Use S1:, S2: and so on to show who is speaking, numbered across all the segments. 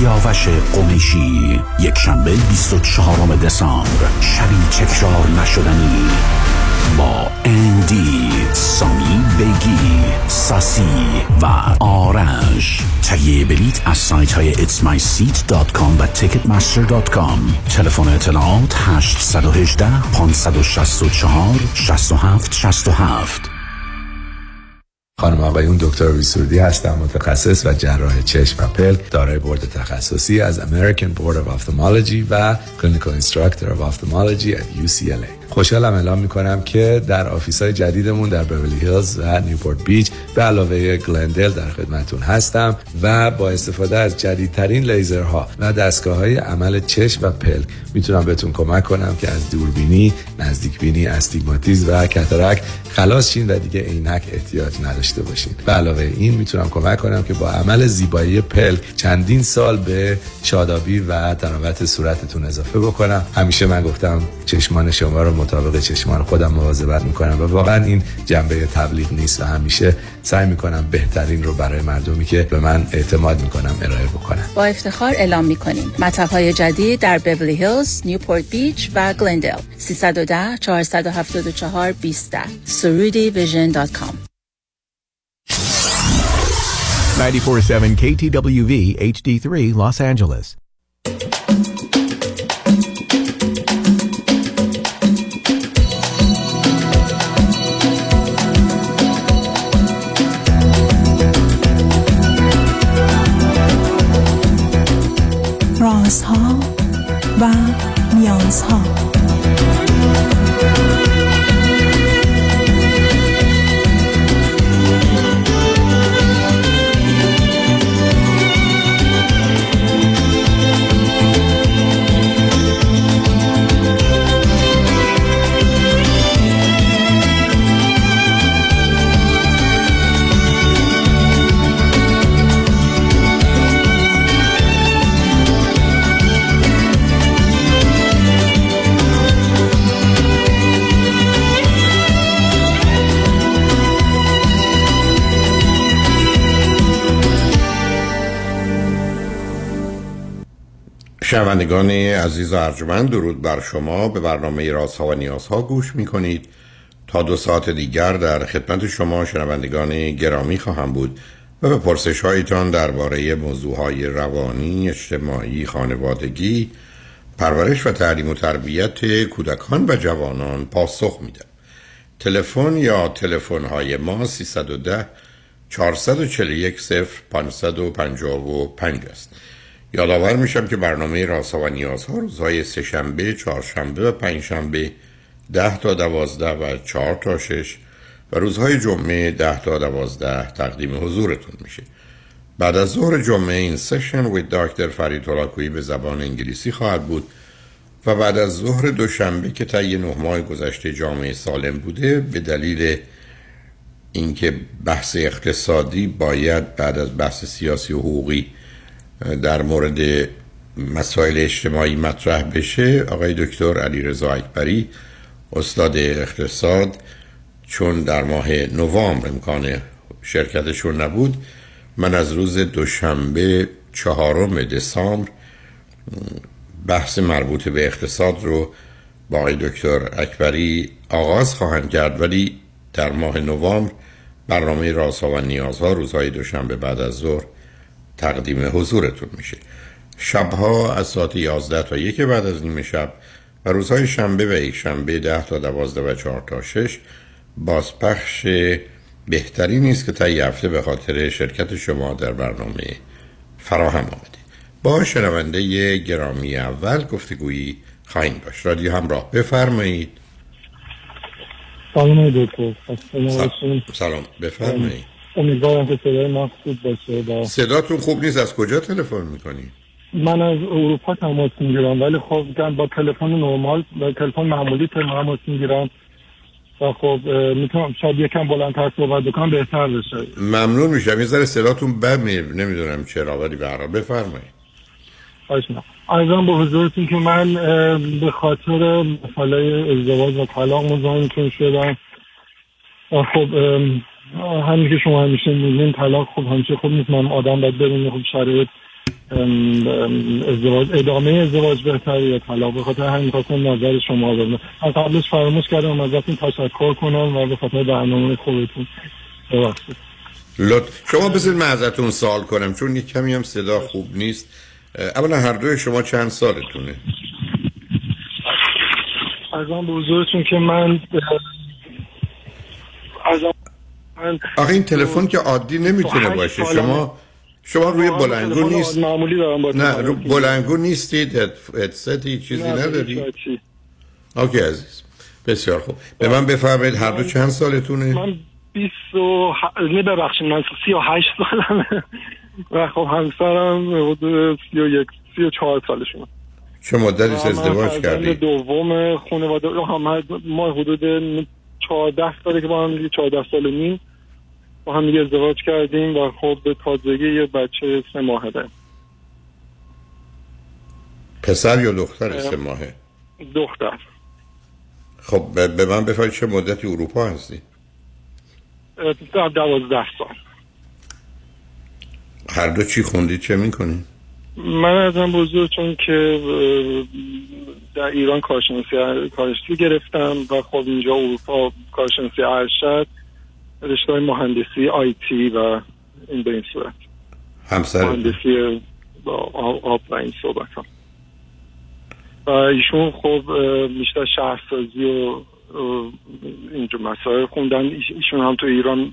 S1: سیاوش قمیشی. یک شنبه 24 دسامبر، شبی تکرار نشدنی با اندی، سامی بیگی، ساسی و آرش. تهیه بلیط از سایت های itsmyseat.com و ticketmaster.com. تلفن اطلاعات 818 564 67 67.
S2: خانم آقایون، دکتر ویسوردی هستم، متخصص و جراح چشم و پلک، دارای بورد تخصصی از American Board of Ophthalmology و Clinical Instructor of Ophthalmology at UCLA. خوشحالم اعلام میکنم که در آفیس‌های جدیدمون در بیولی هیلز و نیوپورت بیچ به علاوه گلندل در خدمتتون هستم و با استفاده از جدیدترین لیزرها و دستگاه‌های عمل چشم و پلک میتونم بهتون کمک کنم که از دوربینی، نزدیکبینی، استیگماتیسم و کاتاراکت خلاص شین و دیگه عینک احتیاج نداشته باشین. به علاوه این میتونم کمک کنم که با عمل زیبایی پلک چندین سال به شادابی و تراوت صورتتون اضافه بکنم. همیشه من گفتم چشمان شما رو مطابق چشمان خودم مواظبت میکنم و واقعا این جنبه تبلیغ نیست و همیشه سعی میکنم بهترین رو برای مردمی که به من اعتماد میکنم ارائه بکنم.
S3: با افتخار اعلام میکنیم مطب‌های جدید در بیولی هیلز، نیوپورت بیچ و گلندل. 310 474 20 surudivision.com.
S4: 94.7 KTWV HD3 Los Angeles.
S5: رازها و نیازها.
S6: شنوندگان عزیز و ارجمند، درود بر شما. به برنامه رازها و نیازها گوش میکنید. تا 2 ساعت دیگر در خدمت شما شنوندگان گرامی خواهم بود و به پرسش هایتان درباره موضوعهای روانی، اجتماعی، خانوادگی، پرورش و تعلیم و تربیت کودکان و جوانان پاسخ میدم. تلفن یا تلفن های ما 310 441 0555 است. یادآور میشم که برنامه رازها و نیازها روزهای سه‌شنبه، چهارشنبه و پنجشنبه 10 تا 12 و 4 تا 6 و روزهای جمعه 10 تا 12 تقدیم حضورتون میشه. بعد از ظهر جمعه این سشن with دکتر فرید هولاکویی به زبان انگلیسی خواهد بود و بعد از ظهر دوشنبه که طی 9 ماه گذشته جامعه سالم بوده، به دلیل اینکه بحث اقتصادی باید بعد از بحث سیاسی و حقوقی در مورد مسائل اجتماعی مطرح بشه، آقای دکتر علیرضا اکبری استاد اقتصاد، چون در ماه نوامبر امکان شرکتشون نبود، من از روز دوشنبه 4 دسامبر بحث مربوط به اقتصاد رو با آقای دکتر اکبری آغاز خواهم کرد، ولی در ماه نوامبر برنامه رازها و نیازها روزهای دوشنبه بعد از ظهر تقدیم حضورتون میشه. شبها از ساعت 11 تا 1 بعد از نیمه شب و روزهای شنبه و یک شنبه 10 تا 12 و 4 تا 6 بازپخش بهتری نیست که طی هفته به خاطر شرکت شما در برنامه فراهم آمده. با شنونده گرامی اول گفتگویی خواهیم داشت. رادیو همراه، بفرمایید.
S7: سلام دکتر.
S6: سلام، بفرمایید.
S7: امیدوارم که صدای من خوب باشه.
S6: صداتون خوب نیست. از کجا تلفن میکنید؟
S7: من از اروپا تماس میگیرم، ولی خب با تلفن نرمال، با تلفن معمولی تماس میگیرم و خب میتونم شاید یکم بلندتر صحبت بکنم بهتر بشه.
S6: ممنون میشم. یه ذره صداتون بد نمیدونم چرا، ولی به هر حال بفرمایید.
S7: عرضم به حضورتون که من به خاطر مسئله ازدواج و طلاق مزاحمتون شدم. خب همین که شما همیشه میگین طلاق خب همیشه خوب نیست، من آدم باید ببینه خب شرایط ازدواج ادامه ازدواج بهتره یا طلاق. به خاطر همین خواستم نظر شما بدونم. از قبلش فراموش کردم ازتون تشکر کنم و به خاطر برنامه خوبتون ببخشید.
S6: شما بذارید من ازتون سوال کنم چون یک کمی هم صدا خوب نیست. اولا هر دوی شما چند سالتونه؟
S7: ازم به حضورتون که من
S6: آخه این تلفن که عادی نمیتونه باشه. شما روی بلندگو نیست؟
S7: معمولی دارم با
S6: نه رو بلندگو نیستید؟ هدستی چیزی نداری؟ اوکی عزیز بسیار خوب. به من بفرمایید هر دو چند سالتونه؟
S7: من 38 سالمه و خب همسرم حدود 34 سالشونه.
S6: چه مدتی ازدواج کردید؟
S7: دوم خانواده ما حدود 14 ساله که با هم دیگه 14 سال نیم با هم دیگه ازدواج کردیم و خب به تازگی یه بچه 3 ماهه داریم.
S6: پسر یا دختر 3 ماهه؟
S7: دختر.
S6: خب به من بفرمایید چه مدتی اروپا هستی؟
S7: 12 سال.
S6: هر دو چی خوندید چه میکنید؟
S7: من ازم بزرگتون که در ایران کارشناسی گرفتم و خب اینجا اروپا کارشناسی ارشد رشته مهندسی آیتی و این به این صورت.
S6: همسر
S7: مهندسی آب و این صحبت هم. و ایشون خب بیشتر شهرسازی و اینجور مسائل خوندن. ایشون هم تو ایران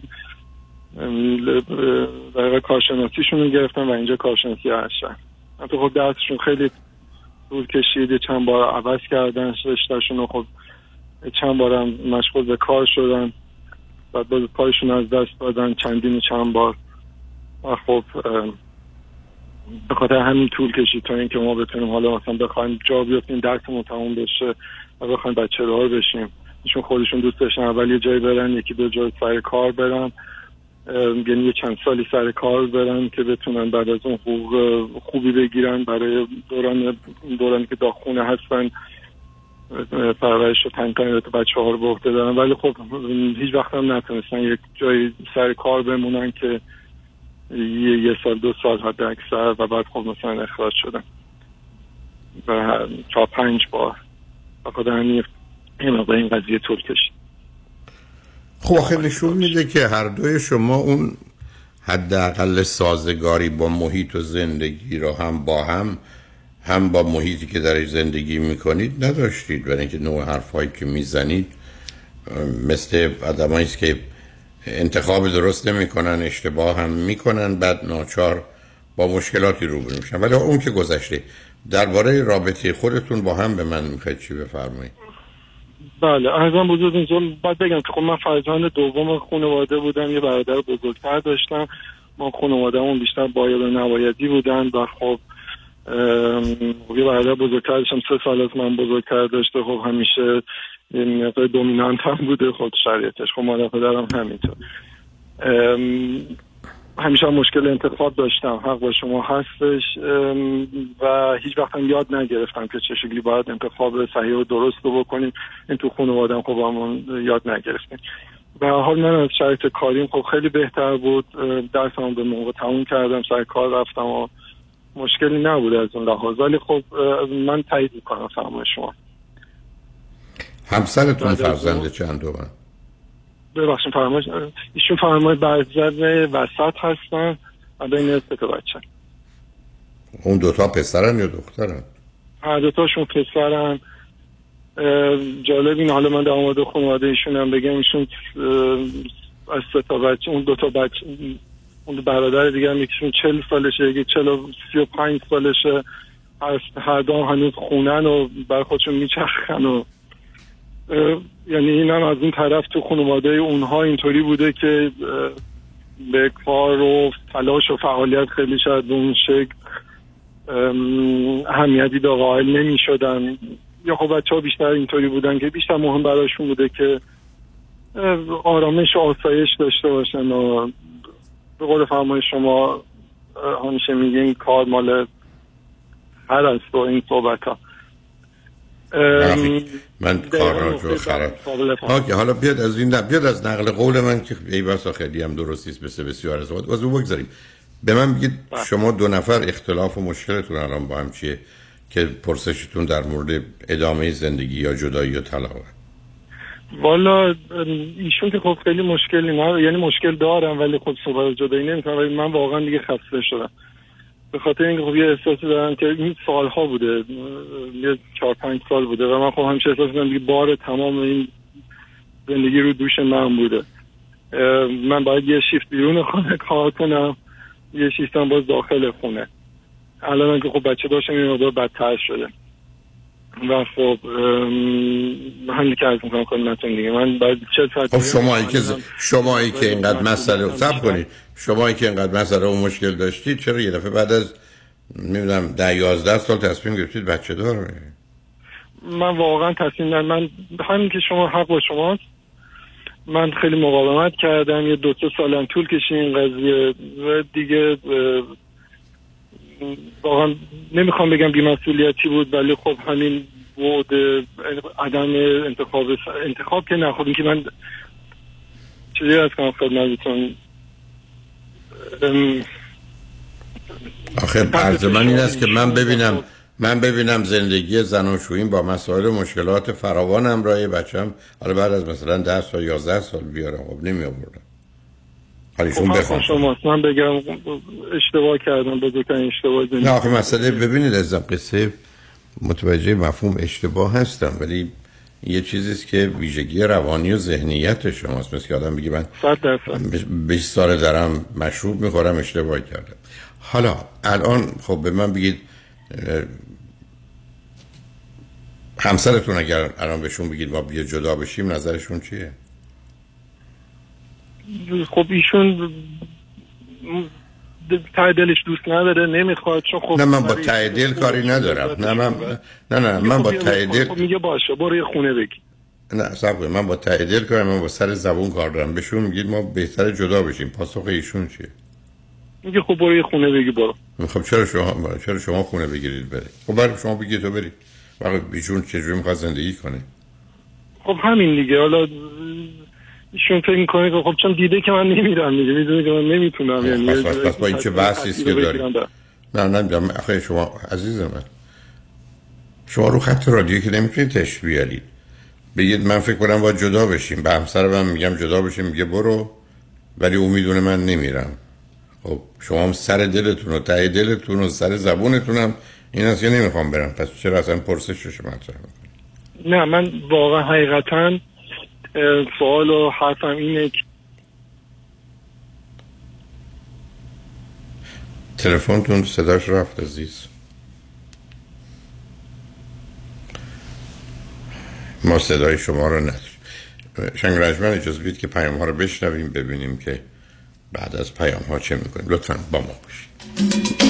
S7: در کارشناسیشون رو گرفتن و اینجا کارشناسی ارشد. حتی خب درسشون خیلی طول کشید، چند بار عوض کردن رشتهشون رو، خب چند بار هم مشغول به کار شدن و باز کارشون از دست دادن چند بار و خب به خاطر همین طول کشید تا اینکه ما بتونیم حالا مثلا بخوایم جا بیافتیم درسمون تموم بشه و بخوایم بچه دار بشیم. ایشون خودشون دوست داشتن اول یه جایی برن، 1-2 جای سر کار برن، یعنی یه چند سالی سر کار برن که بتونن بعد از اون حقوق خوبی بگیرن برای دورانی که داخونه هستن پرورش و تنگتن بچه ها رو به عهده دارن. ولی خب هیچ وقت هم نتونستن یک جایی سر کار بمونن که 1 سال 2 سال حد اکثر و بعد خب مثلا اخراج شدن و 4-5 بار و خود همین این قضیه طول کشید.
S6: خب آخه نشون میده که هر دوی شما اون حداقل سازگاری با محیط و زندگی رو هم با محیطی که درش زندگی میکنید نداشتید. برای اینکه نوع حرفایی که میزنید مثل آدمایی است که انتخاب درست نمیکنن، اشتباه هم میکنن، بعد ناچار با مشکلاتی روبرو میشن. ولی اون که گذشته، درباره رابطه خودتون با هم به من میخواید چی بفرمایید؟
S7: بله ارزم بزرگتون باید بگم که خب من فرزند دوم خانواده بودم، یه برادر بزرگتر داشتم. ما خانواده‌مون بیشتر باید و نبایدی بودن و خب یه برادر بزرگتر داشتم 3 سال از من بزرگتر داشته. خب همیشه یه مقدار دومینانت هم بوده خود شرایطش. خب مادر پدرم همینطور. همیشه مشکل انتخاب داشتم، حق با شما هستش و هیچ وقت هم یاد نگرفتم که چه شکلی باید انتخاب صحیح و درست رو بکنیم. این تو خانواده‌ام خب همون یاد نگرفتیم. به هر حال من از شرایط کاریم خب خیلی بهتر بود. درسم به موقع تموم کردم، سر کار رفتم و مشکلی نبود از اون لحاظ. ولی خب من تایید میکنم فرمای شما.
S6: همسرتون فرزند چندمن؟
S7: ببخشید فرمایش ایشون فرمای برادر وسط هستن و بین 3 تا بچه.
S6: اون 2 تا پسرن یا دخترن؟
S7: هر 2 تاشون پسرن. جالب این حالا من در مورد خانواده ایشون هم بگم، ایشون از 3 تا بچه، اون 2 تا بچه، اون برادر دیگه هم یکیشون 40 سالشه، یکی 35 سالشه. هر دو هنوز خونن و بر خودشون میچرخن و یعنی اینم از اون طرف تو خانواده اونها اینطوری بوده که به کار و تلاش و فعالیت خیلی شاید به اون شکل اهمیتی به قائل نمی شدن. یا خب بچه ها بیشتر اینطوری بودن که بیشتر مهم براشون بوده که آرامش و آسایش داشته باشن و به قول فرمای شما همیشه میگین کار مال هر است و این صحبت ها.
S6: من کار را جو خراب. حالا بیاد از این بیاد از نقل قول من که ای بسا خیلی هم درستیست بسیار از وقت از اون بگذاریم. به من بگید شما دو نفر اختلاف و مشکلتون الان با هم چیه که پرسشتون در مورد ادامه زندگی یا جدایی یا طلاقه؟
S7: والا ایشون که خب خیلی مشکلی نه، یعنی مشکل دارم ولی خب صحبت جدایی نمی‌کنم، ولی من واقعا دیگه خسته شدم به خاطر اینکه خب یه احساسی دارم که این سالها بوده، یه 4-5 سال بوده و من خب همیشه احساس می‌کنم دیگه بار تمام این زندگی رو دوش من بوده. من باید یه شیفت بیرون خونه کار کنم، یه شیفت هم باز داخل خونه. الان که خب بچه داشتم این مقدار بدتر شده و خب همین که عرض میکنم خدمتتون دیگه من باید 40 ساعت.
S6: خب شمایی که اینقدر مسئله صبر کنید، شمایی که اینقدر مسئله و مشکل داشتید چرا یه دفعه بعد از نمیدونم 10-11 سال تصمیم گرفتید بچه دار؟
S7: من واقعا تصمیم من همین که شما حق با شماست. من خیلی مقاومت کردم، یه 2-3 سالم طول کشید این قضیه و دیگه واقعا نمیخوام بگم بی‌مسئولیتی بود ولی خب همین بود عدم انتخاب که نه. خب این که من چیزی از کنم خدمتتون
S6: آخه عرض من این است که من ببینم زندگی زناشویی با مسائل و مشکلات فراوان همراه بچه‌م حالا بعد از مثلا 10 سال 11 سال بیارم، خب نمی آوردم. حالیشون بخوام
S7: شماست من بگم اشتباه کردم، بزرگترین اشتباه زندگی.
S6: نه آخه مسئله ببینید عزیزم، قصه متوجه مفهوم اشتباه هستم ولی یه چیزیست که ویژگی روانی و ذهنیت شماست. مثل که آدم بگی من
S7: 100%
S6: 20 سال دارم مشروب میخورم اشتباه کردم. حالا الان خب به من بگید همسرتون اگر الان بهشون بگید ما بیا جدا بشیم نظرشون چیه؟
S7: خب ایشون ته دلش دوست نداره، نمیخواد چون خب
S6: نه من با ته دل کاری ندارم. نه من با ته دل
S7: خب میگه باشه برو یه خونه بگی.
S6: نه صبر کن، من با ته دل کارم، من با سر زبون کار دارم. بهشون میگید ما بهتره جدا بشیم، پاسخ ایشون چیه؟
S7: میگه خب برو یه خونه بگی برو.
S6: خب چرا شما خونه بگیرید برید؟ خب برای شما بگید تو برید. واقعا ایشون چجوری میخواد زندگی کنه؟
S7: خب همین دیگه. حالا ایشون فکر میکنه که خب چون دیده که من نمیرم دیگه، میدونه که من نمیتونم. یعنی
S6: پس با این چه بحثیست که داریم؟ نه آخه شما عزیز من، شما رو خط رادیو که نمیتونید تشریح بیارید بگید من فکر کنم باید جدا بشیم، به همسرم میگم جدا بشیم میگه برو، ولی اون میدونه من نمیرم. خب شما هم سر دلتون و ته دلتون و سر زبونتون هم این است که نمیخوام برم، پس چرا اصلا پرسشش مطرح میکنید؟
S7: نه من واقعا حقیقتا سوال و حرفم اینه که
S6: تلفنتون صداش رفت عزیز. ما صدای شما رو نداریم. شنگ رجمن اجازه بدید که پیام ها رو بشنویم ببینیم که بعد از پیام ها چه میکنیم. لطفاً با ما باشید.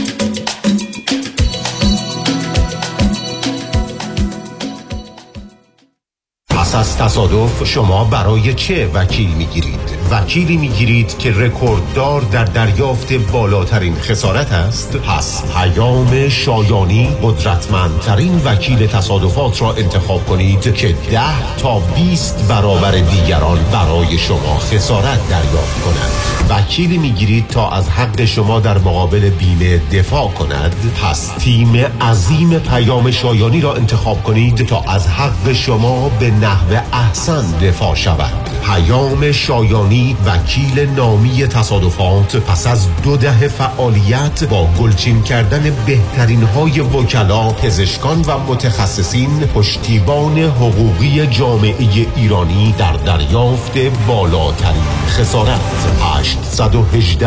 S8: پس از تصادف شما برای چه وکیل میگیرید؟ وکیلی میگیرید که رکورددار در دریافت بالاترین خسارت است؟ پس پیام شایانی قدرتمندترین وکیل تصادفات را انتخاب کنید که 10 تا 20 برابر دیگران برای شما خسارت دریافت کند. وکیلی میگیرید تا از حق شما در مقابل بیمه دفاع کند؟ پس تیم عظیم پیام شایانی را انتخاب کنید تا از حق شما به نحو احسن دفاع شود. پیام شایانی وکیل نامی تصادفات پس از 2 دهه فعالیت با گلچین کردن بهترین های وکلا، پزشکان و متخصصین، پشتیبان حقوقی جامعه ایرانی در دریافت بالاترین خسارت. 818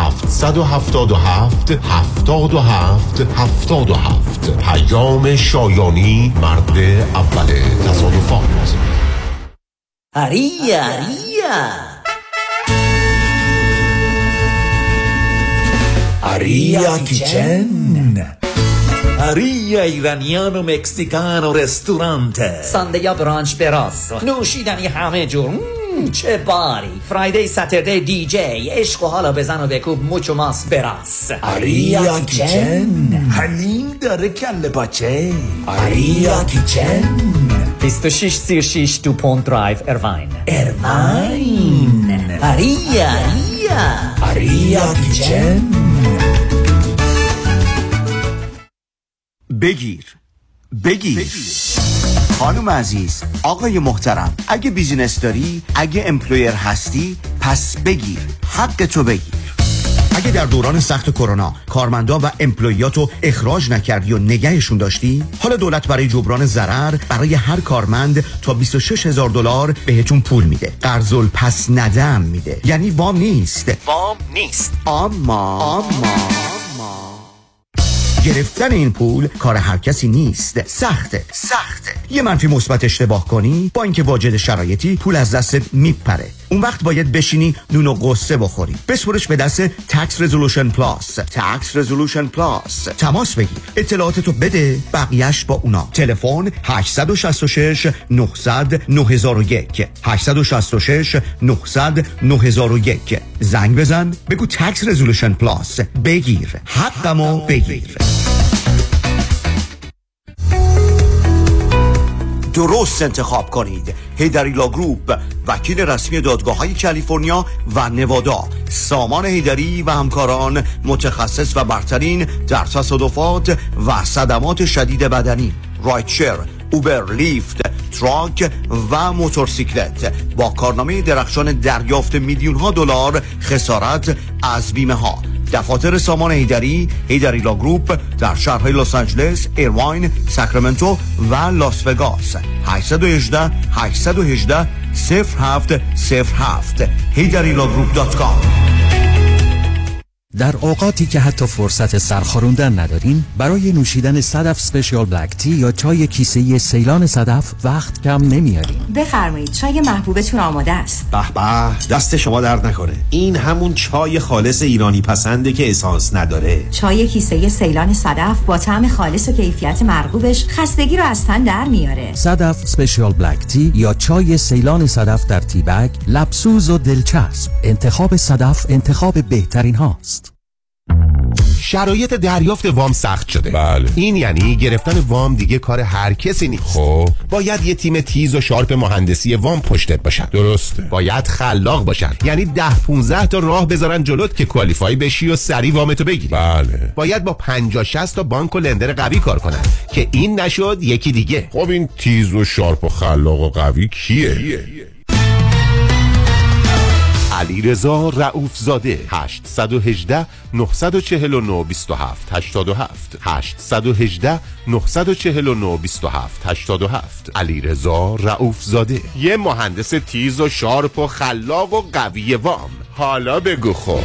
S8: 777 77 77. پیام شایانی، مرد اول تصادفات.
S9: Aria Kitchen. Aria ایرانیان و مکزیکان و رستورانت، ساندیا برانچ براس، نوشیدنی همه جور. چه باری، فرایدی ساتردی دی جی، عشق و حالا بزن و بکوب موچو ماس براس. آریا کیچن حلیم داره کله پاچه. آریا کیچن 2636 دو پونت درایو اروین. آریا کیچن.
S10: بگیر. خانم عزیز، آقای محترم، اگه بیزینس داری، اگه امپلویر هستی، پس بگیر، حق تو بگیر. اگه در دوران سخت کرونا کارمندا و امپلویاتو اخراج نکردی و نگهشون داشتی، حالا دولت برای جبران ضرر برای هر کارمند تا $26,000 بهتون پول میده. قرض الپس ندم میده. یعنی وام نیست. اما گرفتن این پول کار هر کسی نیست. سخته. یه منفی مثبت اشتباه کنی، با اینکه واجد شرایطی، پول از دست میپره. اون وقت باید بشینی نون و قصه بخوری. بسپرش به دست Tax Resolution Plus. تماس بگیر، اطلاعاتتو بده، بقیهش با اونا. تلفن 866 900 9001 866 900 9001. زنگ بزن، بگو Tax Resolution Plus. بگیر، حقمو بگیر. درست انتخاب کنید. هیدری لا گروپ، وکیل رسمی دادگاه‌های کالیفرنیا و نوادا. سامان هیدری و همکاران، متخصص و برترین در تصادفات و صدمات شدید بدنی، رایتشر، اوبر، لیفت، تراک و موتورسیکلت، با کارنامه درخشان دریافت میلیون‌ها دلار خسارت از بیمه ها. دفاتر سامان هیدری لا گروپ در شهرهای لس آنجلس، ایرواین، ساکرامنتو و لاس وگاس. 818 0707 HidaryLawGroup.com.
S11: در اوقاتی که حتی فرصت سرخوردن ندارین، برای نوشیدن صدف اسپشیال بلک تی یا چای کیسه‌ای سیلان صدف وقت کم نمیارین.
S12: بفرمایید، چای محبوبتون آماده است.
S8: به به، دست شما درد نکنه. این همون چای خالص ایرانی پسنده که اسانس نداره.
S12: چای کیسه‌ای سیلان صدف با طعم خالص و کیفیت مرغوبش خستگی رو از تن در میاره.
S11: صدف اسپشیال بلک تی یا چای سیلان صدف در تی بگ، لبسوز و دلچسب. انتخاب صدف انتخاب بهترین هاست.
S8: شرایط دریافت وام سخت شده.
S6: بله.
S8: این یعنی گرفتن وام دیگه کار هر کسی نیست.
S6: خب
S8: باید یه تیم تیز و شارپ مهندسی وام پشتت باشن.
S6: درسته.
S8: باید خلاق باشن، یعنی 10-15 تا راه بذارن جلوت که کوالیفای بشی و سری وامتو بگیری.
S6: بله.
S8: باید با 50-60 تا بانک و لندر قوی کار کنن که این نشد یکی دیگه.
S6: خب این تیز و شارپ و خلاق و قوی کیه؟
S8: علیرضا رؤوف زاده. 818 949 27 87 818 949 27 87. علیرضا رؤوف زاده، یه مهندس تیز و شارپ و خلاق و قوی وام. حالا بگو خب.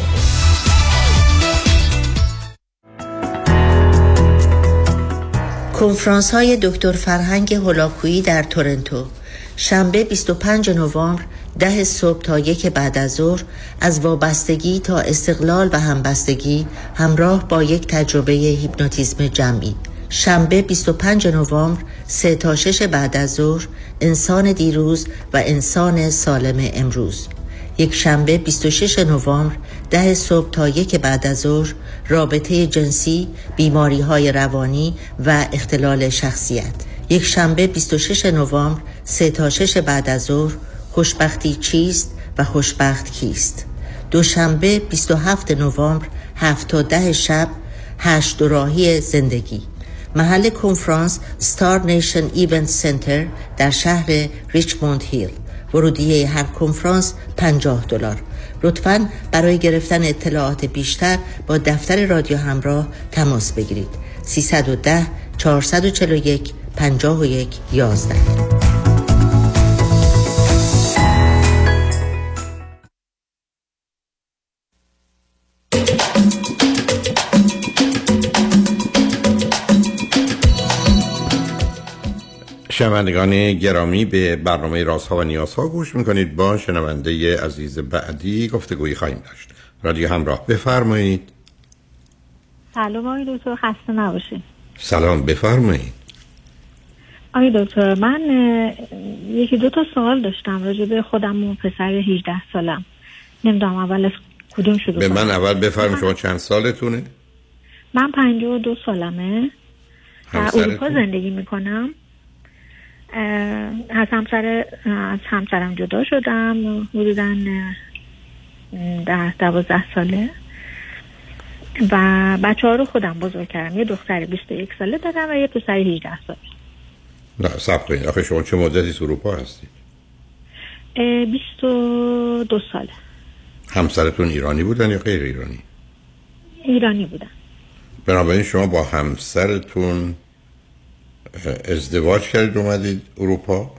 S13: کنفرانس های دکتر فرهنگ هولاکویی در تورنتو، شنبه 25 نوامبر 10 صبح تا 1 بعد از ظهر، از وابستگی تا استقلال و همبستگی، همراه با یک تجربه هیپنوتیزم جمعی. شنبه 25 نوامبر 3 تا 6 بعد از ظهر، انسان دیروز و انسان سالم امروز. یک شنبه 26 نوامبر 10 صبح تا 1 بعد از ظهر، رابطه جنسی، بیماری‌های روانی و اختلال شخصیت. یک شنبه 26 نوامبر 3 تا 6 بعد از ظهر، خوشبختی چیست و خوشبخت کیست. دوشنبه 27 نوامبر 7 تا 10 شب، 8 دوراهی زندگی. محل کنفرانس ستار نیشن ایونت سنتر در شهر ریچموند هیل. ورودیه هر کنفرانس $50. لطفاً برای گرفتن اطلاعات بیشتر با دفتر رادیو همراه تماس بگیرید. 310 441 51 11.
S6: شنوندگان گرامی، به برنامه رازها و نیازها گوش میکنید. با شنونده عزیز بعدی گفتگویی خواهیم داشت. رادیو همراه، بفرمایید.
S14: سلام آقای دکتر، خسته نباشید.
S6: سلام، بفرمایید.
S14: آقای دکتر، من 1-2 تا سوال داشتم راجع به خودم و پسر 18 سالم. نمیدونم اول از کدوم شروع
S6: به من اول بفرمایید. شما چند سالتونه؟
S14: من 52 سالمه. در اروپا زندگی میکنم. از همسرم جدا شدم حدوداً 10-12 ساله. و بچه‌ها رو خودم بزرگ کردم. یه دختر 21 ساله دارم و یه پسر 18 ساله.
S6: نه صبر کنید، آخه شما چه مدتی تو اروپا هستید؟
S14: 22 ساله.
S6: همسرتون ایرانی بودن یا غیر ایرانی؟
S14: ایرانی بودن.
S6: بنابراین شما با همسرتون ازدواج کردید اومدید اروپا؟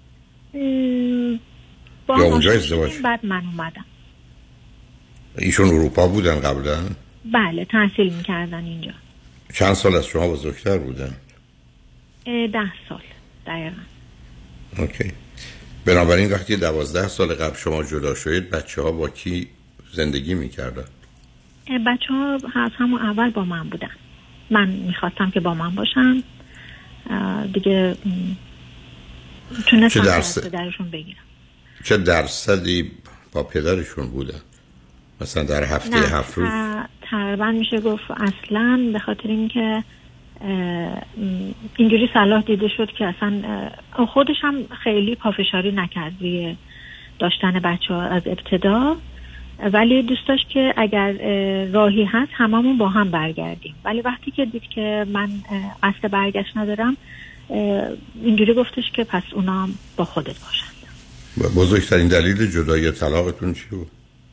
S14: با
S6: یا اونجا ازدواج؟
S14: بعد من اومدم.
S6: ایشون اروپا بودن قبلا؟
S14: بله، تحصیل میکردن اینجا.
S6: چند سال از شما بزرگتر بودن؟
S14: 10 سال دقیقا.
S6: اوکی. بنابراین وقتی 12 سال قبل شما جدا شدید بچه ها با کی زندگی میکردن؟
S14: بچه ها از همون اول با من بودن. من میخواستم که با من باشن دیگه، تونستم از پدرشون بگیرم.
S6: چه درصدی با پدرشون بودن؟ مثلا در هفته 7 روز؟
S14: تقریبا میشه گفت اصلا، به خاطر اینکه اینجوری صلاح دیده شد که اصلا خودش هم خیلی پافشاری نکرد روی داشتن بچه ها از ابتدا، ولی دوست داشت که اگر راهی هست هممون با هم برگردیم. ولی وقتی که دید که من قصد برگشت ندارم، اینجوری گفتش که پس اونا با خودت باشند.
S6: بزرگترین دلیل جدایی طلاقتون چی بود؟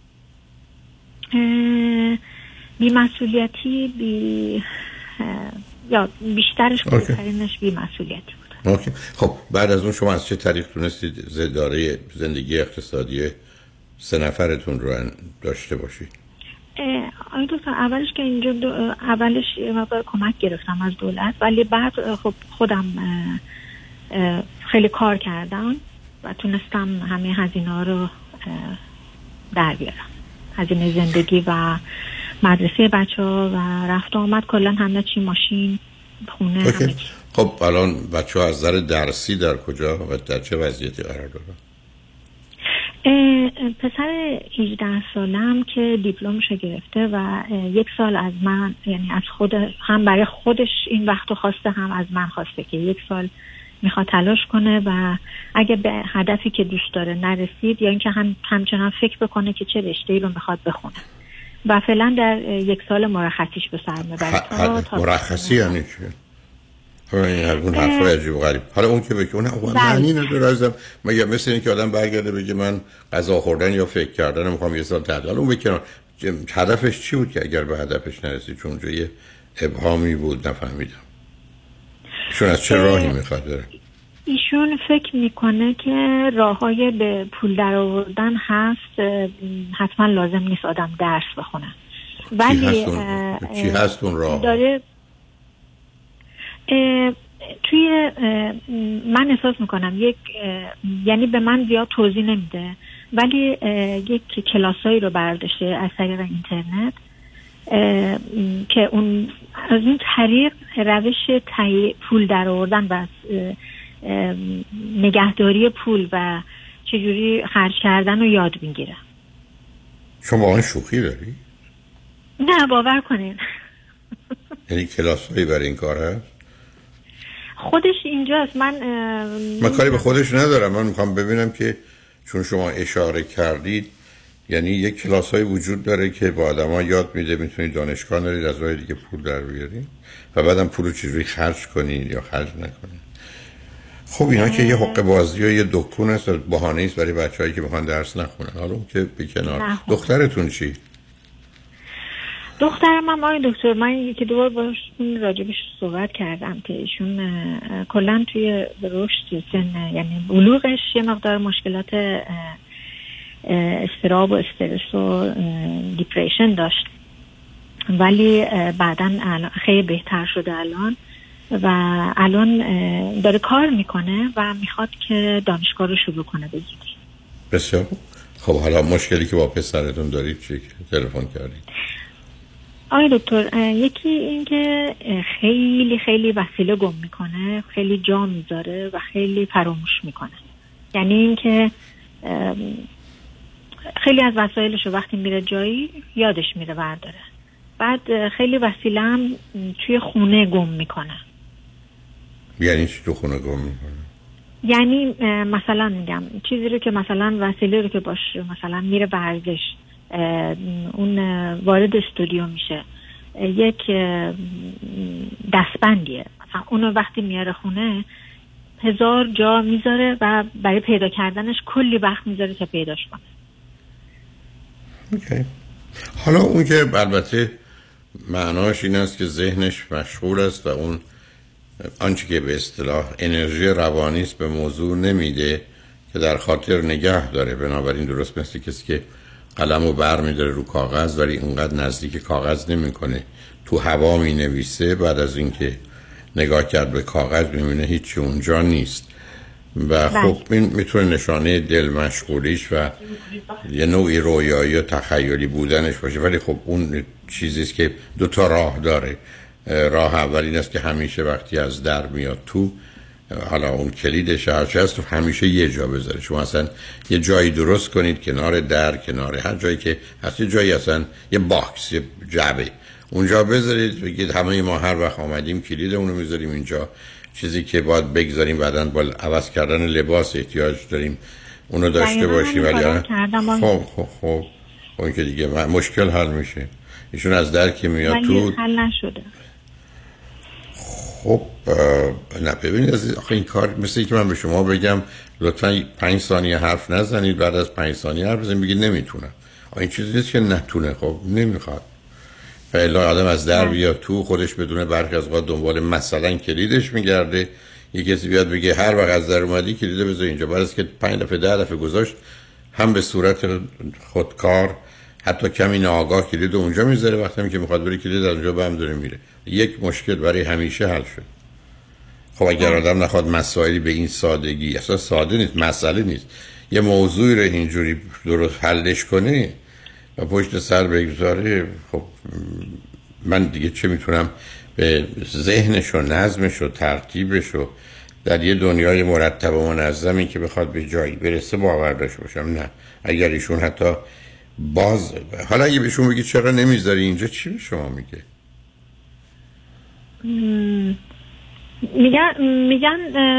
S14: بی‌مسئولیتی، یا بیشترش بزرگترینش بی‌مسئولیتی بود.
S6: اوکی. خب بعد از اون شما از چه طریق تونستید دارای زندگی اقتصادی 3 نفرتون رو داشته باشید؟
S14: آقای دکتر، اولش که اینجا اولش مقدار کمک گرفتم از دولت، ولی بعد خب خودم خیلی کار کردم و تونستم همه هزینه ها رو در بیارم، هزینه زندگی و مدرسه بچه ها و رفت و آمد، کلا همه چی، ماشین، خونه، همه چی.
S6: خب الان بچه ها از نظر درسی در کجا و در چه وضعیتی قرار دارن؟
S14: پسر 18 سالم که دیپلمشو گرفته و 1 سال از من، یعنی از خود، هم برای خودش این وقتو خواسته، هم از من خواسته که 1 سال میخواد تلاش کنه و اگه به هدفی که دوست داره نرسید، یا اینکه همچنان فکر بکنه که چه رشته‌ای رو میخواد بخونه و فعلا در 1 سال مرخصیش به سر میبره.
S6: مرخصی یعنی چیه؟ اون حرفای عجیب و غریب. حالا اون که بگه اون معنی نداره ازم، مگه مثل این که آدم برگرده بگه من غذا خوردن یا فکر کردن میخوام 1 سال تعطیل. اون بکنم هدفش چی بود که اگر به هدفش نرسید؟ چون اونجا یه ابهامی بود نفهمیدم. چون از چه راهی میخواد بره؟
S14: ایشون فکر میکنه که راههای به پول در آوردن هست، حتما لازم نیست آدم درس بخونه. ولی
S6: چی هست اون راه؟
S14: داره توی من احساس میکنم یعنی به من زیاد توضیح نمیده، ولی یک کلاسایی رو برداشته از طریق اینترنت که اون از اون طریق روش پول در آوردن و نگهداری پول و چجوری خرج کردن رو یاد میگیره.
S6: شما واقعا شوخی داری؟
S14: نه باور کنین.
S6: یعنی کلاسایی برای این کار هست؟
S14: خودش اینجاست. من
S6: کاری به خودش ندارم. من میخوام ببینم که چون شما اشاره کردید، یعنی یک کلاسای وجود داره که با آدما یاد میده میتونید دانشگاه نرید از راه دیگه پول در بیارید و بعدم پول رو چجوری خرج کنید یا خرج نکنید. خب اینا که یه حقه بازی و یه دکون است، بهانه است برای بچه‌هایی که میخوان درس نخونن. حالا اون که به کنار. دخترتون چی؟
S14: دخترم هم آقای دکتر، من 1-2 بار باشون راجبش صحبت کردم که ایشون کلا توی رشد سن، یعنی بلوغش، یه مقدار مشکلات اضطراب و استرس و دیپریشن داشت، ولی بعداً خیلی بهتر شده الان و الان داره کار میکنه و میخواد که دانشگاه رو شروع کنه به زودی.
S6: بسیار خب. حالا مشکلی که با پسرتون دارید چیه که تلفن کردید؟
S14: آقای دکتر، یکی این که خیلی خیلی وسیله گم میکنه، خیلی جا میذاره و خیلی فراموش میکنه. یعنی این که خیلی از وسایلشو وقتی میره جایی یادش میره برداره. بعد خیلی وسیله هم توی خونه گم میکنه.
S6: یعنی چی تو خونه گم میکنه؟
S14: یعنی مثلا میگم چیزی رو که مثلا وسیله رو که باشه مثلا میره ورزش، اون وارد استودیو میشه یک دستبندیه، مثلا اونو وقتی میاره خونه 1000 جا میذاره و برای پیدا کردنش کلی وقت میذاره تا پیداش کنه.
S6: اوکی. حالا اون که البته معناش این است که ذهنش مشغول است و اون آنچه که به اصطلاح انرژی روانی است به موضوع نمیده که در خاطر نگه داره. بنابراین درست مثل کسی که قلمو بر می‌داره رو کاغذ ولی اونقدر نزدیک کاغذ نمی‌کنه، تو هوا می‌نویسه، بعد از اینکه نگاه کرد به کاغذ می‌بینه هیچی اونجا نیست و خب این میتونه نشانه دل مشغولیش و یه نوعی رویایی و تخیلی بودنش باشه. ولی خب اون چیزیست که دو تا راه داره. راه اول این است که همیشه وقتی از در میاد تو، حالا اون کلیدش هرچی هست، همیشه یه جا بذاره. شما اصلا یه جایی درست کنید کنار در، کنار هر جایی که هست، یه جایی اصلا یه باکس، یه جعبه اونجا بذارید. بگید همه ما هر وقت آمدیم کلید اونو میذاریم اینجا. چیزی که باید بگذاریم بعداً با عوض کردن لباس احتیاج داریم اونو داشته باشیم. ولی خب اون که دیگه مشکل حل میشه. ایشون از در که میاد تو
S14: حل نشده.
S6: خب نه ببینید آخه این کار مثل اینکه من به شما بگم لطفاً 5 ثانیه حرف نزنید، بعد از 5 ثانیه حرف بزنید بگید نمیتونم. این چیزی نیست که نتونه، خب نمیخواد. فعلا آدم از در بیاد تو، خودش بدون برخی از اوقات دنبال مثلا کلیدش میگرده. یه کسی بیاد بگه هر وقت از در اومدی کلید بذار اینجا، بعد از که 5 دفعه 10 دفعه گذاشت، هم به صورت خودکار حتی کمی ناآگاه کلید اونجا میذاره، وقتی که میخواد بره کلید از اونجا بهم داره میره. یک مشکل برای همیشه حل شد. خب اگر آدم نخواد مسائلی به این سادگی، اصلا ساده نیست، مسئله نیست، یه موضوعی رو اینجوری درست حلش کنه و پشت سر بگذاره، خب من دیگه چه میتونم به ذهنش و نظمش و ترتیبش و در یه دنیای مرتب و منظمی که بخواد به جایی برسه باور داشته باشم؟ نه. اگر ایشون حتی باز حالا اگه بهشون بگی چرا نمیذاری اینجا، چی به شما میگه؟
S14: میگن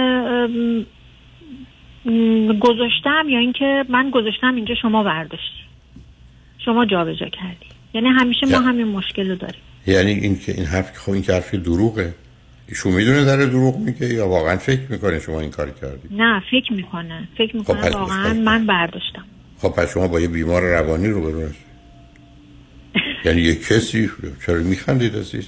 S14: گذاشتم، یا اینکه من گذاشتم اینجا شما برداشتی، شما جابجا کردی. یعنی همیشه ما همین مشکل رو داریم. یعنی
S6: این حرف، خب این که حرفی دروغه. ایشون میدونه داره دروغ میگه یا واقعا فکر میکنه شما این کار کردی؟
S14: نه فکر میکنه واقعا من برداشتم.
S6: خب پس شما با یه بیمار روانی رو برو هست. یعنی یه کسی چرا میخندید عزیز؟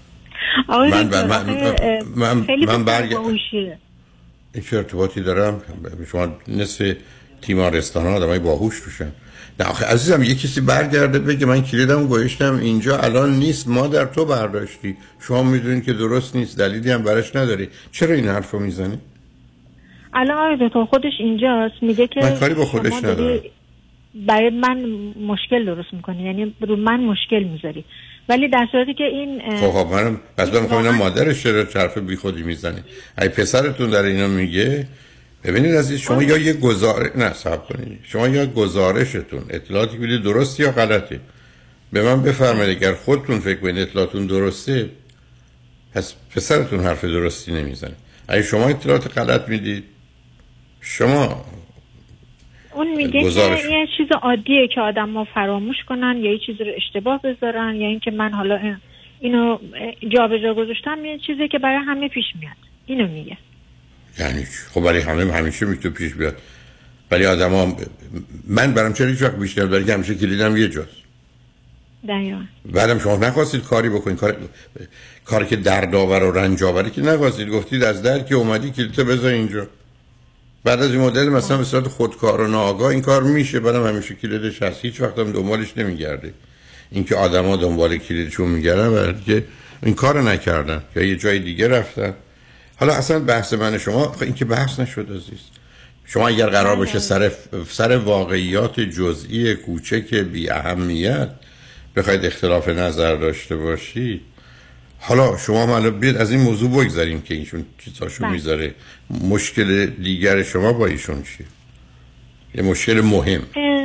S6: من
S14: باهوشیه.
S6: این چه ارتباطی دارم؟ شما نصف تیمارستان ها آدمای باهوش توشن. نه آخه عزیزم یه کسی برگرده بگه من کلیدمو گذاشتم اینجا الان نیست، مادر تو برداشتی، شما میدونید که درست نیست، دلیلی هم براش نداری، چرا این حرفو میزنی؟
S14: الان آره تو خودش اینجاست میگه که
S6: من کاری با خودش ندارم،
S14: برای من مشکل درست میکنی، یعنی رو من مشکل میذاری. ولی در صورتی که این
S6: خب منم پس من میخوام اینم مادرش چرا حرف بی خودی میزنه؟ ای پسرتون در اینا میگه ببینید عزیز شما یا یه شما یا گزارشتون اطلاعاتی بدید درست یا غلطه، به من بفرمایید. اگر خودتون فکر کنید اطلاعاتون درسته پس پسرتون حرف درستی نمیزنه. اگه شما اطلاعات غلط میدید، شما
S14: اون میگه که یه چیز عادیه که آدم‌ها فراموش کنن یا یه چیزی رو اشتباه بذارن، یا اینکه من حالا اینو جابجا گذاشتم، یه چیزی که برای همه پیش میاد. اینو میگه.
S6: یعنی خب برای همه همیشه میتونه پیش بیاد، ولی آدم‌ها من برام چرا هیچ وقت بیشتر برای که همیشه کلیدم یه جاست.
S14: دقیقاً.
S6: بعدم شما نخواستید کاری بکنید، کاری که دردآور و رنج آوری که نخواستید، گفتید از در که اومدی کلیدت بذار اینجا. بعد از این مدل مثلا به صورت خودکار و ناآگاه این کار میشه، بعدم همیشه کلیدش هست، هیچ وقت هم دنبالش نمیگرده. اینکه آدما دنبال کلیدشون میگردن برای که این کارو نکردن یا یه جای دیگه رفتن. حالا اصلا بحث من شما این که بحث نشد عزیز. شما اگر قرار باشه سر واقعیات جزئی کوچک بی اهمیت بخواید اختلاف نظر داشته باشی، حالا شما حالا بیاد از این موضوع بگذاریم که ایشون چیزاشو میذاره. مشکل دیگر شما با ایشون چیه؟ یه مشکل مهم.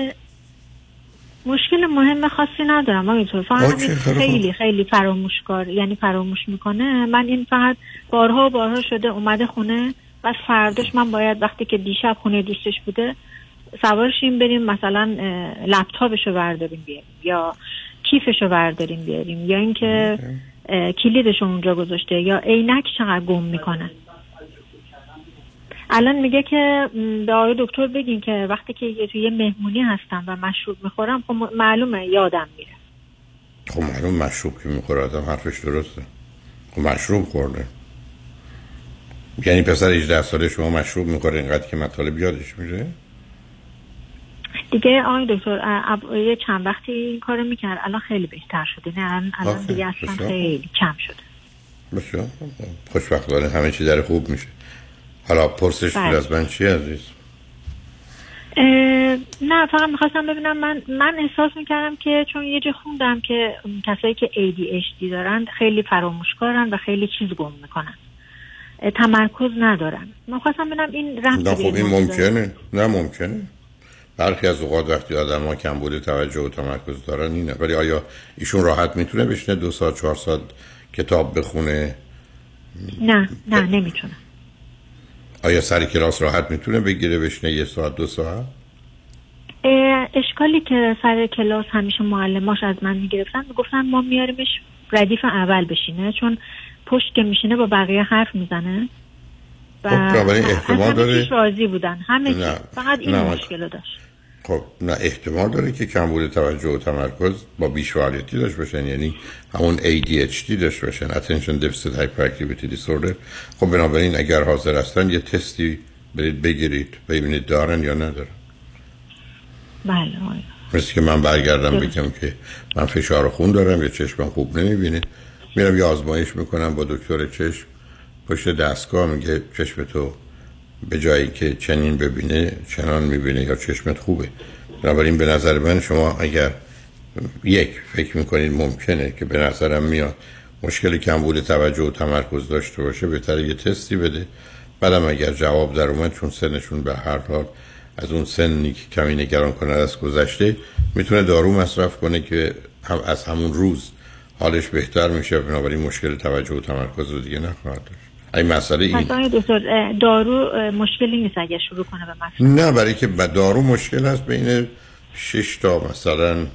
S14: مشکل مهم خاصی ندارم اینطور، فقط خیلی خیلی فراموشکار، یعنی فراموش میکنه. من این فقط بارها و بارها شده اومده خونه، بس فرداش من باید وقتی که دیشب خونه دوستش بوده سوارشیم بریم مثلا لپتاپشو برداریم بیاریم، یا کیفشو برداریم بیاریم، یا اینکه کلیدشو اونجا گذاشته، یا عینک چقدر گم میکنه. الان میگه که به آقای دکتر بگین که وقتی که توی مهمونی هستم و مشروب میخورم، خب معلومه یادم میره.
S6: خب معلوم مشروب که میخوره آدم حرفش درسته. خب مشروب خورده، یعنی پسر 18 ساله شما مشروب میخوره اینقدر که مطالب یادش میره
S14: دیگه. آقای دکتر یه چند وقتی این کارو میکرد، الان خیلی بهتر شده. نه الان دیگه اصلا خیلی کم شده.
S6: بسیار خوشبختانه همه چی در خوب میشه. حالا پرسش از من چی عزیز؟
S14: نه فقط میخواستم ببینم، من احساس میکردم که چون یه جا خوندم که کسایی که ADHD دارن خیلی فراموشکارن و خیلی چیز گم میکنن، تمرکز ندارن. من خواستم ببینم این رفت.
S6: نه خب این ممکنه. نه ممکنه. برخی از اوقات وقتی آدم ها کمبود توجه و تمرکز دارن اینه، ولی آیا ایشون راحت میتونه بشینه 2 ساعت 4 ساعت کتاب بخونه؟
S14: نه نمیتونه.
S6: آیا سر کلاس راحت میتونه بگیره بشینه 1 ساعت 2 ساعت؟
S14: اشکالی که سر کلاس همیشه معلماش از من میگرفتن، میگفتن ما میاریمش ردیف اول بشینه، چون پشت که میشینه با بقیه حرف میزنه و
S6: احتمال داره
S14: راضی بودن همه چیز، فقط این مشکل داشت.
S6: خب نه احتمال داره که کمبود توجه و تمرکز با بیش فعالیتی داشته باشن، یعنی همون ADHD داشته باشن، Attention Deficit Hyperactivity Disorder. خب بنابراین اگر حاضر هستن یه تستی برید بگیرید ببینید دارن یا ندارن.
S14: بله.
S6: مثل که من برگردم بگم که من فشار خون دارم یا چشمم خوب نمیبینه، میرم یه آزمایش میکنم با دکتر چشم پشت دستگاه، میگه چشم تو به جایی که چنین ببینه چنان میبینه یا چشمت خوبه. بنابراین به نظر من شما اگر فکر میکنید ممکنه که به نظرم میاد مشکل کمبود توجه و تمرکز داشته باشه، بهتره یه تستی بده. بعدم اگر جواب در اومد، چون سنشون به هر حال از اون سنی که کمی نگران کننده است گذشته، میتونه دارو مصرف کنه که از همون روز حالش بهتر میشه، بنابراین مشکل توجه و تمرکز رو دیگه نخواهد داشت. این مسئله این
S14: دارو مشکلی نیست اگه شروع کنه به مصرف.
S6: نه، برای که دارو مشکل هست بین 6 تا مثلا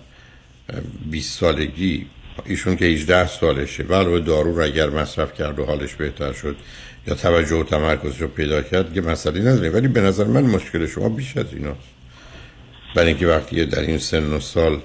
S6: 20 سالگی. ایشون که 18 سالشه، علاوه دارو رو اگر مصرف کرد و حالش بهتر شد یا توجه و تمرکز رو پیدا کرد که مسئله نداره. ولی به نظر من مشکل شما بیش از ایناست، برای اینکه وقتی در این سن و سال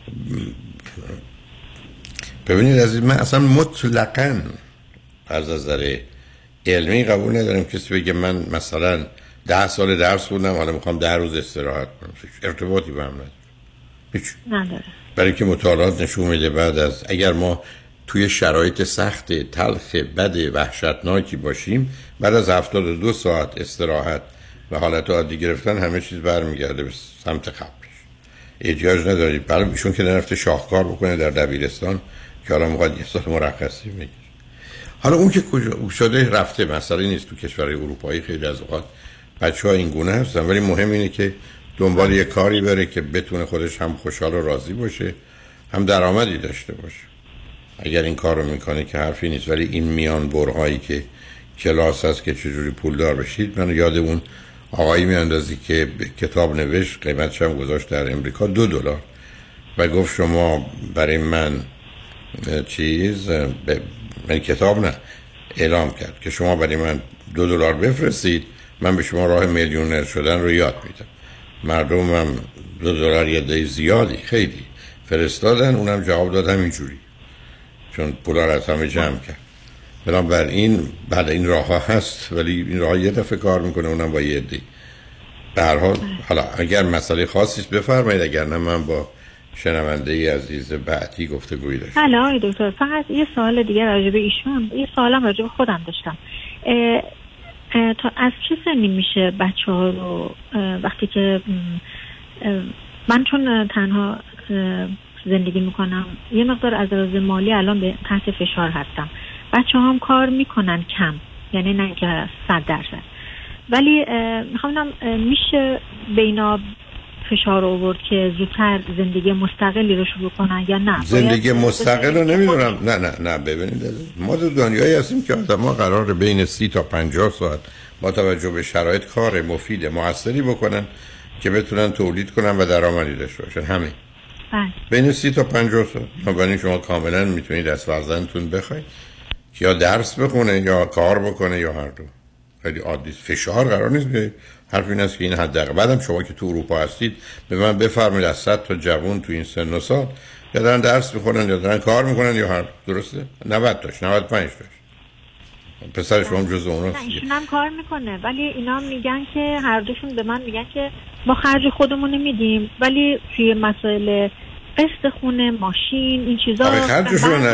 S6: ببینید عزیز، من اصلا مطلقاً از نظر علمی قبول ندارم کسی بگه من مثلا 10 سال درس خوندم حالا میخوام 10 روز استراحت کنم. ارتباطی با هم نداره. هیچ نداره. برای که مطالعات نشون میده بعد از اگر ما توی شرایط سخت، تلخ، بد، وحشتناکی باشیم، بعد از 72 ساعت استراحت و حالت عادی گرفتن همه چیز برمیگرده به سمت قبلش. احتیاج ندارید. برای ایشون که نرفته شاهکار بکنه در دبیرستان که حالا میخواد یه سال مرخصی بگیره. حالا اون که کجا شده رفته، مسئله نیست. تو کشورهای اروپایی خیلی از اوقات بچه‌ها این گونه هستن، ولی مهم اینه که دنبال یه کاری بره که بتونه خودش هم خوشحال و راضی باشه، هم درآمدی داشته باشه. اگر این کار رو میکنه که حرفی نیست، ولی این میان برهایی که کلاس هست که چجوری پولدار بشید، من یاد اون آقایی میاندازی که کتاب نوشت، قیمتش هم گذاشت در امریکا $2 و گفت شما برای من من کتاب نه، اعلام کرد که شما برای من $2 بفرستید، من به شما راه میلیونر شدن رو یاد میدم. مردم هم $2 یه عده زیادی خیلی فرستادن، اونم جواب دادم اینجوری، چون پولا رو از همه جمع کرد. بنابراین بعد این راه ها هست، ولی این راه یه دفعه کار میکنه، اونم با یه عده. به هر حال حالا اگر مسئله خاصی بفرمایید، اگر نه من با شنونده عزیز بعدی گفتگویی داشتم.
S14: بله آقای دکتر، فقط یه سوال دیگه راجع به ایشون، یه سوالم راجع به خودم داشتم. تا از چه سنی میشه بچه‌ها رو وقتی که من چون تنها زندگی میکنم یه مقدار از لحاظ مالی الان به تحت فشار هستم، بچه‌ها هم کار میکنن کم، یعنی نه که 100%، ولی میخوام میشه بینا فشار آورد که زودتر زندگی مستقلی رو شروع کنن یا نه؟
S6: زندگی مستقل رو نمیدونم. نه ببینید ما تو دنیایی هستیم که آدم‌ها قراره بین 30 تا 50 ساعت با توجه به شرایط کار مفید موثری بکنن که بتونن تولید کنن و درآمدی داشته باشن. همین. بین 30 تا 50 سال. بنابراین شما کاملا میتونید از فرزندتون بخواید که یا درس بخونه یا کار بکنه یا هر دو. خیلی عادی، فشار قرار نیست بیایید. حرف این است که این حداقل. بعدم شما که تو اروپا هستید به من بفرمایید از 100 تا جوان تو این سن و سال یا دارن درس میخونن یا دارن کار میکنن یا هر، درسته؟ 90 تاش 95 تاش پسر شما جزء اوناست.
S14: نه ایشون هم کار میکنه ولی اینا میگن که هر دوشون به من میگن که ما خرج خودمون میدیم ولی توی مسائل قسط خونه، ماشین، این چیزا
S6: خرجشون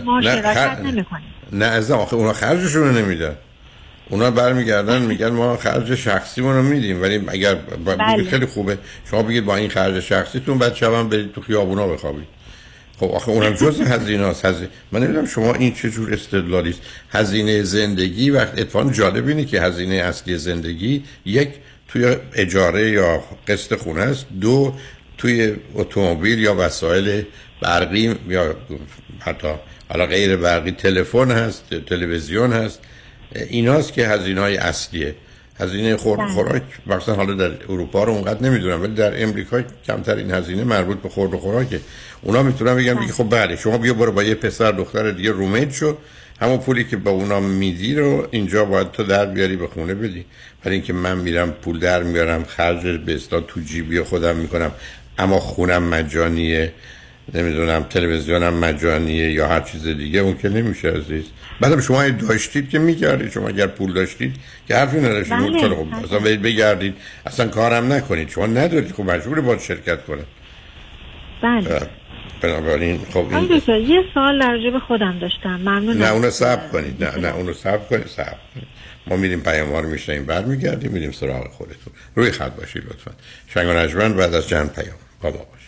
S6: نه عزیزم، آخه اونا خرجشون نمیدن. اونا برمیگردن میگن ما خرج شخصیمون رو میدیم، ولی اگر بگید خیلی خوبه شما بگید با این خرج شخصیتون بعد شبم برید تو خیابونا بخوابید. خب آخه اونم جزء هزینه است. من نمیدونم شما این چه جور استدلالی است. هزینه زندگی وقت اتفاقا جالب اینه که هزینه اصلی زندگی یک توی اجاره یا قسط خونه است، دو توی اتومبیل یا وسایل برقی یا حتی حالا غیر برقی تلفن هست، تلویزیون هست. ایناست که هزینه‌های اصلیه. هزینه خورد خوراک مثلا حالا در اروپا رو اونقدر نمیدونم ولی در امریکا کمتر این هزینه مربوط به خورد و خوراکه. اونا میتونن بگن خب بله شما بیا برو با یه پسر دختر دیگه رومید شو، همون پولی که با اونا میدی رو اینجا باید تو در بیاری به خونه بدی. برای اینکه من میرم پول در میارم خرج به اصطلاح تو جیبی خودم میکنم اما خونم مجانیه، نمیدونم تلویزیونم مجانیه یا هر چیز دیگه، اون که نمیشه عزیز. بعدم شما داشتید که میگردید، شما اگر پول داشتید که حرفی نداشتید خب اصلا بگردید اصلا کارم نکنید. شما ندارید خب مجبور باید شرکت کنید.
S14: بله.
S6: بنابراین خب این
S14: یه سوال در جیب خودم داشتم. ممنون.
S6: نه اونو صبر کنید. نه اونو صبر کنید. ما میریم پیام‌ها رو میشنیم برمیگردیم میریم سراغ خودتون. روی خط باشید لطفا. شنگ و نجمن بعد از چند پیام با ما باشید.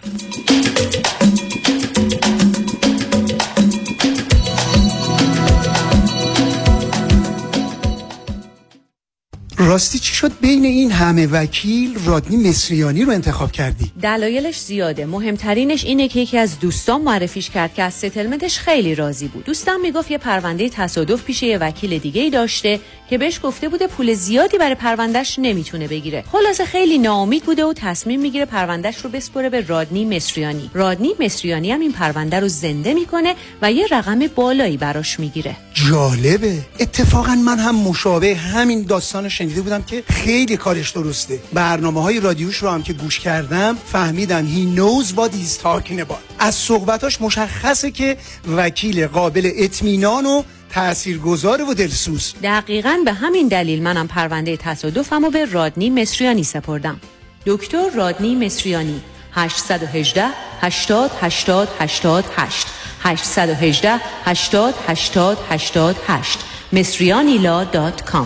S15: راستی چی شد بین این همه وکیل رادنی مصریانی رو انتخاب کردی؟
S16: دلایلش زیاده. مهمترینش اینه که یکی از دوستان معرفیش کرد که از ستلمنتش خیلی راضی بود. دوستم میگفت یه پرونده تصادف پیش یه وکیل دیگه‌ای داشته که بهش گفته بوده پول زیادی برای پروندهش نمیتونه بگیره. خلاصه خیلی ناامید بوده و تصمیم میگیره پروندهش رو بسپره به رادنی مصریانی. رادنی مصریانی هم این پرونده رو زنده میکنه و یه رقم بالایی براش میگیره.
S15: جالبه. اتفاقا من هم مشابه همین داستانو شنیده بودم که خیلی کارش درسته. برنامه‌های رادیوش رو هم که گوش کردم فهمیدم he knows what he's talking about. از صحبتاش مشخصه که وکیل قابل اطمینان و تاثیرگذار و دلسوز.
S16: دقیقاً به همین دلیل منم پرونده تصادفمو به رادنی مصریانی سپردم. دکتر رادنی مصریانی 818 80 80 88 818 80 80 88 مصریانیلا.com.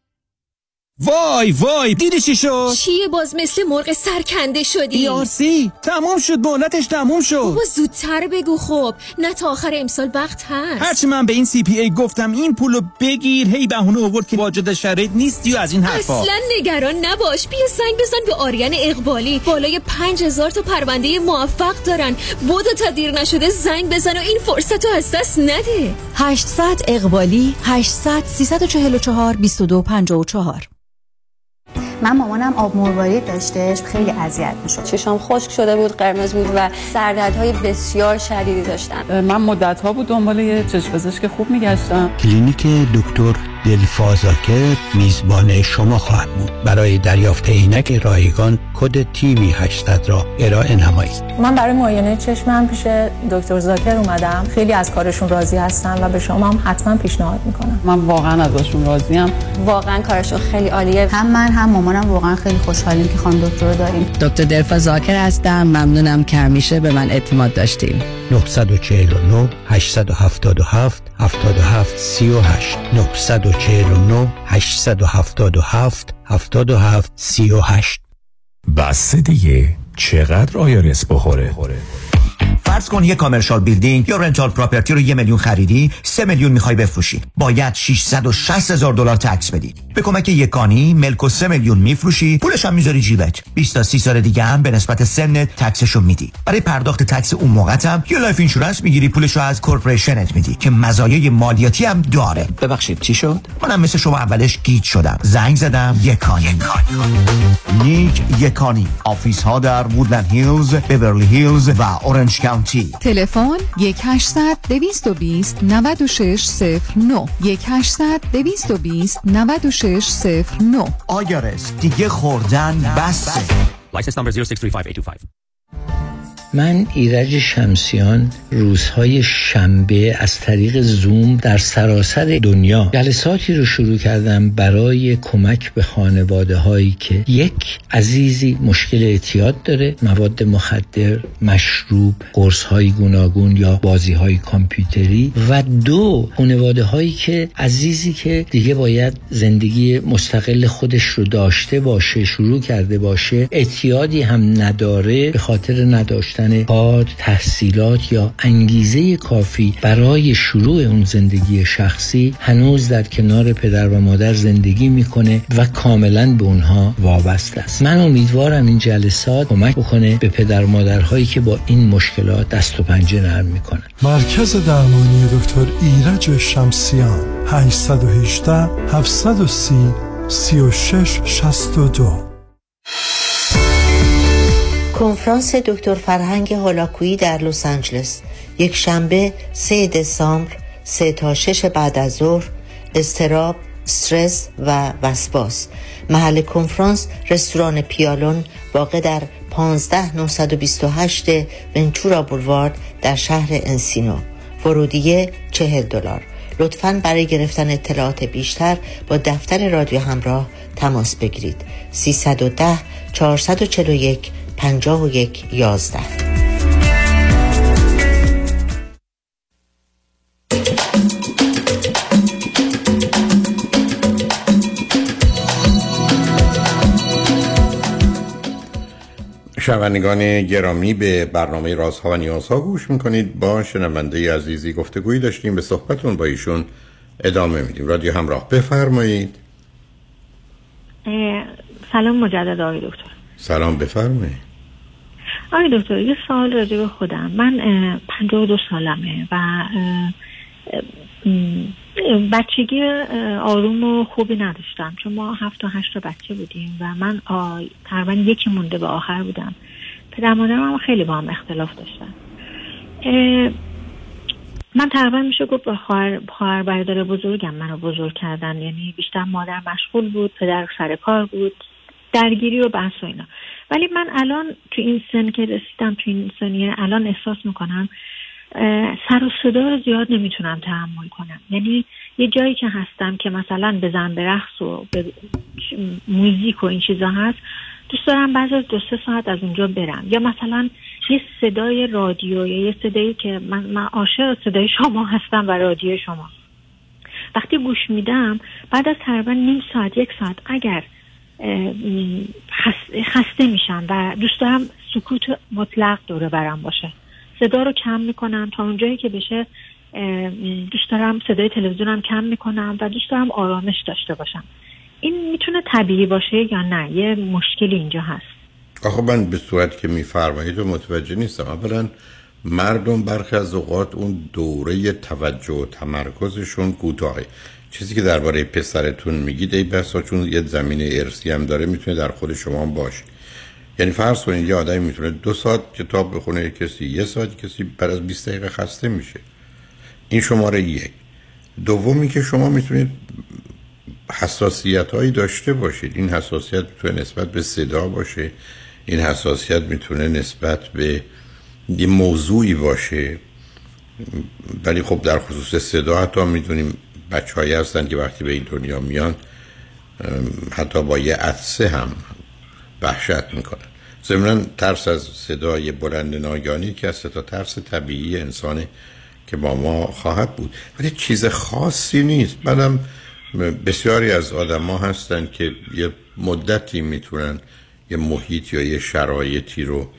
S17: وای دیدی چی شد؟
S18: چیه باز مثل مرغ سرکنده شدی؟
S17: ERC تمام شد، مهلتش تمام شد.
S18: بابا زودتر بگو خب، نه تا آخر امسال وقت هست.
S17: هرچی من به این CPA گفتم این پولو بگیر، هی بهونه آورد که واجد شرایط نیستی و از این حرفا.
S18: اصلا نگران نباش، بیا زنگ بزن به آریان اقبالی. بالای 5000 تا پرونده موفق دارن. بودو تا دیر نشده زنگ بزن و این فرصتو از دست نده.
S12: 800 اقبالی 800 344 2254.
S19: من مامانم آب مروارید داشتش، خیلی اذیت میشد.
S20: چشام خشک شده بود، قرمز بود و سردردهای بسیار شدیدی داشتم.
S21: من مدت‌ها بود دنبال یه چشم پزشک خوب میگشتم.
S22: کلینیک دکتر دلفا زاکر میزبان شما خواهد بود. برای دریافت عینک رایگان کد تیمی 800 را ارائه نمایید.
S21: من برای معاینه چشمم پیش دکتر زاکر اومدم. خیلی از کارشون راضی هستم و به شما هم حتما پیشنهاد میکنم. من واقعا ازشون راضیم.
S20: واقعا کارشون خیلی عالیه.
S19: هم من هم مامانم واقعا خیلی خوشحالیم که خانم دکتر رو داریم.
S23: دکتر دلفا زاکر هستم. ممنونم که همیشه به من اعتماد داشتیم.
S22: 949 877 77 38 949 877 77 38.
S1: بس دیگه چقدر آیارس بخوره؟
S10: فرض کن یه کامرشال بیلدینگ یا رنتال پراپرتی رو 1 میلیون خریدی، 3 میلیون میخوای بفروشی. باید $660,000 تکس بدی. به کمک یکانی ملک و 3 میلیون میفروشی، پولش هم میذاری جیبت. 20 تا 30 سال دیگه هم به نسبت سنت تکسشو میدی. برای پرداخت تکس اون موقعت هم یه لایف اینشورنس میگیری، پولشو از کورپوریشنت میدی که مزایای مالیاتی هم داره. ببخشید چی شد؟ منم مثل شما اولش گیج شدم. زنگ زدم یکانی. نیک یکانی. آفیس ها در وودلند هیلز، بیورلی هیلز و اورنج کانتی.
S2: تلفن 1-800-220-9609 1-800-220-9609.
S10: آیارس دیگه خوردن بسه.
S3: License number 0635825.
S22: من ایرج شمسیان روزهای شنبه از طریق زوم در سراسر دنیا جلساتی رو شروع کردم برای کمک به خانواده هایی که یک عزیزی مشکل اعتیاد داره، مواد مخدر، مشروب، قرص های گوناگون یا بازی های کامپیوتری، و دو خانواده هایی که عزیزی که دیگه باید زندگی مستقل خودش رو داشته باشه، شروع کرده باشه، اعتیادی هم نداره به خاطر نداشتن کار، تحصیلات یا انگیزه کافی برای شروع اون زندگی شخصی، هنوز در کنار پدر و مادر زندگی میکنه و کاملا به اونها وابسته است. من امیدوارم این جلسات کمک بکنه به پدر و مادرهایی که با این مشکلات دست و پنجه نرم میکنن.
S4: مرکز درمانی دکتر ایرج شمسیان 818 730 3662.
S13: کنفرانس دکتر فرهنگ هولاکویی در لس آنجلس، یک شنبه 3 دسامبر 3 تا 6 بعد از ظهر. اضطراب، استرس و وسواس. محل کنفرانس رستوران پیالون واقع در 15928 ونچورا بولوارد در شهر انسینو. ورودیه $40. لطفاً برای گرفتن اطلاعات بیشتر با دفتر رادیو همراه تماس بگیرید. 310 441 5111.
S6: شنوندگان گرامی، به برنامه رازها و نیازها گوش میکنید. با شنونده عزیزی گفتگویی داشتیم، به صحبتون با ایشون ادامه میدیم. رادیو همراه، بفرمایید.
S14: سلام مجدد آقای دکتر.
S6: سلام، بفرمایید.
S14: آقای دکتر، یه سوال راجع به خودم. من 52 سالمه و بچگی آروم و خوبی نداشتم، چون ما 7 تا 8 بچه بودیم و من تقریبا یکی مونده به آخر بودم. پدر مادرم هم خیلی با هم اختلاف داشتن. من تقریبا میشه گفت خواهر برادر بزرگم منو بزرگ کردن، یعنی بیشتر مادر مشغول بود، پدر سر کار بود، درگیری و بحث و اینا. ولی من الان تو این سن که رسیدم، تو این سنیه الان احساس میکنم سر و صدا رو زیاد نمیتونم تحمل کنم. یعنی یه جایی که هستم که مثلا بزن به رقص و به موزیک و این چیزا هست، دوست دارم بعد از 2-3 ساعت از اونجا برم. یا مثلا یه صدای رادیو یا یه صدایی که من عاشق صدای شما هستم و رادیو شما، وقتی گوش میدم بعد از تقریبا نیم ساعت 1 ساعت اگر خسته میشم و دوست دارم سکوت مطلق دوره برم باشه. صدا رو کم میکنم تا اونجایی که بشه. دوست دارم صدای تلویزیونم کم میکنم و دوست دارم آرامش داشته باشم. این میتونه طبیعی باشه یا نه؟ یه مشکلی اینجا هست.
S6: آخه من به صورت که میفرمایید و متوجه نیستم. اولا مردم برخی از اوقات اون دوره توجه و تمرکزشون کوتاهه. چیزی که درباره پسرتون میگید ای بسا چون یه زمینه ارثی هم داره میتونه در خود شما هم باشه. یعنی فرض کنید یه آدمی میتونه 2 ساعت کتاب بخونه، کسی 1 ساعت، کسی بعد از 20 دقیقه خسته میشه. این شماره 1. دومی که شما میتونید حساسیت هایی داشته باشید. این حساسیت میتونه نسبت به صدا باشه، این حساسیت میتونه نسبت به یه موضوعی باشه. ولی خب در خصوص صدا حتی میدونیم بچه‌هایی هستن که وقتی به این دنیا میان حتی با یه عطسه هم وحشت میکنن. ضمناً ترس از صدای بلند ناگهانی که از تا ترس طبیعی انسانه که با ما خواهد بود، ولی چیز خاصی نیست. بعدم بسیاری از آدم‌ها هستن که یه مدتی میتونن یه محیط یا یه شرایطی رو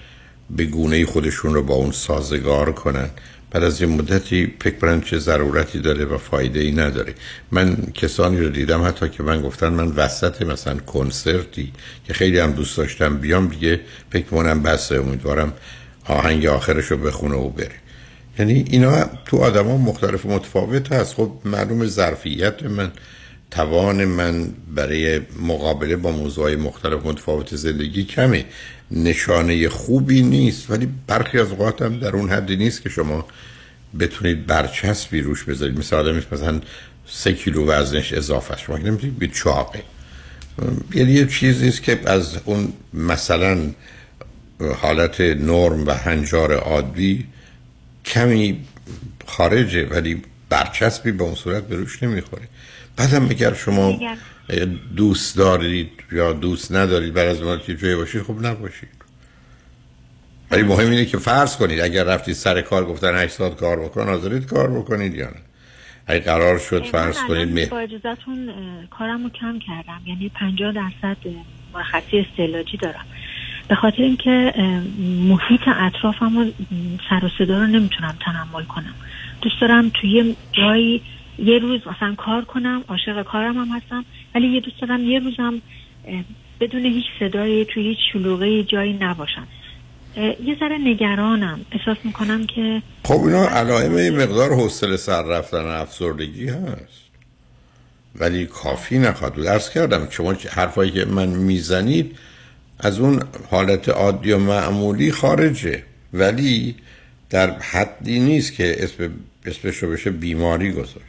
S6: به گونه‌ای خودشون رو با اون سازگار کنن، بعد از یه مدتی فکر کنن چه ضرورتی داره و فایده ای نداره. من کسانی رو دیدم حتی که من گفتن من وسط مثلا کنسرتی که خیلی هم دوست داشتم بیام دیگه فکر کنم بسه، امیدوارم آهنگ آخرش رو بخونه و بره. یعنی اینا تو آدم ها مختلف و متفاوت هست. خب معلوم ظرفیت من، توان من برای مقابله با موضوعات مختلف و متفاوت زندگی کمه، نشانه خوبی نیست، ولی برخی از اوقات هم در اون حدی نیست که شما بتونید برچسبی روش بذارید. مثل آدمی مثلا 3 کیلو وزنش اضافه است، شما که نمیتونید به چاقه. یعنی یه چیزی است که از اون مثلا حالت نرم و هنجار عادی کمی خارجه، ولی برچسبی به اون صورت به روش نمیخوره. بعدم اگر شما دوست دارید یا دوست ندارید بعد از اون که جایی باشید، خب نباشید. ولی مهم اینه که فرض کنید اگر رفتید سر کار گفتن 8 ساعت کار بکن، حاضرید کار بکنید یا نه؟ اگه قرار شد فرض کنید
S14: با اجازهتون کارمو کم کردم، یعنی 50% مرخصی استعلاجی دارم، به خاطر اینکه محیط اطرافمو سر و صدا رو نمیتونم تحمل کنم. دوست دارم توی جایی یه روز مثلا کار کنم، عاشق کارم هم هستم، ولی یه دوست دارم یه روزم بدون هیچ صدایی توی هیچ شلوغی جایی نباشم. یه ذره نگرانم، احساس میکنم که
S6: خب اینا علائم مقدار حوصله سر رفتن و افسردگی هست، ولی کافی نخواهد. درس کردم شما حرفایی که من میزنید از اون حالت عادی و معمولی خارجه، ولی در حدی نیست که اسمش رو بشه بیماری گذاشت.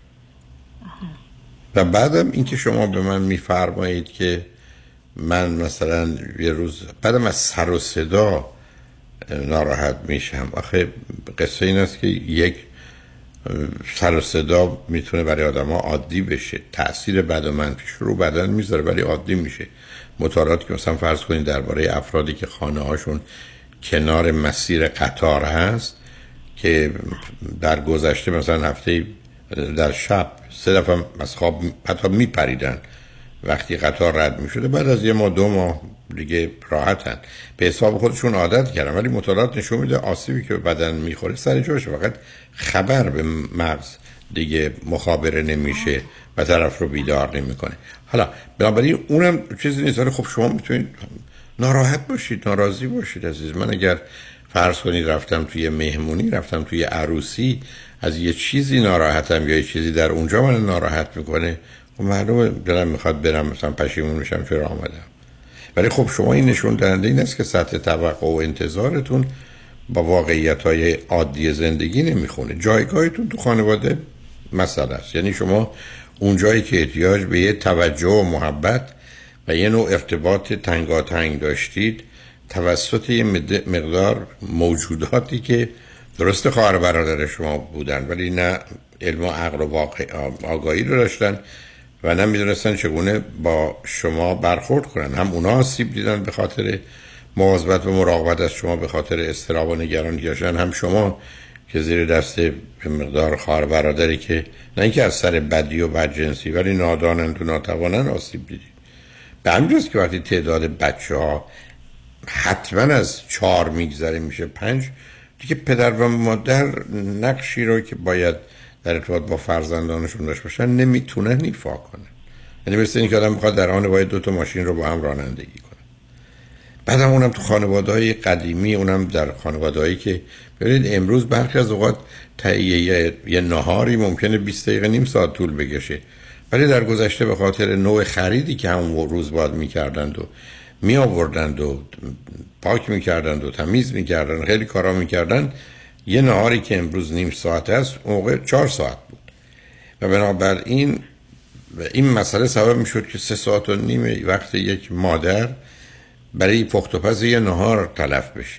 S6: و بعدم اینکه شما به من میفرمایید که من مثلا یه روز بعدم از سر و صدا ناراحت میشم، آخه قصه این است که یک سر و صدا میتونه برای آدم ها عادی بشه، تأثیر بد و منفیش رو بدن میذاره ولی عادی میشه. مطالعاتی که مثلا فرض کنید درباره افرادی که خانه هاشون کنار مسیر قطار هست که در گذشته مثلا هفته در شب 3 دفعه از خواب حتی میپریدن وقتی قطار رد میشده، بعد از 1 ماه 2 ماه دیگه راحتن، به حساب خودشون عادت کردن. ولی مطالعات نشون میده آسیبی که به بدن میخوره سر جاشه، فقط خبر به مغز دیگه مخابره نمیشه و طرف رو بیدار نمیکنه. حالا بنابراین اونم چیزی نیست. ولی خب شما میتونید ناراحت باشید، ناراضی باشید عزیز من. اگر فرض کنید رفتم توی مهمونی، رفتم توی عروسی، از یه چیزی ناراحتم یا یه چیزی در اونجا من ناراحت میکنه، خب معلومه دلم میخواد برم مثلا پشیمون میشم چرا آمدم. ولی خب شما این نشون دهنده این است که سطح توقع و انتظارتون با واقعیت‌های عادی زندگی نمیخونه. جایگاهتون تو خانواده مسئله است. یعنی شما اون جایی که احتیاج به یه توجه و محبت و یه نوع ارتباط تنگاتنگ داشتید توسط یه مقدار موجوداتی که درست خواهر برادر شما بودن ولی نه علم و عقل و آگاهی رو داشتن و نه میدونستن چگونه با شما برخورد کنن. هم اونا آسیب دیدن به خاطر مواظبت و مراقبت از شما، به خاطر اضطراب و نگرانی داشتن، هم شما که زیر دست به مقدار خواهر برادری که نه اینکه از سر بدی و بدجنسی ولی نادانند و ناتوانند آسیب دیدید. به همین جاست که وقتی تعداد بچه ها حتما از 4 میگذره میشه 5 دیگه پدر و مادر نقشی رو که باید در ارتباط با فرزندانشون داشته باشن نمیتونن ایفا کنن. یعنی مثل اینکه آدم میخواد در آن باید 2 تا ماشین رو با هم رانندگی کنه. بعدم اونم تو خانواده‌های قدیمی، اونم در خانواده‌هایی که ببینید امروز برخی از اوقات تهیه یه نهاری ممکنه 20 دقیقه نیم ساعت طول بکشه، ولی در گذشته به خاطر نوع خریدی که همون روز باید میکردند و می آوردند و پاک میکردند و تمیز میکردند، خیلی کارا میکردند، یه نهاری که امروز نیم ساعت است اون موقع 4 ساعت بود و بنابراین این مسئله سبب میشد که 3 ساعت و نیم وقت یک مادر برای پخت و پز یه نهار تلف بشه.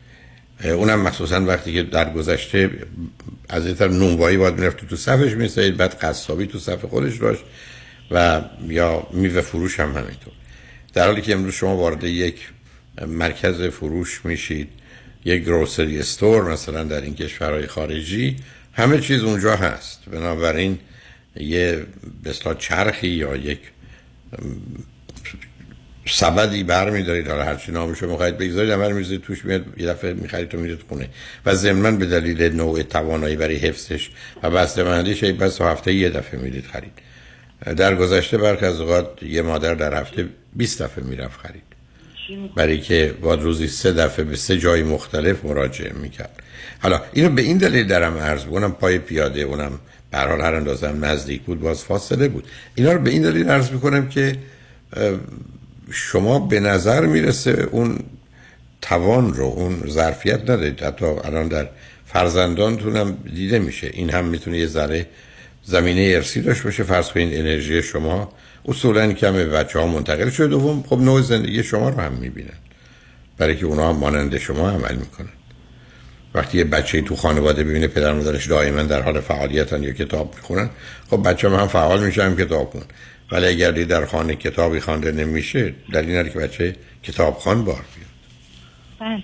S6: اونم مخصوصا وقتی که در گذشته از این طرف نونوایی باید میرفت تو صفش میسایید، بعد قصابی تو صف خودش داشت و یا میوه فروش هم همینطور. در حالی که امروز شما وارد یک مرکز فروش میشید، یک گروسری استور مثلا در این کشورهای خارجی، همه چیز اونجا هست. بنابراین یه به اصطلاح چرخی یا یک سبدی برمی‌دارید، حالا هر چی نامشو می‌خواید بگذارید، اول می‌ذارید توش، میاد یه دفعه می‌خرید و میرید خونه و ضمناً به دلیل نوع توانایی برای حفظش و بسته‌بندیش بس هفته یه دفعه میرید خرید. در گذشته برخی از اوقات یه مادر در هفته 20 دفعه میرفت خرید، برای که بعد روزی 3 دفعه به 3 جای مختلف مراجعه میکرد. حالا اینو به این دلیل درم عرض بکنم، پای پیاده اونم به هر حال هر اندازم نزدیک بود، باز فاصله بود. اینا رو به این دلیل عرض میکنم که شما به نظر میرسه اون توان رو، اون ظرفیت ندارید. حتی الان در فرزندانتونم دیده میشه این هم میتونه یه ذره زمینه ارثی داشته باشه. فرض کنید انرژی شما اصولاً کمه، بچه‌ها منتقل شده. دوم خب نوع زندگی شما رو هم میبینن، برای که اونا هم مانند شما عمل میکنن. وقتی یه بچه‌ای تو خانواده ببینه پدر و مادرش دائما در حال فعالیتن یا کتاب میخونن، خب بچه‌ها هم فعال میشن، هم کتاب خون. ولی اگر در خانه کتابی خوانده نمیشه، دلیل نداره که بچه کتابخوان بار بیاد.
S14: بله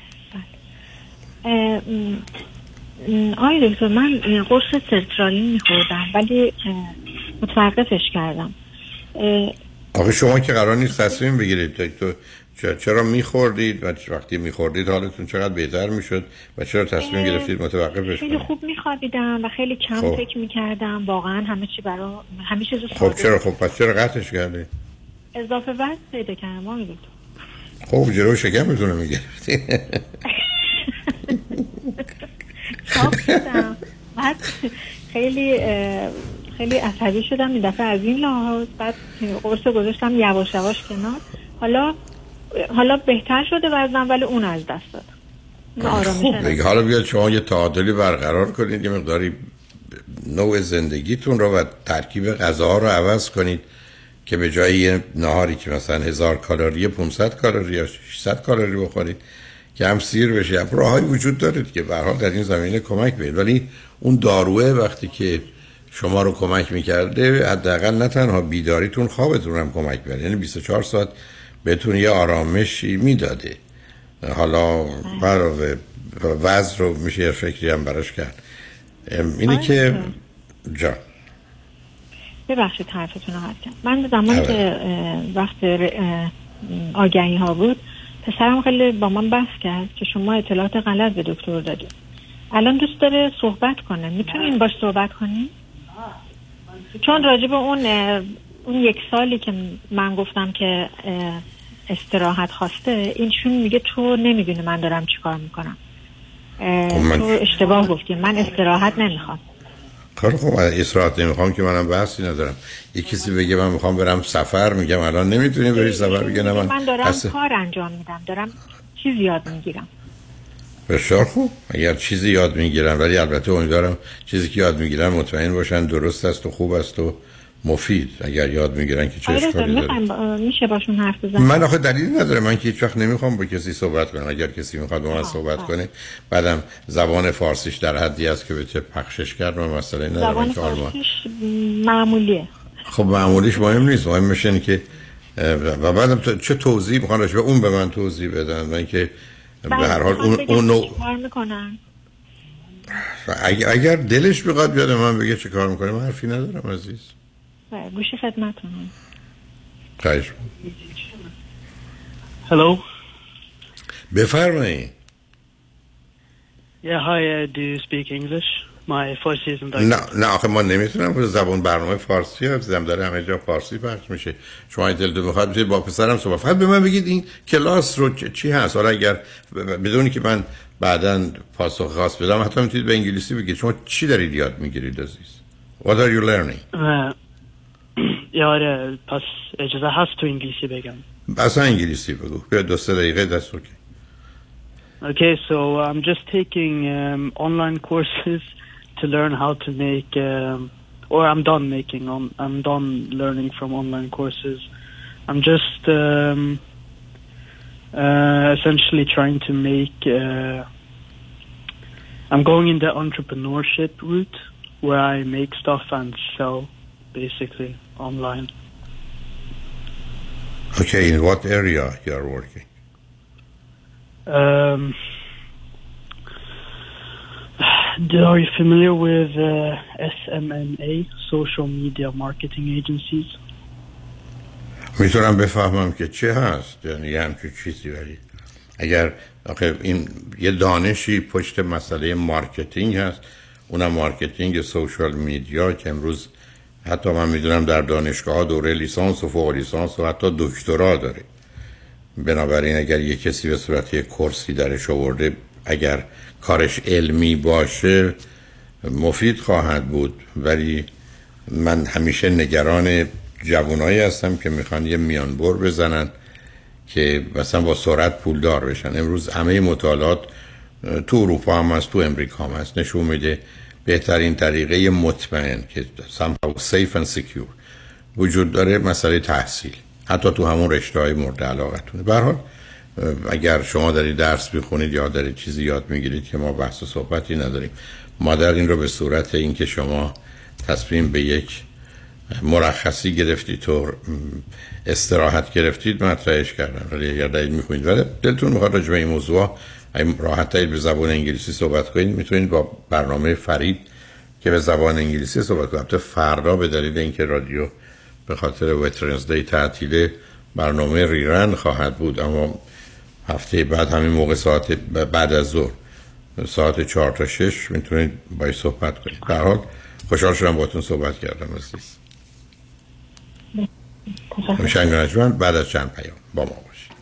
S14: بله. آقای دکتر، من قرص سرترالین میخوردم ولی متوقفش کردم.
S6: آخه شما که قرار نیست تصمیم بگیرید دکتر، چرا میخوردید و وقتی میخوردید حالتون چقدر بهتر میشد و چرا تصمیم گرفتید متوقفش کنید؟
S14: خیلی خوب میخوابیدم و خیلی کم فکر میکردم، واقعا همه چیز
S6: خب چرا پس چرا قطعش کردید؟
S14: اضافه وزن پیدا کردم آقای دکتر.
S6: خب جلو شکمتون رو میگرفتی.
S14: چاپ شدم، بعد خیلی عصبی شدم این دفعه از این لحاظ. بعد قرص گذاشتم یواش یواش کنار. حالا بهتر شده وزنم، ولی اون از دست داد.
S6: خب حالا بیاد شما یه تعادلی برقرار کنید، یه مقداری نوع زندگیتون رو و ترکیب غذاها رو عوض کنید که به جای یه نهاری که مثلا 1000 کالری 500 کالری یا 600 کالری بخورید که هم سیر بشه. راهی وجود دارید که به هر حال در این زمینه کمک بید، ولی اون داروه وقتی که شما رو کمک میکرده، حداقل نه تنها بیداریتون، خوابتون هم کمک می‌کرد. یعنی 24 ساعت بهتون یه آرامشی میداده. حالا برای وزن رو میشه یه فکری هم براش کرد. اینه که جا
S14: ببخشید حرفتون رو قطع کردم. من زمانی که وقت آگهی ها بود، پسرم خیلی با من بحث کرد که شما اطلاعات غلط به دکتر دادید. الان دوست داره صحبت کنه، میتونین باش صحبت کنین؟ چون راجب اون 1 سالی که من گفتم که استراحت خواسته، اینشون میگه تو نمیدونی من دارم چیکار میکنم. تو اشتباه گفتی، من استراحت نمیخوام.
S6: کار خوب استراحت نمیخوام که منم بحثی ندارم. یک کسی بگه من میخوام برم سفر، میگم الان نمیتونی بری سفر، بگه نه
S14: من دارم کار انجام میدم، دارم چیز یاد میگیرم.
S6: بسیار خوب، اگر چیزی یاد میگیرن، ولی البته امیدوارم چیزی که یاد میگیرن مطمئن باشن درست است و خوب است و مفید. اگر یاد میگیرن که چه اشکالی داره؟
S14: میشه باشون حرف بزنم.
S6: من آخه دلیل نداره، من که هیچ وقت نمیخوام با کسی صحبت کنم. اگر کسی میخواد با من صحبت کنه، بعدم زبان فارسیش در حدی است که بشه پخشش کرد و مسئله نداره.
S14: زبان فارسیش معمولیه.
S6: خب معمولیش مهم نیست، مهم میشه که و بعدم چه توضیح میخوان راجع به اون به من توضیح بدن. من که به هر حال اون نوع
S14: کار میکنن.
S6: اگر دلش بخواد بیاد من بگه چه کار میکنه، من حرفی ندارم عزیز.
S14: گوشی خدمتتون.
S6: خواهش.
S5: Hello.
S6: بفرمایید.
S5: Yeah, hi, do you speak English? My Farsi isn't that
S6: نه آخه ما نمیتونم زبان برنامه فارسی حفظم داره، همه جا فارسی پخش میشه. شما دلتون بخواد میتونید با پسرم صحبت. فقط به من بگید این کلاس رو چی هست. حالا اگر بدونی که من بعداً پاسخ خاص بدم، حتی میتونید به انگلیسی بگید شما چی دارید یاد میگیرید عزیز. What are you learning?
S5: آره، پس اجازه هست تو انگلیسی بگم.
S6: اصلا انگلیسی بگو. بیا 2-3 دقیقه دست اوکی.
S5: Okay, so I'm just taking online courses to learn how to make or I'm done learning from online courses. I'm just essentially trying to make I'm going in the entrepreneurship route where I make stuff and sell basically online.
S6: Okay, in what area you are working?
S5: Are you familiar with SMMA, social media marketing agencies?
S6: میتونم بفهمم که چه هست، یعنی همچون چیزی. ولی اگر آخه این یه دانشی پشت مسئله مارکتینگ هست، اونم مارکتینگ سوشال میدیا که امروز حتی من میدونم در دانشگاه ها دوره لیسانس و فوق لیسانس و حتی دکترا داره. بنابراین اگر یه کسی به صورت یه کورسی درش آورده، اگر کارش علمی باشه مفید خواهد بود. ولی من همیشه نگران جوانایی هستم که میخوان یه میانبر بزنن که مثلا با سرعت پولدار بشن. امروز همه مطالعات تو اروپا هم هست، تو امریکا هم هست، نشون میده بهترین طریقه مطمئن که somehow safe and secure وجود داره مسئله تحصیل، حتی تو همون رشته‌های مورد علاقتونه. به هر حال اگر شما دارید درس بخونید یا دارید چیزی یاد میگیرید که ما بحث و صحبتی نداریم، ما در این رو به صورت اینکه شما تصمیم به یک مرخصی گرفتید تو استراحت گرفتید مطرحش کردن. ولی اگر دارید میخونید ولی دلتون میخواد راجع به این موضوع راحت‌تر به زبان انگلیسی صحبت کنید، میتونید با برنامه فرید که به زبان انگلیسی صحبت کنید. البته فردا به دلیل اینکه رادیو به خاطر وترنز دی تعطیله برنامه ریرن خواهد بود، اما هفته بعد همین موقع ساعت بعد از ظهر ساعت 4 تا 6 میتونید باهاش صحبت کنید. در حال خوشحال شدم باهاتون صحبت کردم عزیز. مشنگانجمن بعد از چند پیام با ما باشید.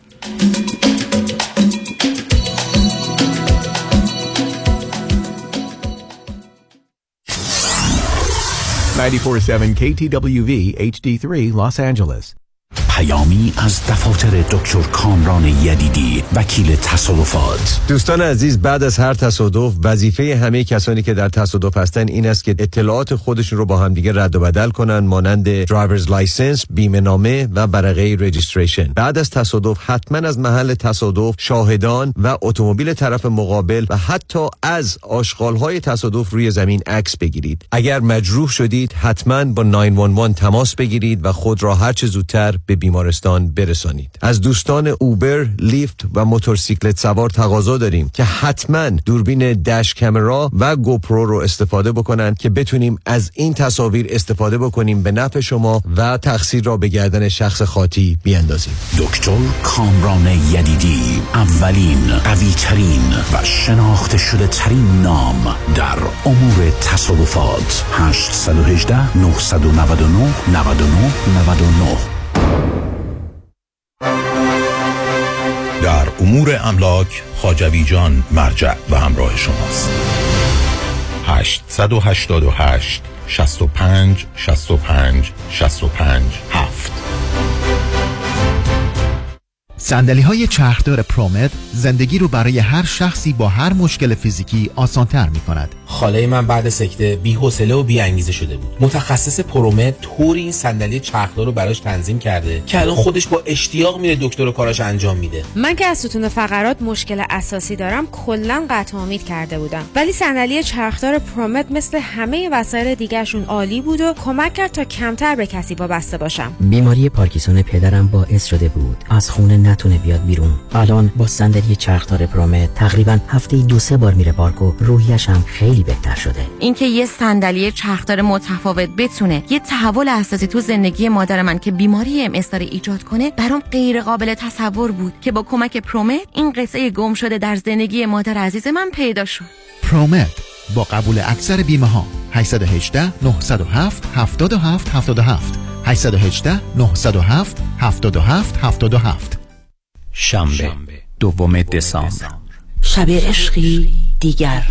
S7: 94.7 KTWV HD3 Los Angeles.
S1: پیامی از دفاتر دکتر کامران یدیدی، وکیل تصادفات.
S9: دوستان عزیز، بعد از هر تصادف وظیفه همه کسانی که در تصادف هستن این است که اطلاعات خودشون رو با هم دیگه رد و بدل کنن، مانند درایورز لایسنس، بیمه نامه و ورقه رجیستریشن. بعد از تصادف حتما از محل تصادف، شاهدان و اتومبیل طرف مقابل و حتی از آشغال‌های تصادف روی زمین عکس بگیرید. اگر مجروح شدید حتما با 911 تماس بگیرید و خود را هر چه زودتر به بیمارستان برسانید. از دوستان اوبر، لیفت و موتورسیکلت سوار تقاضا داریم که حتما دوربین دش کامرا و گوپرو رو استفاده بکنن که بتونیم از این تصاویر استفاده بکنیم به نفع شما و تقصیر را به گردن شخص خاطی بیاندازیم.
S1: دکتر کامران یدیدی، اولین، قوی ترین و شناخته شده ترین نام در امور تصادفات. 818 999 99 99.
S11: در امور املاک خواجوی جان مرجع و همراه شماست. 888 65 65 65 7.
S24: صندلی‌های چرخدار پرومت زندگی رو برای هر شخصی با هر مشکل فیزیکی آسان‌تر می‌کند.
S3: خاله من بعد سکته بی‌حوصله و بی‌انگیزه شده بود. متخصص پرومت طوری این صندلی چرخدار رو براش تنظیم کرده که الان خودش با اشتیاق میره دکتر و کاراش انجام میده.
S25: من که از ستون فقرات مشکل اساسی دارم کلاً قطع امید کرده بودم، ولی صندلی چرخدار پرومت مثل همه وسایل دیگه‌شون عالی بود و کمک کرد تا کمتر به کسی وابسته باشم.
S26: بیماری پارکینسون پدرم باعث شده بود از خونه نتونه بیاد بیرون. الان با صندلی چرخدار پرومت تقریبا هفته‌ای 2-3 بار میره پارک و روحیش هم خیلی بهتر شده.
S27: اینکه یه صندلی چرخدار متفاوت بتونه یه تحول اساسی تو زندگی مادر من که بیماری MS داره ایجاد کنه برام غیر قابل تصور بود که با کمک پرومت این قصه گم شده در زندگی مادر عزیز من پیدا شد.
S24: پرومت با قبول اکثر بیمه ها. 818 907 77 77 818 907 77 77.
S28: شنبه 2 دسامبر،
S12: شب عشقی دیگر.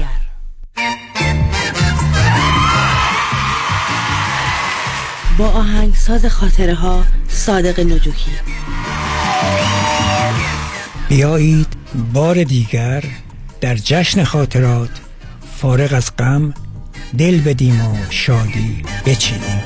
S12: با آهنگساز خاطره ها صادق نجوکی.
S29: بیایید بار دیگر در جشن خاطرات فارغ از غم دل بدیم و شادی بچینیم.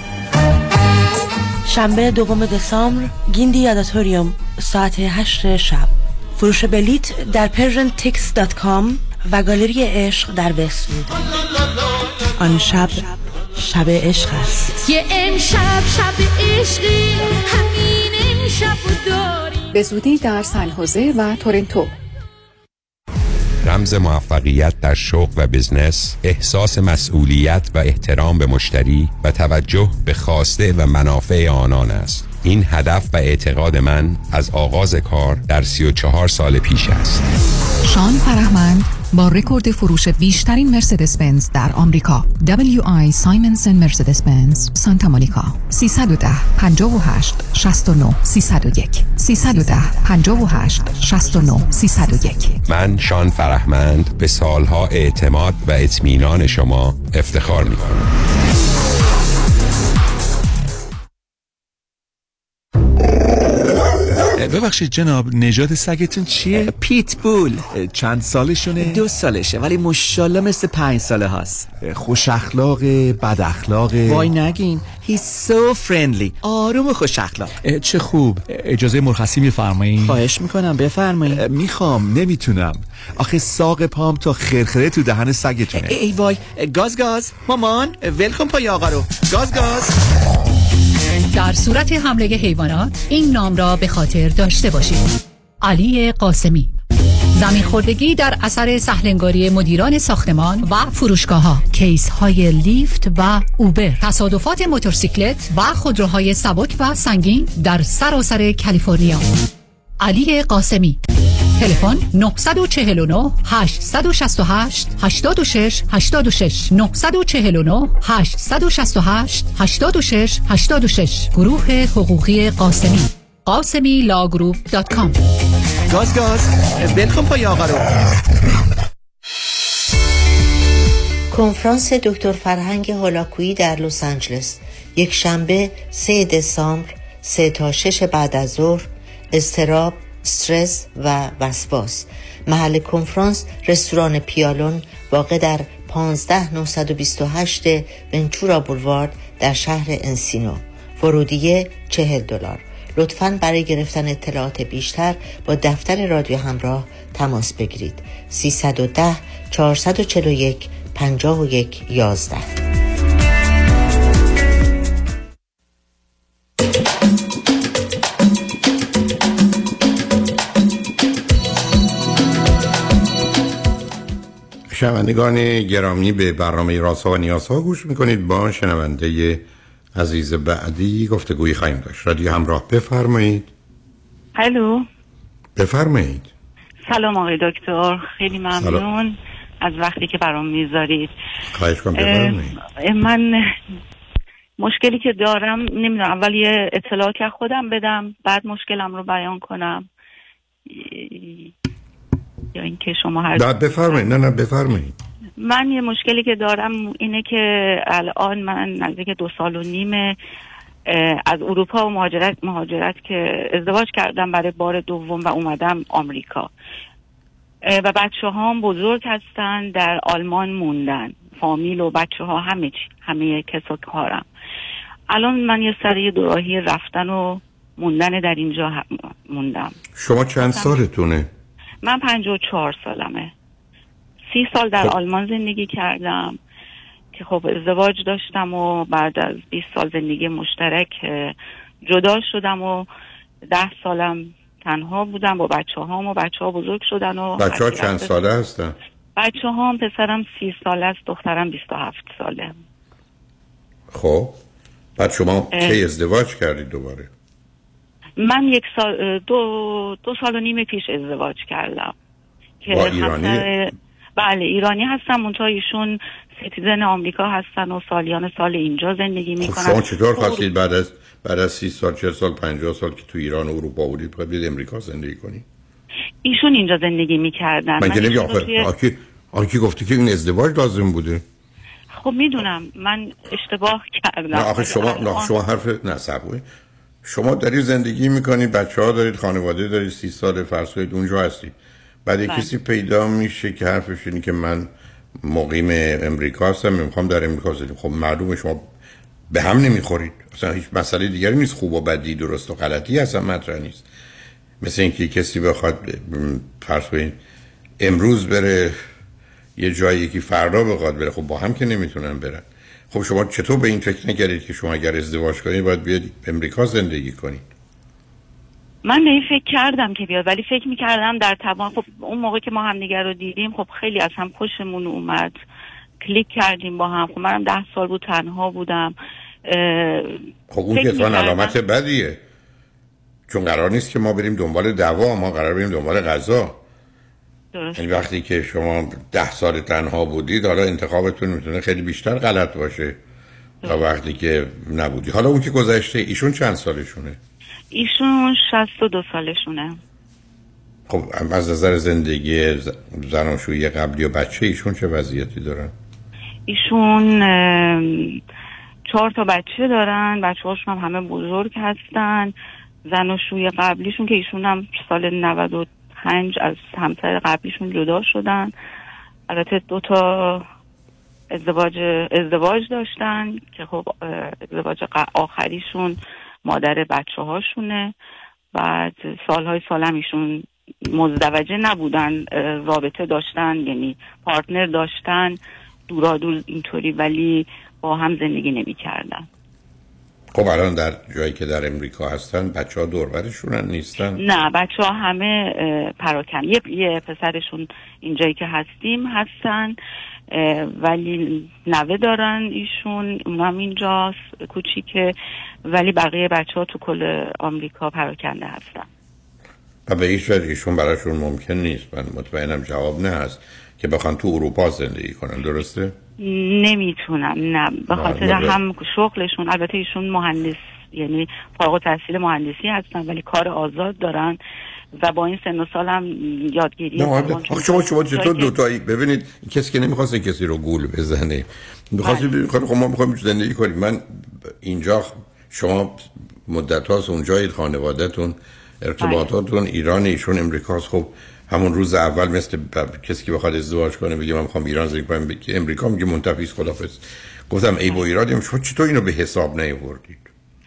S12: شنبه 2 دسامبر، گیندی آداتوریوم، ساعت 8 شب. فروش بلیت در persiantix.com و گالری عشق در وست‌وود. آن شب شب عشق است.
S18: یه امشب شب عشقی، همین امشب داریم.
S2: به زودی در سن خوزه و تورنتو.
S30: رمز موفقیت در شغل و بزنس، احساس مسئولیت و احترام به مشتری و توجه به خواسته و منافع آنان است. این هدف و اعتقاد من از آغاز کار در 34 سال پیش است.
S2: شان فرهمند با رکورد فروش بیشترین مرسدس بنز در آمریکا، WI سایمنسن مرسدس بنز سانتا مونیکا، 310 58 69 301 310 58 69 301.
S30: من شان فرهمند به سالها اعتماد و اطمینان شما افتخار می‌کنم.
S8: ببخشید جناب، نژاد سگتون چیه؟
S10: پیت بول.
S8: چند سالشونه؟
S10: 2 سالشه ولی ماشاءالله مثل 5 ساله هاست.
S8: خوش اخلاقه، بد اخلاقه؟
S10: وای نگین، he's so friendly. آروم و خوش اخلاق.
S8: چه خوب. اجازه مرخصی میفرمایید؟
S10: خواهش میکنم بفرمایید.
S8: میخوام، نمیتونم. آخه ساق پام تا خرخره تو دهن سگتونه.
S10: ای وای، گاز مامان ولکن پای آقا رو. گاز.
S15: در صورت حمله حیوانات این نام را به خاطر داشته باشید: علی قاسمی. زمین خوردگی در اثر سهلنگاری مدیران ساختمان و فروشگاه‌ها، کیس های لیفت و اوبر، تصادفات موتورسیکلت و خودروهای سبک و سنگین در سراسر کالیفرنیا. علی قاسمی. تلفن 949 868 86 949 868 86 گروه حقوقی قاسمی. قاسمیلاگروپ.com.
S10: گاز ولکن پای آقا رو.
S13: کنفرانس دکتر فرهنگ هولاکویی در لس آنجلس، یک شنبه 3 دسامبر 3 تا 6 بعد از ظهر. اضطراب، استرس و وسواس. محل کنفرانس رستوران پیالون واقع در 15928 ونچورا بولوارد در شهر انسینو. ورودیه $40. لطفاً برای گرفتن اطلاعات بیشتر با دفتر رادیو همراه تماس بگیرید. 310 441 5111.
S6: شنوندگان گرامی، به برنامه رازها و نیازها گوش میکنید. با شنونده عزیز بعدی گفتگویی خواهیم داشت. رادیو همراه، بفرمایید.
S16: الو،
S6: بفرمایید.
S16: سلام آقای دکتر، خیلی ممنون از وقتی که برام میذارید.
S6: خواهش کنم، بفرمایید.
S16: من مشکلی که دارم، نمیدونم اول یه اطلاعاتی از خودم بدم بعد مشکلم رو بیان کنم یا اینکه شما هر
S6: بفرمایید. نه بفرمایید.
S16: من یه مشکلی که دارم اینه که الان من نزدیک 2.5 سال از اروپا و مهاجرت که ازدواج کردم برای بار دوم و اومدم آمریکا و بچه هام بزرگ هستن، در آلمان موندن، فامیل و بچه ها همه کسا کارم. الان من یه سری دوراهی رفتن و موندن در اینجا موندم.
S6: شما چند سالتونه؟
S16: من 54 سالمه. 30 سال در آلمان زندگی کردم که خب ازدواج داشتم و بعد از 20 سال زندگی مشترک جدا شدم و 10 سالم تنها بودم با بچه‌هام و بچه‌ها بزرگ شدن. و
S6: بچه‌ها چند ساله هستن؟
S16: بچه‌هام پسرم 30 ساله است، دخترم 27 ساله.
S6: خب بعد شما کی ازدواج کردید دوباره؟
S16: من 2 سال و نیم پیش ازدواج کردم که
S6: با ایرانی؟
S16: بله ایرانی هستم، منتها ایشون سیتیزن آمریکا هستن و سالیان سال اینجا زندگی میکنن.
S6: شما چطور خواستید بعد از 30 سال 40 سال 50 سال که تو ایران و اروپا بودید باید امریکا زندگی کنید؟
S16: ایشون اینجا زندگی میکردن.
S6: من که نمیگم آخه گفتی که این ازدواج لازم بوده.
S16: خب میدونم من اشتباه کردم.
S6: نه آخه شما حرف نصبوه. شما دارید زندگی میکنید، بچه‌ها دارید، خانواده دارید، 30 سال فرض کنید اونجا هستید. بعد کسی پیدا میشه که حرفش اینه که من مقیم امریکا هستم، میخوام در امریکا زندگی. خب معلومه شما به هم نمیخورید. اصلا هیچ مسئله دیگری نیست، خوب و بدی، درست و غلطی اصلا مطرح نیست. مثل اینکه کسی بخواد فرض کنید امروز بره یه جایی که فردا بخواد بره، خب با هم که نمیتونن برن. خب شما چطور به این فکر نکردید که شما اگر ازدواج کنید باید بیاد امریکا زندگی کنید؟
S16: من به این فکر کردم که بیاد، ولی فکر میکردم در توان. خب اون موقع که ما همدیگر رو دیدیم خب خیلی از هم خوشمون اومد، کلیک کردیم با هم. خب منم 10 سال بود تنها بودم.
S6: خب اون که اصلا علامت بدیه. چون قرار نیست که ما بریم دنبال دوا، ما قرار بریم دنبال غذا. یعنی وقتی که شما 10 سال تنها بودید، حالا انتخابتون میتونه خیلی بیشتر غلط باشه تا وقتی که نبودی. حالا اون که گذشته، ایشون چند سالشونه؟
S16: ایشون 62 سالشونه.
S6: خب از نظر زندگی زناشویی قبلی و بچه ایشون چه وضعیتی دارن؟
S16: ایشون 4 تا بچه دارن، بچه هاشون هم همه بزرگ هستن. زناشویی قبلیشون که ایشون هم سال 95 از همسر قبلیشون جدا شدن. البته 2 تا ازدواج داشتن که خب ازدواج آخریشون مادر بچه هاشونه. بعد سالهای سالم ایشون مزدوجه نبودن، رابطه داشتن، یعنی پارتنر داشتن دورادور اینطوری، ولی با هم زندگی نمی کردن.
S6: خب الان در جایی که در امریکا هستن بچه ها دور برشونن نیستن؟
S16: نه، بچه ها همه پراکن. یه پسرشون اینجایی که هستیم هستن، ولی نوه دارن ایشون، اونم اینجاست کوچیکه، ولی بقیه بچه ها تو کل آمریکا پراکنده هستن.
S6: و به هیچ وجه ایشون براشون ممکن نیست، من مطمئنم جواب نه هست که بخوان تو اروپا زندگی کنن، درسته؟
S16: نمیتونن، نه، به خاطر هم شغلشون. البته ایشون مهندس، یعنی فارغ التحصیل مهندسی هستن، ولی کار آزاد دارن و با این سن و سال هم یادگیری
S6: شما چطور دوتایی؟ ببینید کسی که نمیخواسته کسی رو گول بزنه، میخواسته خب ما میخوایم زندگی کنیم. من اینجا، شما مدت هاست اونجایید، خانوادهتون ارتباطاتون ایران، ایشون امریکاست. خب همون روز اول مثل کسی که بخواد ازدواج کنه بگه من میخوام ایران زندگی کنم، بگه امریکا، میگه منتفیض خدافظ. گفتم ای با ایرادیم، شما چطور اینو به حساب نیاوردید؟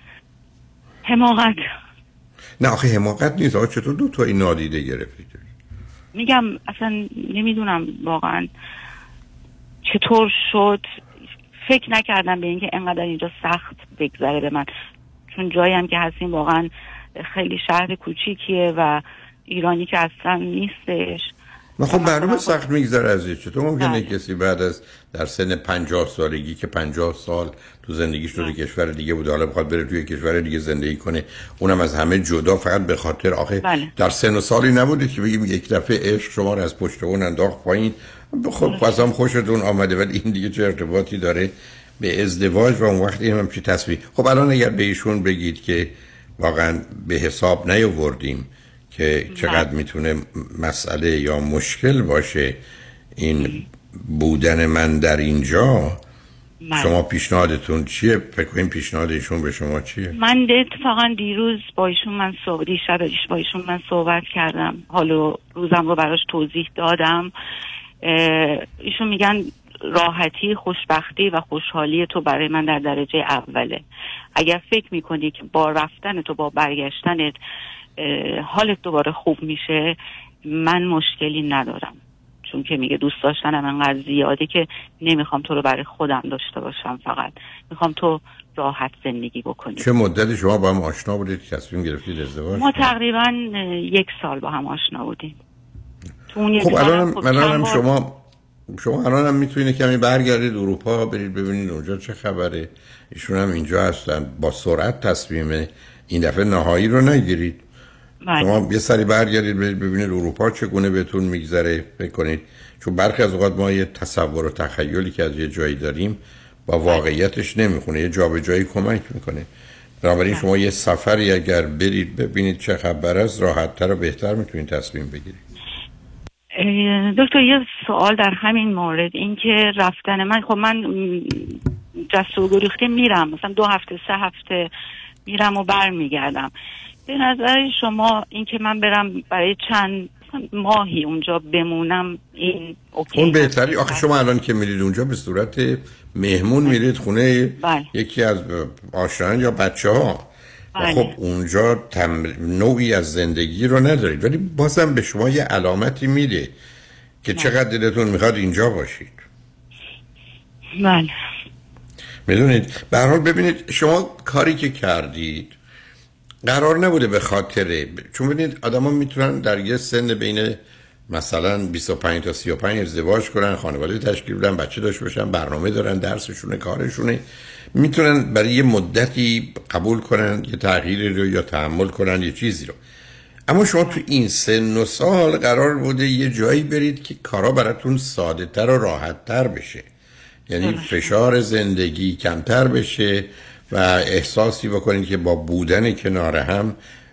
S16: حماقت.
S6: نه آخه حماقت نیست، آخه چطور دو تا این نادیده گرفتید؟
S16: میگم اصلا نمیدونم واقعا چطور شد. فکر نکردم به اینکه اینقدر اینجا سخت بگذره به من، چون جایی هم که هستیم واقعا خیلی شهر کوچیکیه و ایرانی که اصلا نیستش.
S6: خب معلومه سخت میگذره عزیز. چطور ممکنه کسی بعد از در سن 50 سالگی که 50 سال تو زندگیش تو کشور دیگه بوده، حالا بخواد بره توی کشور دیگه زندگی کنه، اونم از همه جدا، فقط به خاطر آخه در سن و سالی نبوده که بگیم یک دفعه عشق شما رو از پشت اون انداخت پایین. خب قسم خوشتون آمده، ولی این دیگه چه ارتباطی داره به ازدواج و اون وقت این هم چی تصویر. خب الان اگر به ایشون بگید که واقعا به حساب نیاوردیم که چقدر میتونه مسئله یا مشکل باشه این بودن من در اینجا، شما پیشنهادتون چیه؟ فکر کنیم پیشنهاد ایشون به شما چیه؟
S16: من اتفاقا دیروز با ایشون با ایشون من صحبت کردم، حالا روزم رو براش توضیح دادم. ایشون میگن راحتی، خوشبختی و خوشحالی تو برای من در درجه اوله. اگر فکر میکنی که با رفتن تو، با برگشتنت حالت دوباره خوب میشه، من مشکلی ندارم، چون که میگه دوست داشتنم انقدر زیاده که نمیخوام تو رو برای خودم داشته باشم، فقط میخوام تو راحت زندگی بکنی.
S6: چه مدتی شما با هم آشنا بودید که تصمیم گرفتید ازدواج؟
S16: ما تقریبا 1 سال با هم آشنا بودیم.
S6: خب الانم شما الانم میتونید کمی برگردید اروپا، برید ببینید اونجا چه خبره. ایشون هم اینجا هستن، با سرعت تصمیم این دفعه نهایی رو نگیرید. شما یه سری برگردید ببینید اروپا چگونه بهتون میگذره، فکر کنید، چون برخی از اوقات ما یه تصور و تخیلی که از یه جایی داریم با واقعیتش نمیخونه، یه جابجایی کمک میکنه. بنابراین شما یه سفری اگر برید ببینید چه خبر است، راحت‌تر و بهتر میتونید تصمیم بگیرید.
S16: دکتر یه سوال در همین مورد، این که رفتن من، خب من جست و گریخته میرم، مثلا 2 هفته 3 هفته میرم و برمیگردم. به نظر شما این که من برم برای چند ماهی اونجا بمونم، این اوکی؟
S6: اون بهتری. آخه شما الان که میرید اونجا به صورت مهمون میرید خونه یکی از آشنایان یا بچه ها. خب اونجا نوعی از زندگی رو ندارید، ولی بازم به شما یه علامتی میده که چقدر دلتون میخواد اینجا باشید.
S16: بله.
S6: میدونید به هر حال ببینید، شما کاری که کردید قرار نبوده به خاطره، چون ببینید آدما میتونن در یه سن بین مثلا 25 تا 35 ازدواج کنن، خانواده تشکیل بدن، بچه داشته باشن، برنامه دارن، درسشونه، کارشونه، میتونن برای یه مدتی قبول کنن یه تغییری رو یا تحمل کنن یه چیزی رو. اما شما تو این سن و سال قرار بوده یه جایی برید که کارا براتون ساده تر و راحت تر بشه، یعنی فشار زندگی کمتر بشه و احساسی بکنید که با بودن کنار هم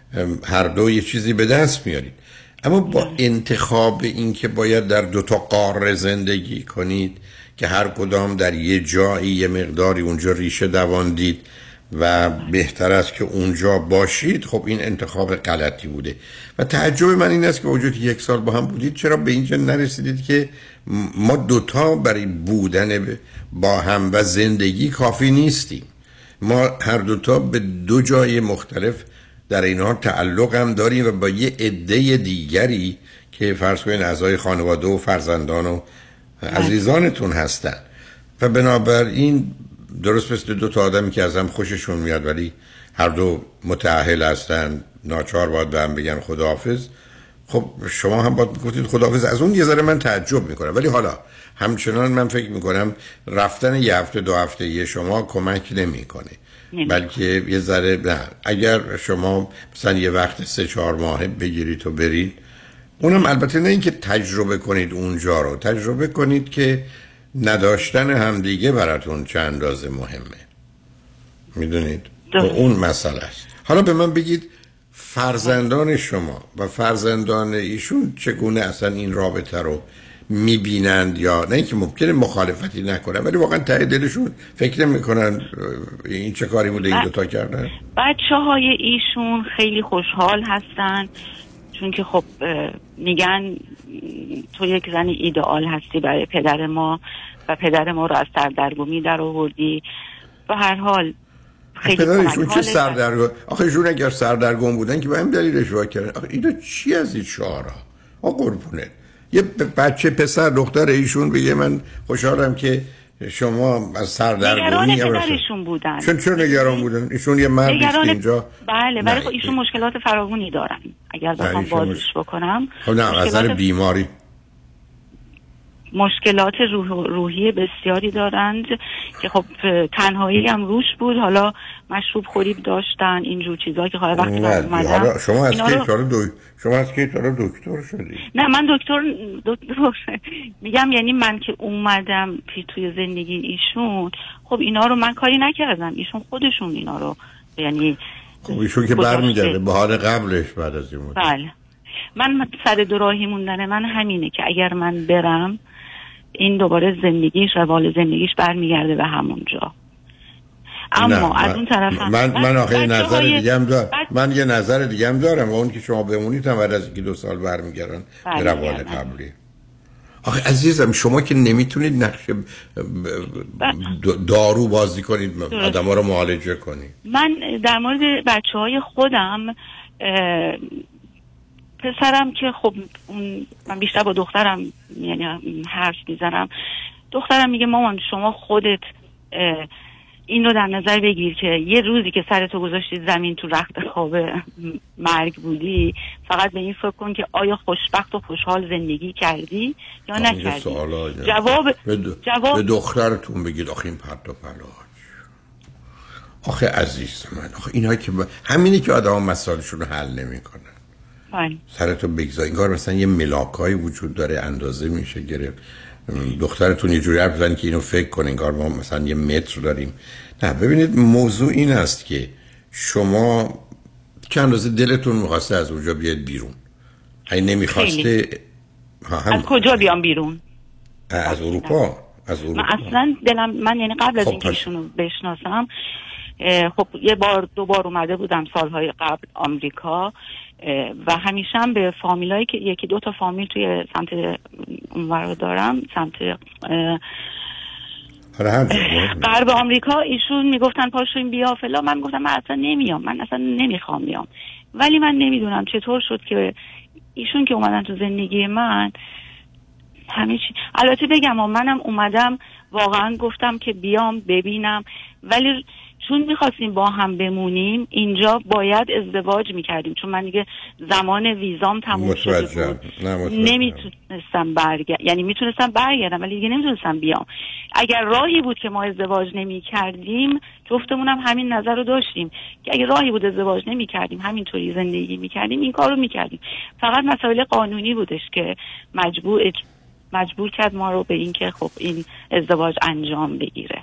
S6: هر دو یه چیزی به دست میارید. اما با انتخاب این که باید در دو تا قاره زندگی کنید که هر کدام در یه جایی یه مقداری اونجا ریشه دواندید و بهتر است که اونجا باشید، خب این انتخاب غلطی بوده. و تعجب من این است که وجود 1 سال با هم بودید چرا به اینجا نرسیدید که ما دوتا برای بودن با هم و زندگی کافی نیستیم. ما هر دوتا به 2 جای مختلف در اینها تعلق هم داریم و با یه عده دیگری که فرض کنید اعضای خانواده و فرزندان و عزیزانتون هستن و بنابراین درست مثل 2 تا آدمی که از هم خوششون میاد ولی هر دو متأهل هستن، ناچار باید به هم بگن خداحافظ. خب شما هم باید بگفتید خداحافظ. از اون یه ذره من تعجب میکنم، ولی حالا همچنان من فکر میکنم رفتن 1 هفته 2 هفته یه شما کمک نمیکنه، بلکه یه ذره نه. اگر شما مثلا یه وقت 3-4 ماهه بگیرید و برید، اونم البته نه اینکه تجربه کنید اونجا رو، تجربه کنید که نداشتن همدیگه براتون چه اندازه مهمه، میدونید؟ اون مسئله است. حالا به من بگید فرزندان شما و فرزندان ایشون چگونه اصلا این رابطه رو میبینند، یا نه اینکه ممکنه مخالفتی نکنن ولی واقعا ته دلشون فکر نمیکنن این چه کاری بوده این دوتا کردن؟
S16: بچه‌های ایشون خیلی خوشحال هستن چون که خب میگن تو یک زن ایدئال هستی برای پدر ما و پدر ما رو از سردرگمی در آوردی. به هر حال خیلی
S6: پدرشون چه سردرگم؟ آخه ایشون اگر سردرگم بودن که به هم دلیل اشتباه کردن. آخه اینا چی از این شعارا؟ قربونه یه بچه پسر دختر ایشون بگه من خوشحالم که شما از سردرگمی
S16: پدرشون بودن.
S6: چرا نگران بودن؟ ایشون یه مردی است اینجا.
S16: بله ولی خب ایشون مشکلات فراوانی دارن. اگر بخوام بازش بکنم
S6: خب نه از نظر بیماری
S16: مشکلات روحی بسیاری دارند که خب تنهایی هم روش بود، حالا مشروب خوری داشتن، اینجور چیزا که خواهد وقتی من اومدم.
S6: شما از که دکتر شدی؟
S16: نه من دکتر میگم، یعنی من که اومدم توی زندگی ایشون، خب اینا رو من کاری نکردم، ایشون خودشون اینا رو، یعنی
S6: خب ایشون که برمیگرده به حال قبلش بعد از این مدت.
S16: بله من سر دوراهی موندن من همینه که اگر من برم این دوباره زندگیش، روال زندگیش برمیگرده به همونجا. اما از اون طرف
S6: من آخه نظر دیگه هم دارم. من یه نظر دیگه هم دارم و اون که شما بمونید هم بعد از 2 سال برمیگردن به روال قبلی. آخه عزیزم شما که نمیتونید نقش دارو بازی کنید، آدم‌ها رو معالجه کنید.
S16: من در مورد بچه‌های خودم، پسرم که خب من بیشتر با دخترم یعنی حرف میزنم، دخترم میگه مامان شما خودت این رو در نظر بگیر که یه روزی که سرتو گذاشتی زمین تو رخت خواب مرگ بودی، فقط به این فکر کن که آیا خوشبخت و خوشحال زندگی کردی یا نکردی. جواب
S6: به دخترتون بگید آخه این پرت و پلاش. آخه عزیز من، آخه اینا که همینی که آدم مسائلشون رو حل نمیکنن. سرتو بگذار، انگار مثلا یه ملاکایی وجود داره اندازه میشه گرفت. دخترتون یه جوری حرف بزنه که اینو فکر کنه انگار ما مثلا یه متر داریم. نه ببینید موضوع این است که شما چند اندازه دلتون میخواسته از اونجا بیاد بیرون. اگه نمیخواسته
S16: از کجا بیام بیرون؟
S6: از اروپا.
S16: من اصلا دلم، من یعنی قبل از اینکه ایشونو بشناسم خب 2 بار اومده بودم سالهای قبل آمریکا و همیشه هم به فامیلایی که 1-2 تا فامیل توی سمت اونور دارم، سمت غرب آمریکا، ایشون میگفتن پاشوین بیا فلا، من گفتم من اصلا نمیام، من اصلا نمیخوام بیام. ولی من نمیدونم چطور شد که ایشون که اومدن تو زندگی من همه چی. البته بگم منم اومدم واقعا گفتم که بیام ببینم، ولی چون میخواستیم با هم بمونیم اینجا باید ازدواج میکردیم، چون من دیگه زمان ویزام تموم شده بود، نمیتونستم یعنی میتونستم برگردم ولی دیگه نمیتونستم بیام. اگر راهی بود که ما ازدواج نمیکردیم، جفتمونم همین نظر رو داشتیم که اگر راهی بود ازدواج نمیکردیم همینطوری زندگی میکردیم این کار رو میکردیم. فقط مسائل قانونی بودش که مجبور کرد ما رو به این که خب این ازدواج انجام بگیره.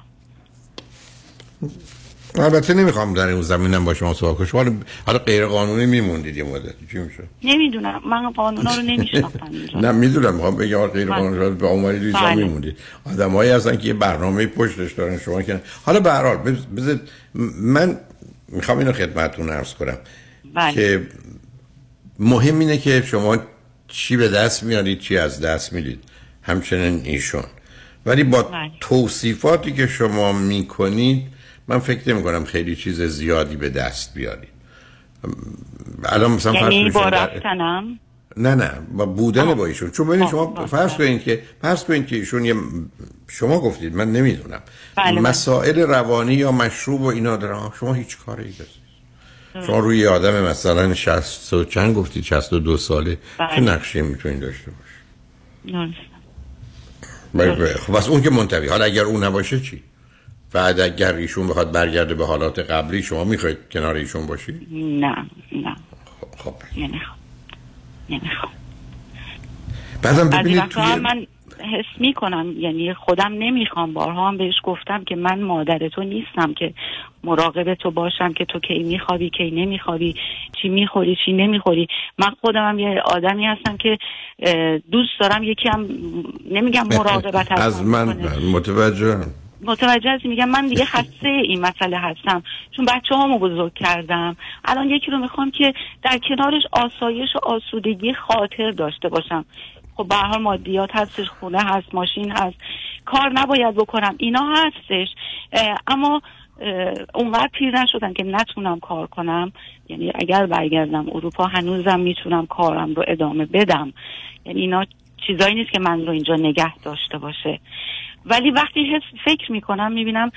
S6: البته نمیخوام در این زمینم با شما صحبت کنم. حالا غیر قانونی میموندید یه مدت چی میشه؟
S16: نمیدونم، من قانونا رو نمیشناختم اینجا.
S6: نه میدونم، میخوام بگم غیر قانونی به عمری اینجا میموندید. آدمایی هستن که یه برنامه پشتش دارن، شما که حالا به هر حال من میخوام اینو خدمتتون عرض کنم که مهم اینه که شما چی به دست میارید چی از دست میدید، همچنین ایشون. ولی با توصیفاتی که شما میکنید من فکر نمی کنم خیلی چیز زیادی به دست بیارید. الان مثلا
S16: یعنی با رفتنم؟
S6: نه با بودن با ایشون. چون ببینید شما فرض کنید که ایشون شما گفتید من نمیدونم مسائل روانی یا مشروب و اینا دارن، شما هیچ کاری دارید. شما روی آدم مثلا 60 چند گفتید 62 ساله چه نقشی میتونید داشته باشید؟ خب بس اون که منطقی. حالا اگر اون نباشه چی؟ بعد اگر ایشون بخواد برگرده به حالات قبلی شما میخواید کنار ایشون باشید؟
S16: نه
S6: خب
S16: نمیخوام.
S6: بعدم ببینید
S16: من حس میکنم، یعنی خودم نمیخوام. بارها هم بهش گفتم که من مادر تو نیستم که مراقب تو باشم که تو کی میخوابی کی نمیخوابی، چی میخوری چی نمیخوری. من خودم هم یه آدمی هستم که دوست دارم یکی هم نمیگم مراقبت
S6: از من
S16: متوجه هستی؟ میگم من دیگه خسته این مسئله هستم، چون بچه‌هامو بزرگ کردم. الان یکی رو میخوام که در کنارش آسایش و آسودگی خاطر داشته باشم. خب به هر حال مادیات هستش، خونه هست، ماشین هست، کار نباید بکنم، اینا هستش، اما اونقدر پیر نشدم که نتونم کار کنم. یعنی اگر برگردم اروپا هنوزم میتونم کارم رو ادامه بدم. یعنی اینا چیزایی نیست که من رو اینجا نگه داشته باشه. ولی وقتی فکر میکنم میبینم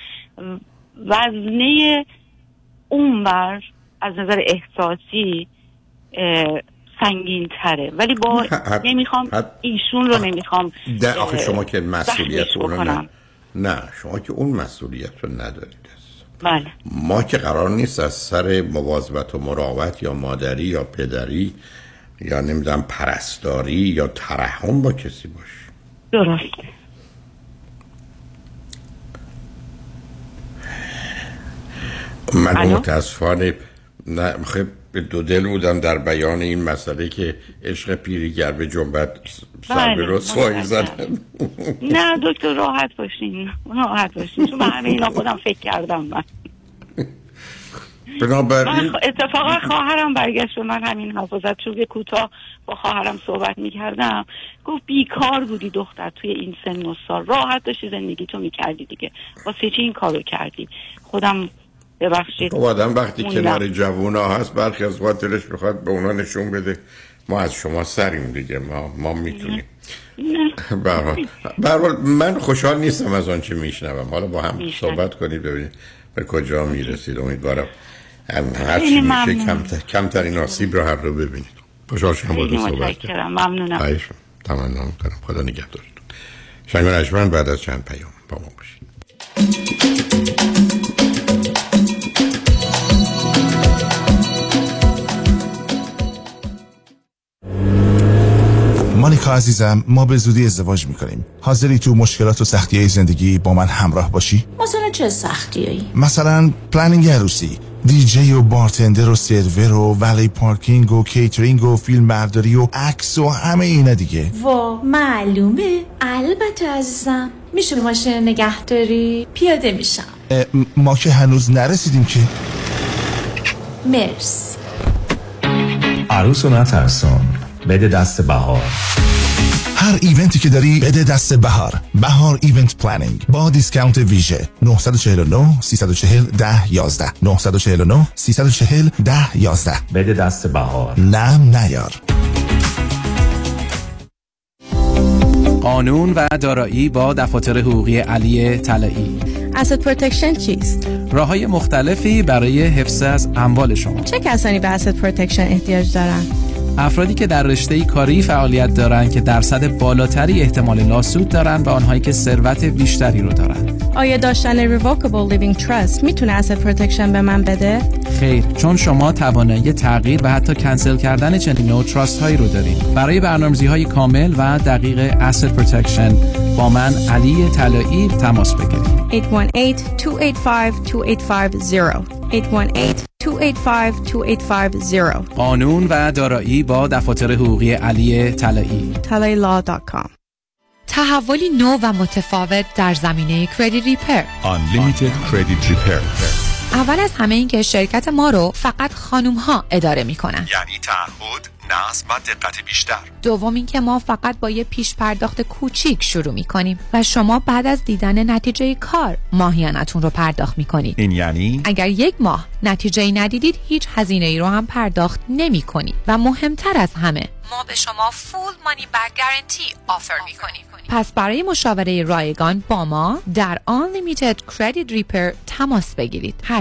S16: وزنه اونور از نظر احساسی سنگین تره. ولی با نمیخوام ایشون رو نمیخوام
S6: آخه شما که مسئولیت رو نه شما که اون مسئولیت رو ندارید.
S16: بله.
S6: ما که قرار نیست از سر مواظبت و مراقبت یا مادری یا پدری یا نمیدونم پرستاری یا ترحم با کسی باشی.
S16: درست.
S6: من متاسفانه خیلی دو دل بودم در بیان این مسئله که عشق پیریگر به جنبت سر به رسوایی زدن.
S16: نه دکتر راحت باشین چون من همه اینا خودم فکر کردم. من اتفاقا خواهرم برگشت به من همین حفاظت چون کوتاه با خواهرم صحبت میکردم، گفت بیکار بودی دختر توی این سن و سال، راحت داشتی زندگی تو میکردی دیگه، واسه چی این کارو کردی؟ خودم ببخشید
S6: خب آدم وقتی کنار جوونا هست برخی از وقت دلش بخواد به اونا نشون بده ما از شما سریم دیگه، ما میتونیم. برحال من خوشحال نیستم از آن چه میشنوم. حالا با هم صحبت کنید ببینید به کجا میرسید. امیدوارم هرچی میشه کمترین آسیب رو هر رو ببینید. خوشحال شدم با تو صحبت کردم.
S16: ممنونم.
S6: تمام کنم. خدا نگهدارتون. شنگ رجمن بعد از چند پیام با ما باشید.
S4: مانیکا عزیزم، ما به زودی ازدواج میکنیم. حاضری تو مشکلات و سختی‌های زندگی با من همراه باشی؟
S5: مثلا چه سختیایی؟
S4: مثلا پلنینگ عروسی، دیجی و بارتندر و سرور و ولی پارکینگ و کیترینگ و فیلم برداری و عکس و همه اینا دیگه.
S5: وا معلومه. البته عزیزم، میشه ماشین نگهداری؟ پیاده میشم.
S4: ما که هنوز نرسیدیم که.
S5: مرسی.
S28: عروس و نترسان، بده دست بهار.
S4: هر ایونتی که داری بده دست بهار ایونت پلنینگ با دیسکاونت ویژه 949 340 1011 949 340 1011.
S28: بده دست بهار.
S4: نم نیار.
S7: قانون و دارایی با دفاتر حقوقی علی طلایی.
S1: asset protection چیست؟
S7: راه‌های مختلفی برای حفظ از اموال شما.
S1: چه کسانی به asset protection احتیاج دارند؟
S7: افرادی که در رشته کاری فعالیت دارند که درصد بالاتری احتمال لاسود دارند و آنهایی که ثروت بیشتری رو دارند.
S1: آیا داشتن revocable living trust میتونه asset protection به من بده؟
S7: خیر، چون شما توانایی تغییر و حتی کنسل کردن چنین نوع تراست هایی رو دارید. برای برنامه‌ریزی‌های کامل و دقیق asset protection با من علی طلایی تماس بگیرید.
S1: 818-285-2850
S7: قانون و دارایی با دفاتر حقوقی علی طلایی.
S1: talailaw.com.
S15: تحولی نو و متفاوت در زمینه کردیت ریپر.
S28: Unlimited Credit Repair.
S15: اول از همه این که شرکت ما رو فقط خانوم ها اداره می کنن.
S28: یعنی تعهد، نظم و دقت بیشتر.
S15: دوم این که ما فقط با یه پیش پرداخت کوچیک شروع می کنیم و شما بعد از دیدن نتیجه کار ماهیانتون رو پرداخت می کنید.
S28: این یعنی
S15: اگر یک ماه نتیجه ندیدید هیچ هزینه ای رو هم پرداخت نمی کنید و مهمتر از همه ما به شما فول مانی بک گارانتی آفر می کنیم. پس برای مشاوره رایگان با ما در Unlimited Credit Repair تماس بگیرید. 818-214-85-20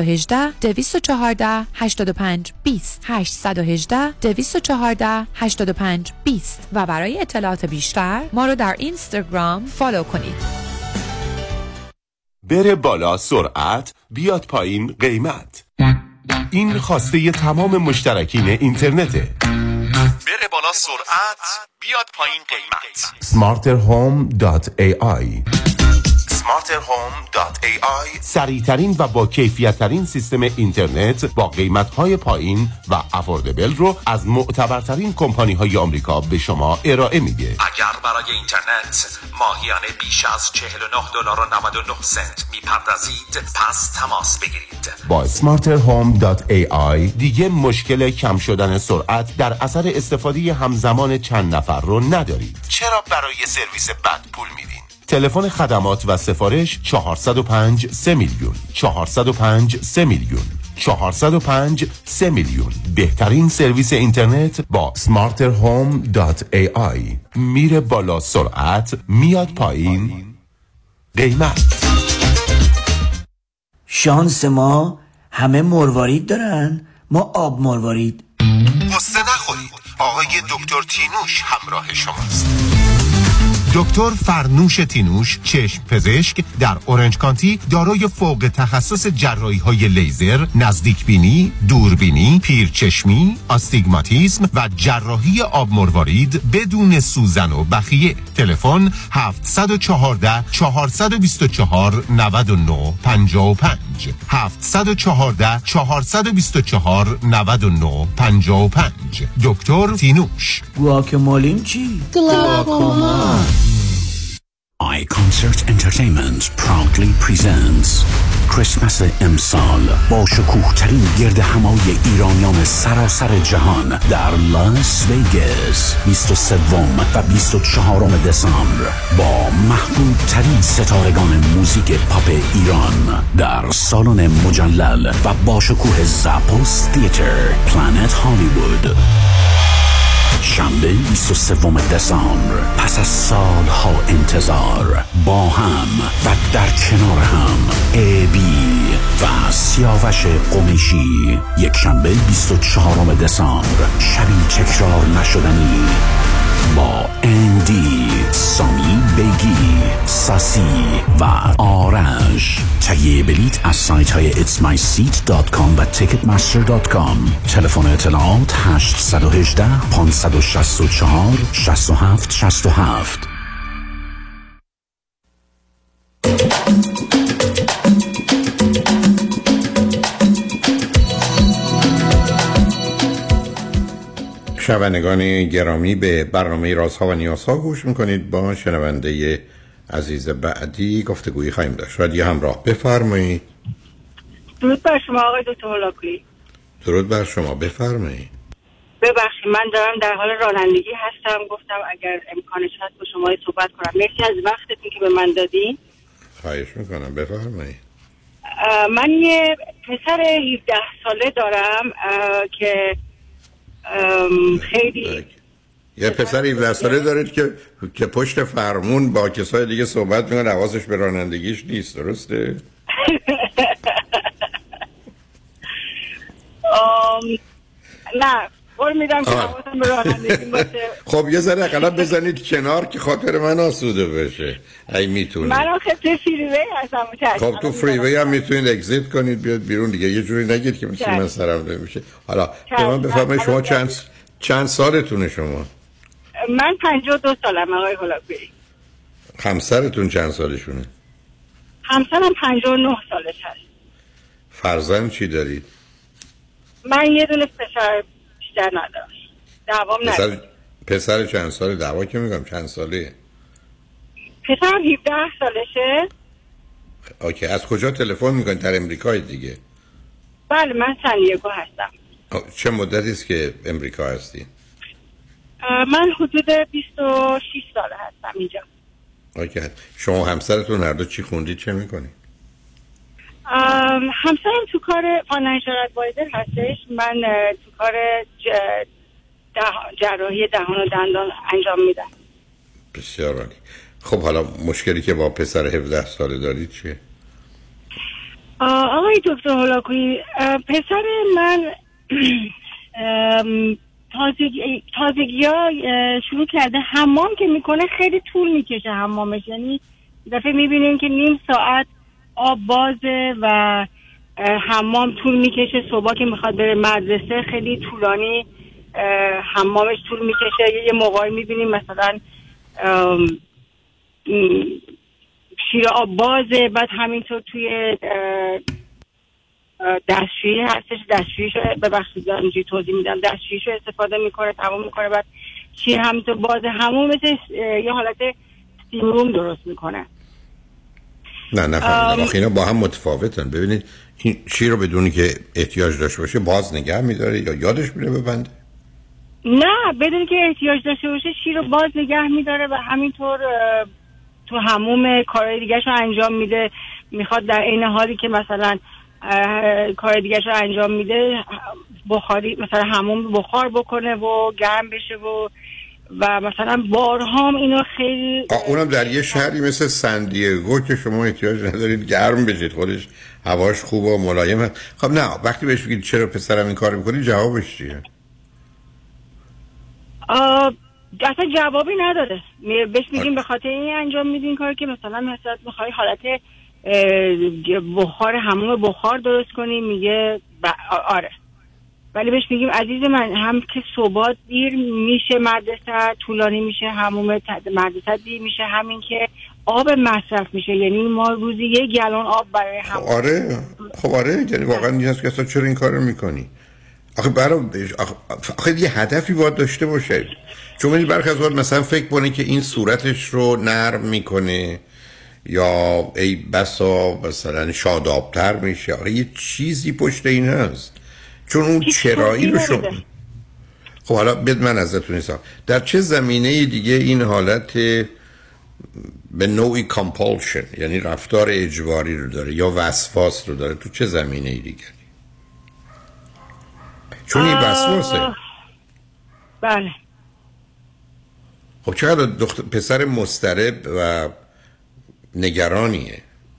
S15: 818-214-85-20 و برای اطلاعات بیشتر ما رو در اینستاگرام فالو کنید.
S9: بره بالا سرعت، بیاد پایین قیمت. این خواسته تمام مشترکین اینترنته.
S14: بره بالا سرعت، بیاد پایین قیمت.
S9: smarterhome.ai smarterhome.ai سریع‌ترین و با کیفیت‌ترین سیستم اینترنت با قیمت‌های پایین و افوردبل رو از معتبرترین کمپانی‌های آمریکا به شما ارائه میده.
S14: اگر برای اینترنت ماهیانه بیش از $49.99 میپردازید پس تماس بگیرید.
S9: با smarterhome.ai دیگه مشکل کم شدن سرعت در اثر استفاده همزمان چند نفر رو ندارید. چرا برای سرویس بد پول میدین؟ تلفن خدمات و سفارش 405 میلیون 405 میلیون 405 میلیون. بهترین سرویس اینترنت با smarterhome.ai. میره بالا سرعت، میاد پایین قیمت.
S17: شانس ما همه مروارید دارن، ما آب مروارید.
S9: قصه نخورید، آقای دکتر تینوش همراه شماست. دکتر فرنوش تینوش، چشم پزشک در اورنج کانتی، دارای فوق تخصص جراحی‌های لیزر، نزدیک بینی، دوربینی، پیرچشمی، آستیگماتیسم و جراحی آب مروارید بدون سوزن و بخیه. تلفن 714 424 99 55 714 424 99 55. دکتر تینوش.
S17: گواکامولین چی؟ گواکاما.
S19: iConcert Entertainment proudly presents کریسمس امسال با شکوه ترین گرد همایی ایرانیان سراسر جهان در لاس ویگاس 23 و 24 دسامبر با محبوب ترین ستارگان موزیک پاپ ایران در سالن مجلل و با شکوه زاپوس تئاتر پلنت هالیوود. شنبه 23 دسامبر پس از سالها انتظار با هم و در کنار هم ابی و سیاوش قمیشی. یک شنبه 24 دسامبر شبی تکرار نشدنی با اندی، سامی بیگی، ساسی و آرش. تهیه بلیط از سایت های itsmyseat.com و ticketmaster.com. تلفن اطلاعات 818 564 67 67.
S6: شنوندگان گرامی، به برنامه رازها و نیازها گوش میکنید. با شنونده عزیز بعدی گفتگویی خواهیم داشت. رادیو همراه، بفرمایید.
S16: درود بر شما آقای دکتر هولاکویی.
S6: درود بر شما، بفرمایید.
S16: ببخشید من دارم در حال رانندگی هستم، گفتم اگر امکانش هست با شما صحبت کنم. مرسی از وقتتون که به من دادین.
S6: خواهش میکنم، بفرمایید.
S16: من یه پسر 17 ساله دارم که خیلی
S6: یه پسر 17 ساله دارید که پشت فرمون با کسای دیگه صحبت میکنه، حواسش به رانندگیش نیست، درسته؟
S16: نه قول میدم که حواسم به رانندگی باشه.
S6: خب یه ذره اقلا بزنید کنار که خاطر من آسوده بشه ای میتونید.
S16: من آخه تو فریوی هستم.
S6: خب تو فریوی هم میتونید اگزیت کنید بیاد بیرون دیگه، یه جوری نگید که مثل من سرم نمیشه. حالا به من بفرمایید شما چند سالتونه شما؟
S16: من 52 سالم آقای هولاکویی.
S6: همسرتون چند سالشونه؟
S16: همسرم 59 سالش هست.
S6: فرزند چی دارید؟
S16: من یه دونه پسر بیشتر ندارم. دعوام ندارم.
S6: پسر چند ساله؟ دعوا که میگم چند ساله؟
S16: پسرم 17 سالشه.
S6: اوکی. از کجا تلفن میکنید؟ در امریکای دیگه؟
S16: بله من سن دیگو هستم.
S6: چه مدتی است که امریکا هستی؟
S16: من حدود 26 ساله هستم اینجا.
S6: اوکی. شما همسرتون هر دو چی خوندید، چه میکنید؟
S16: همسرم تو کار فاینانشال ادوایزر هستش. من تو کار جراحی دهان و دندان انجام میدم.
S6: بسیار عالی. خب حالا مشکلی که با پسر 17 ساله دارید چیه؟
S16: آقای دکتر هولاکویی، پسر من تازگی ها شروع کرده حمام که میکنه خیلی طول میکشه حمامش، یعنی دفعه میبینیم که نیم ساعت آب بازه و حمام طول میکشه. صبح که میخواد بره مدرسه خیلی طولانی حمامش طول میکشه. یه موقعی میبینیم مثلا شیر آب بازه، بعد همینطور توی دستشویی هستش، دستشوییشو ببخشید اینجوری توضیح میدم، دستشوییشو استفاده میکنه، تمام میکنه، بعد شیر همینطور بازه، همون مثل یه حالت استیم روم درست میکنه.
S6: نه فهمیدم. آخه اینا با هم متفاوتن. ببینید این شیر رو بدونی که احتیاج داشته باشه باز نگه میداره یا یادش میره ببنده؟
S16: نه بدونی که احتیاج داشته باشه شیر رو باز نگه میداره و همینطور تو حموم کارهای دیگه‌شو انجام میده. میخواد در عین حالی که مثلا کار دیگه‌شو انجام میده بخاری مثلا حموم بخار بکنه و گرم بشه و مثلا بارهام اینو خیلی
S6: اونم در یه شهری مثل سن دیگو که شما احتیاج ندارید گرم بشید، خودش هواش خوب و ملایمه. خب نه وقتی بهش بگید چرا پسرم این کار میکنی جوابش چیه؟
S16: اصلا جوابی نداره. بهش میگیم به خاطر این انجام میدین کار که مثلا میخوای حالت بخار حموم بخار درست کنی، میگه آره. ولی بهش میگیم عزیز من هم که صبح دیر میشه مدرسه، طولانی میشه حموم مدرسه دیر میشه، همین که آب مصرف میشه، یعنی ما روزی 1 گالون آب برای حموم.
S6: آره یعنی واقعا نیست که اصلا چرا این کارو میکنی؟ آخه یه هدفی باید داشته باشه. چون برخی از وقت مثلا فکر کنه که این صورتش رو نرم میکنه یا ای بسا مثلا شادابتر میشه. آره یه چیزی پشت این هست، چون اون چرایی رو شما. خب حالا بد من ازتون حساب در چه زمینه دیگه این حالت به نوعی کامپالشن یعنی رفتار اجباری رو داره یا وسواس رو داره؟ تو چه زمینه دیگه؟ چون این وسواسه.
S16: بله.
S6: خب چقدر پسر مضطرب و نگرانیه؟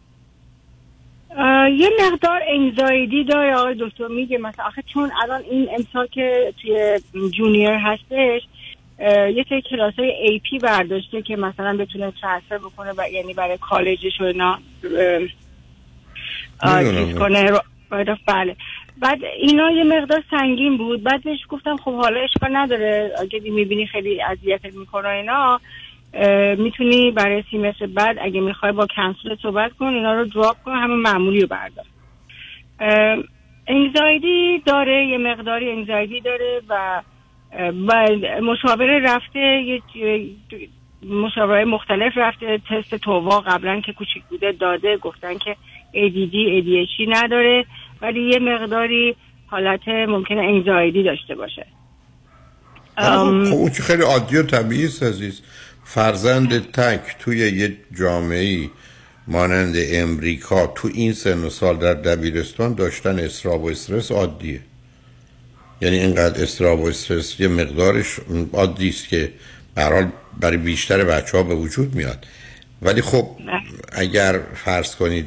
S16: یه مقدار انزایدی داره آقای دکتر. میگه مثلا آخه چون الان این امسال که توی جونیور هستش یه سری کلاسای ای پی برداشته که مثلا بتونه ترانسفر بکنه و یعنی برای کالجش و اینا چیز کنه. بله. بعد اینا یه مقدار سنگین بود. بعد بهش گفتم خب حالا اشکال نداره اگه میبینی خیلی اذیتت میکنه اینا میتونی برای سیمستر بعد اگه میخوای با کنسول صحبت کن، اینا رو دراپ کن، همون معمولی رو بردار. انگزایدی داره، یه مقداری انگزایدی داره و مشاوره رفته، مشاوره مختلف رفته، تست تووا قبلا که کوچیک بوده داده، گفتن که ADD ADHD نداره ولی یه مقداری حالت ممکنه انگزایدی داشته باشه.
S6: خب اون که خیلی عادی و طبیعی است عزیز. فرزند تک توی یه جامعه‌ای مانند امریکا تو این سن و سال در دبیرستان داشتن اضطراب و استرس عادیه. یعنی اینقدر اضطراب و استرس یه مقدارش عادی است که به هر حال برای بیشتر بچه‌ها به وجود میاد، ولی خب اگر فرض کنید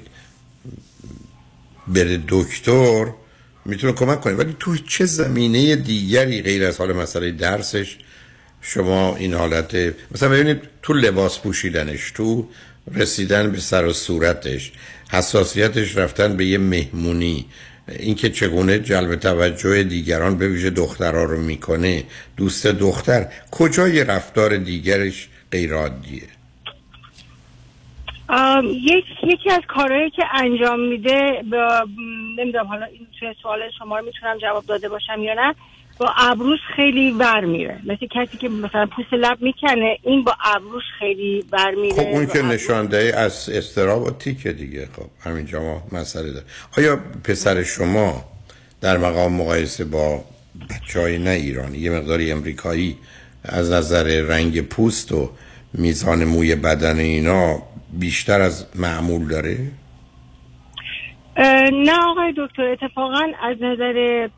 S6: بره دکتر میتونه کمک کنه، ولی تو چه زمینه دیگری غیر از حال مسئله درسش شما این حالت مثلا ببینید تو لباس پوشیدنش، تو رسیدن به سر و صورتش، حساسیتش رفتن به یه مهمونی، اینکه چگونه جلب توجه دیگران به ویژه دخترها رو میکنه، دوست دختر، کجای رفتار دیگرش غیر عادیه؟
S3: یکی از کارهایی که انجام میده نمیدونم حالا این سوال شما رو میتونم جواب داده باشم یا نه، با ابروش خیلی ور میره، مثل کسی که مثلا پوست لب میکنه، این با ابروش خیلی ور میره.
S6: خب اون که نشانده از اضطراب و تیکه دیگه. خب همینجا ما مسئله داره. آیا پسر شما در مقام مقایسه با بچهای نه ایرانی، یه مقداری امریکایی، از نظر رنگ پوست و میزان موی بدن اینا بیشتر از معمول داره؟
S3: نه آقای دکتر، اتفاقا از نظر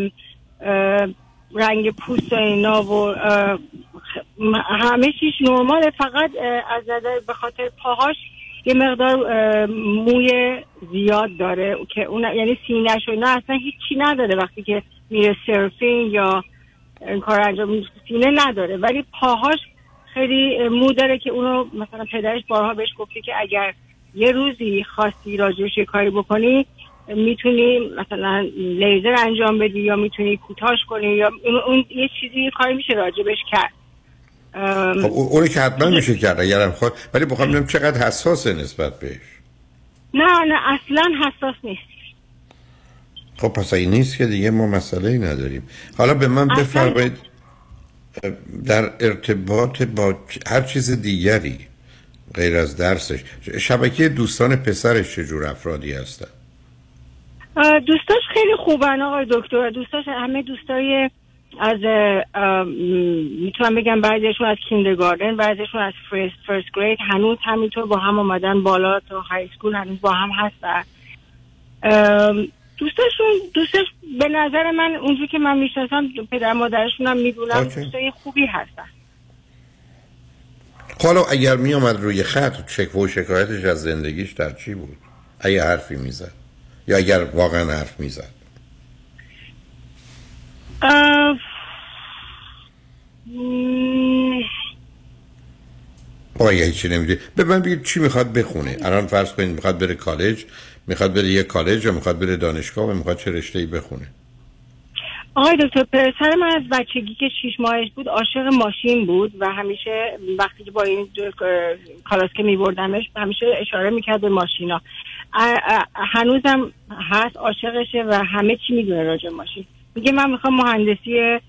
S3: رنگ پوست و اینا و همه چیش نرماله، فقط از نظر به خاطر پاهاش یه مقدار موی زیاد داره که اون یعنی سینه‌ش و اینا اصلا هیچی نداره، وقتی که میره سرفینگ یا این کار انجام سینه نداره، ولی پاهاش خیلی مو داره که اونو مثلا پدرش بارها بهش گفته که اگر یه روزی خواستی راجعش یه کاری بکنی میتونی مثلا لیزر انجام بدی یا میتونی کوتاش کنی یا اون یه چیزی کاری میشه راجبش کرد.
S6: خب اونو که حتما میشه کرد اگرم خواهد، ولی بخوام ببینم چقدر حساسه نسبت بهش.
S3: نه اصلا حساس نیست.
S6: خب پس این نیست که دیگه ما مسئله‌ای نداریم. حالا به من بفرمایید در ارتباط با هر چیز دیگری غیر از درسش، شبکه دوستان پسرش چجور افرادی هستن؟
S3: دوستاش خیلی خوبن آقای دکتر، دوستاش همه دوستای از میتونم بگم بعضیشون از کیندرگاردن، بعضیشون از فرست گرید، هنوز همینطور با هم اومدن بالا تا های اسکول، هنوز با هم هستن. دوستاش به نظر من اونجوری که من میشناسم پدر مادرشون هم میدونم دوستای خوبی هستن.
S6: حالا اگر می اومد روی خط شکوه و شکایتش از زندگیش در چی بود؟ اگه حرفی میزد یا اگر واقعا حرف میزد؟ اگه هیچی نمیده به من بگید چی میخواد بخونه. الان فرض کنید میخواد بره کالج، میخواد بره یه کالج یا میخواد بره دانشگاه و میخواد چه رشته‌ای بخونه؟
S3: آقای دکتر، پسر من از بچگی که 6 ماهش بود عاشق ماشین بود و همیشه وقتی که با این کلاس که میبردمش همیشه اشاره میکرد به ماشینا. هنوزم هست، عاشقشه و همه چی میدونه راجع به ماشین. میگه من میخوام مهندسی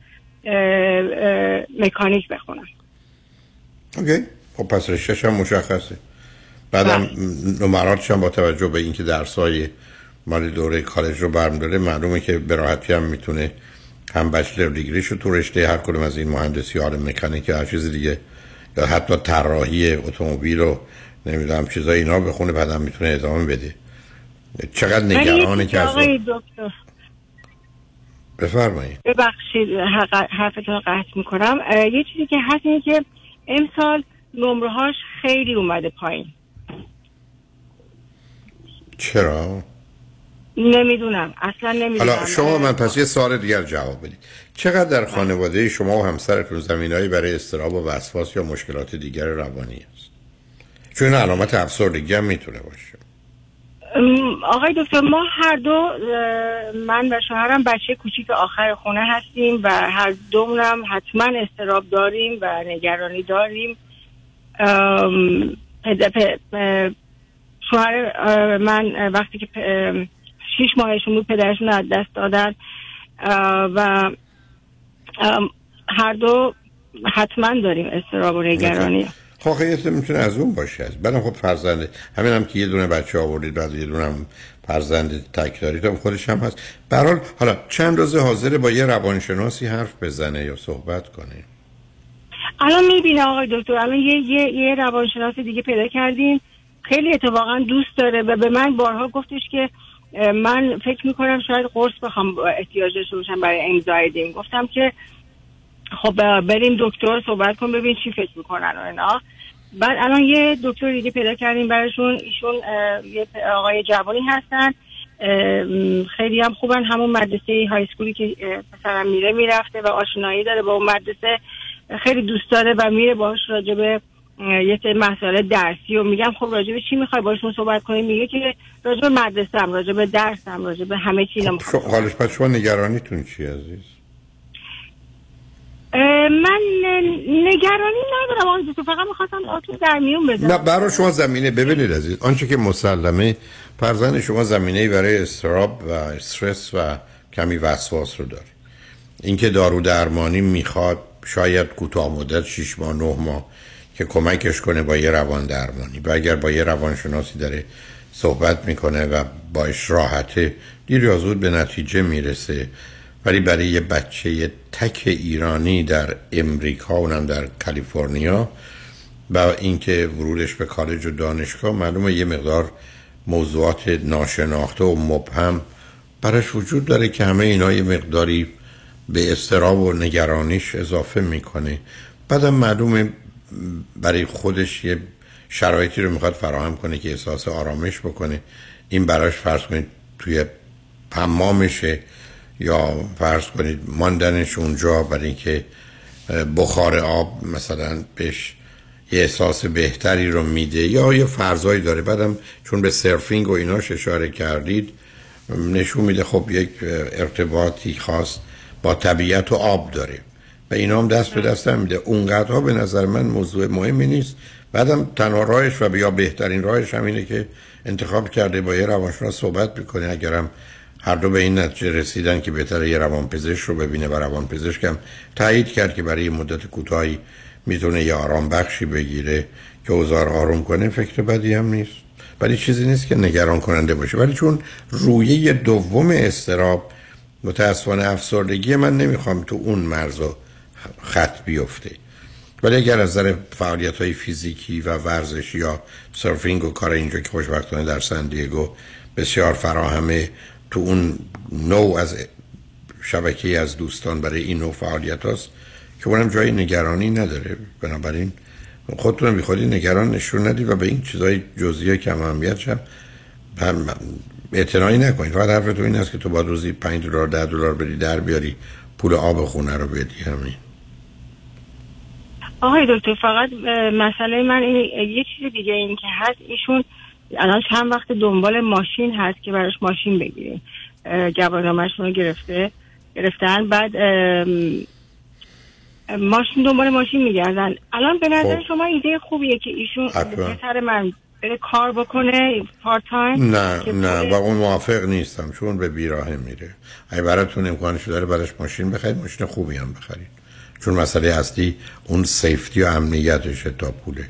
S3: مکانیک بخونم.
S6: اوکی، خب پس رشته‌ش هم مشخصه. بعدم نمراتش هم با توجه به اینکه درس‌های مال دوره کالج رو برمی‌داره معلومه که به راحتی هم میتونه هم بچلر دیگریشو تو رشته هر کدوم از این مهندسی یا مکانیک هر چیز دیگه یا حتی طراحی اتومبیل و نمیدونم چیزای اینا بخونه، بعدم میتونه ادامه بده. چقدر نگرانه که از
S3: آقای دکتر
S6: بفرمایید.
S3: ببخشید حرفتون رو قطع میکنم. یه چیزی که هست اینه که امسال نمره‌هاش خیلی اومده پایین.
S6: چرا؟
S3: نمیدونم، اصلا نمیدونم.
S6: حالا شما من پس یه سوال دیگر جواب بدید. چقدر در خانواده شما و همسرتون زمینه‌ای برای اضطراب و وسواس یا مشکلات دیگر روانی است؟ چون علامت افسردگی هم میتونه باشه.
S3: آقای دکتر، ما هر دو، من و شوهرم بچه کوچیک آخر خونه هستیم و هر دومون حتما اضطراب داریم و نگرانی داریم. شوهر من وقتی که 6 ماهشون بود پدرشون از دست دادن و هر دو حتما داریم اضطراب و نگرانی.
S6: واقعیت میتونه از اون باشه. بعدم خب فرزند همین هم که یه دونه بچه آوردید، بعد یه دونه هم فرزند تک دارید هم خودش هم هست. به هر حال حالا چند روز حاضر با یه روانشناسی حرف بزنه یا صحبت کنه؟
S3: الان میبینه آقای دکتر، الان یه روانشناس دیگه پیدا کردیم، خیلی اتفاقا دوست داره و به من بارها گفتش که من فکر میکنم شاید قرص بخوام احتیاج داشته باشم برای انگزایتی. گفتم که خب بریم دکتر صحبت کن ببین چی فکر میکنن و اینا. بعد الان یه دکتر دیگه پیدا کردیم براشون، ایشون یه آقای جوانی هستن، خیلی هم خوبن، همون مدرسه های اسکولی که مثلا میرفته و آشنایی داره با اون مدرسه، خیلی دوست داره و میره باهاش راجبه یه سری مسائل درسی و میگم خب راجبه چی میخوای باشون صحبت کنی؟ میگه که راجبه مدرسه‌ام، راجبه درسم، راجبه همه چیزم.
S6: خب حالش پس شما نگرانیتون چی عزیز؟
S3: من نگرانی ندارم آقای دکتر، فقط میخواستم آتون در میون بذارم.
S6: نه برای شما زمینه ببینید عزیز، آنچه که مسلمه فرزند شما زمینه‌ای برای اضطراب و استرس و کمی وسواس رو داره. اینکه دارو درمانی میخواد شاید کوتاه مدت 6 ماه 9 ماه که کمکش کنه با یه روان درمانی، و اگر با یه روانشناسی داره صحبت میکنه و باش راحته دیر یا زود به نتیجه میرسه. ولی برای یه بچه تک ایرانی در امریکا، اونم در کالیفرنیا، و اینکه ورودش به کالج و دانشگاه، معلومه یه مقدار موضوعات ناشناخته و مبهم براش وجود داره که همه اینا یه مقداری به اضطراب و نگرانیش اضافه میکنه. بعدم معلومه برای خودش یه شرایطی رو میخواد فراهم کنه که احساس آرامش بکنه. این براش فرض کنید توی حمامشه یا فرض کنید ماندنش اونجا برای اینکه بخار آب مثلا بهش یه احساس بهتری رو میده، یا یه فرضایی داره. بعدم چون به سرفینگ و ایناش اشاره کردید نشون میده خب یک ارتباطی خاص با طبیعت و آب داره و اینا هم دست به دست هم میده. اونقدرها به نظر من موضوع مهمی نیست. بعدم تنها راهش و یا بهترین راهش همینه که انتخاب کرده با یه روانشناس صحبت بکنه. اگرم هر دو به این نتیجه رسیدن که بهتره یه روانپزشک رو ببینه و روانپزشک هم تایید کرد که برای مدت کوتاهی میتونه یه آرام بخشی بگیره که اوضاع آروم کنه، فکر بدی هم نیست. ولی چیزی نیست که نگران کننده باشه. ولی چون رویه دوم اضطراب متأسفانه افسردگی، من نمیخوام تو اون مرزو خط بیفته. ولی اگر از نظر فعالیت‌های فیزیکی و ورزش یا سرفینگ و کار اینجا که خوشبختانه در سن دیگو بسیار فراهمه، تو اون نوع از شبکه از دوستان برای این نوع فعالیت هست که اونم جای نگرانی نداره. بنابراین خودتون بی خودی نگران نشون ندید و به این چیزای جزئیه کم اهمیت شب اعتنایی نکنید. فقط حرفتون این است که تو با روزی $5 $10 بدی در بیاری پول آب خونه رو بدی. همین.
S3: آقای دکتر فقط مسئله من یه چیز دیگه این که هست، ایشون الان چند وقت دنبال ماشین هست که براش ماشین بگیره، گواهینامه‌شون رو گرفتن، بعد ماشین دنبال ماشین میگردن. الان به نظر شما ایده خوبیه که ایشون پسر من بره کار بکنه پارت تایم؟
S6: نه با اون موافق نیستم، چون به بیراهه میره. اگه براتون امکانش داره براش ماشین بخرید، ماشین خوبی هم بخرید، چون مسئله اصلی اون سیفتی و امنیتشه تا پولش.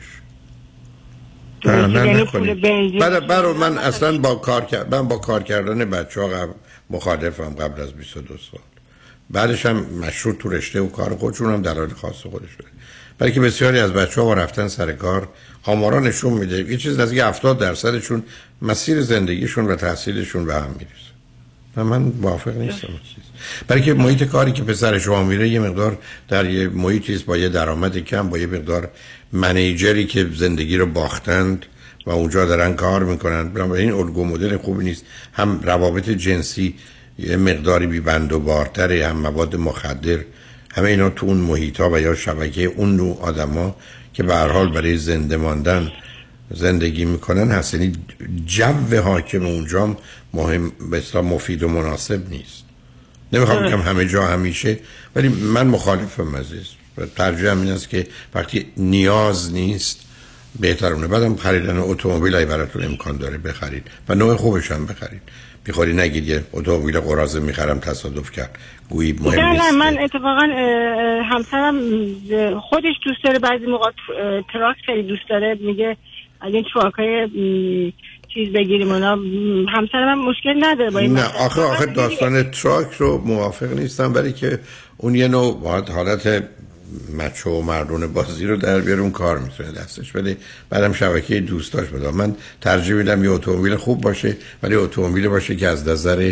S6: نه برای من اصلا با کار کردن بچه ها مخالفم قبل از 22 سال. بعدش هم مشروط تو رشته و کار خودشون هم دلایل خاص خودش داره. برای که بسیاری از بچه ها با رفتن سر کار آمارا نشون میده یه چیز نزدیک 70% مسیر زندگیشون و تحصیلشون به هم میرسه. من موافق نیستم. برای که محیط کاری که پسر شما میره یه مقدار در یه محیطی است با یه درآمد کم، با یه مقدار منیجری که زندگی رو باختند و اونجا دارن کار میکنن. بنابراین الگو مدل خوبی نیست. هم روابط جنسی یه مقداری بی‌بند و بارتره، هم مواد مخدر، همه اینا تو اون محیطا و یا شبکه اون نوع آدما که به هر حال برای زنده ماندن زندگی میکنن هست. یعنی جو حاکم اونجا مهم بسیار مفید و مناسب نیست. نمیخوام بگم همه جا همیشه، ولی من مخالفم عزیز. ترجیحم این است که وقتی نیاز نیست بهترونه. بعدم خریدن اتومبیل ای براتون امکان داره بخرید و نوع خوبش هم بخرید. بیخوری نگید یه اتومبیل قراضه میخرم تصادف کرد گویی مهم نیست.
S3: نه من اتفاقا همسرم خودش دوست داره، بعضی موقع تراک خیلی دوست داره، میگه از این تراکای چیز بگیریم اونا. همسرم مشکل نداره با این.
S6: نه آخه داستان تراک رو موافق نیستم، برای که اون یه نوع حالت مچو و مردون بازی رو در بیاره اون کار میتونه دستش بده، بعدم شبکه دوستاش بده. من ترجیح میدم یه اتومبیل خوب باشه، ولی اتومبیل باشه که از نظر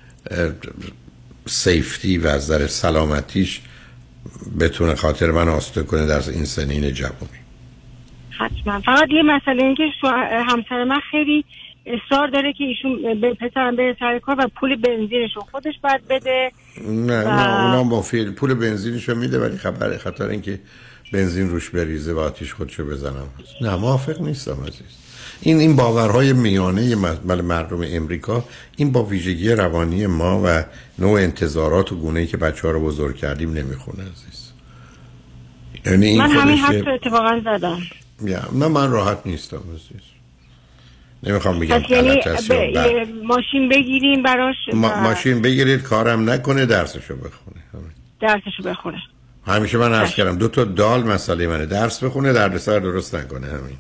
S6: سیفتی و از نظر سلامتیش بتونه خاطر من آسوده کنه در این سنین جوانی.
S3: حتما. فقط یه مسئله این که همسر من خیلی اصرار داره که ایشون به پسرم بره سر کار و پول بنزینشو خودش باید بده.
S6: نه اونم با پول بنزینشو میده، ولی خطر اینکه بنزین روش بریزه و آتیش خودشو بزنم. نه موافق نیستم عزیز. این باورهای میانه مردم امریکا، این با ویژگی روانی ما و نوع انتظارات و گونه‌ای که بچه‌ها رو بزرگ کردیم نمیخونه عزیز. یعنی این
S3: من همین حرف رو اتفاقا زدم.
S6: نه من راحت نیستم عزیز. نمیخوام بگم
S3: یعنی ماشین بگیریم براش
S6: ماشین بگیرید کارم نکنه درسشو بخونه. همیشه من عرض کردم 2 تا دال مسئله منه، درس بخونه دردسر درست نکنه. همین.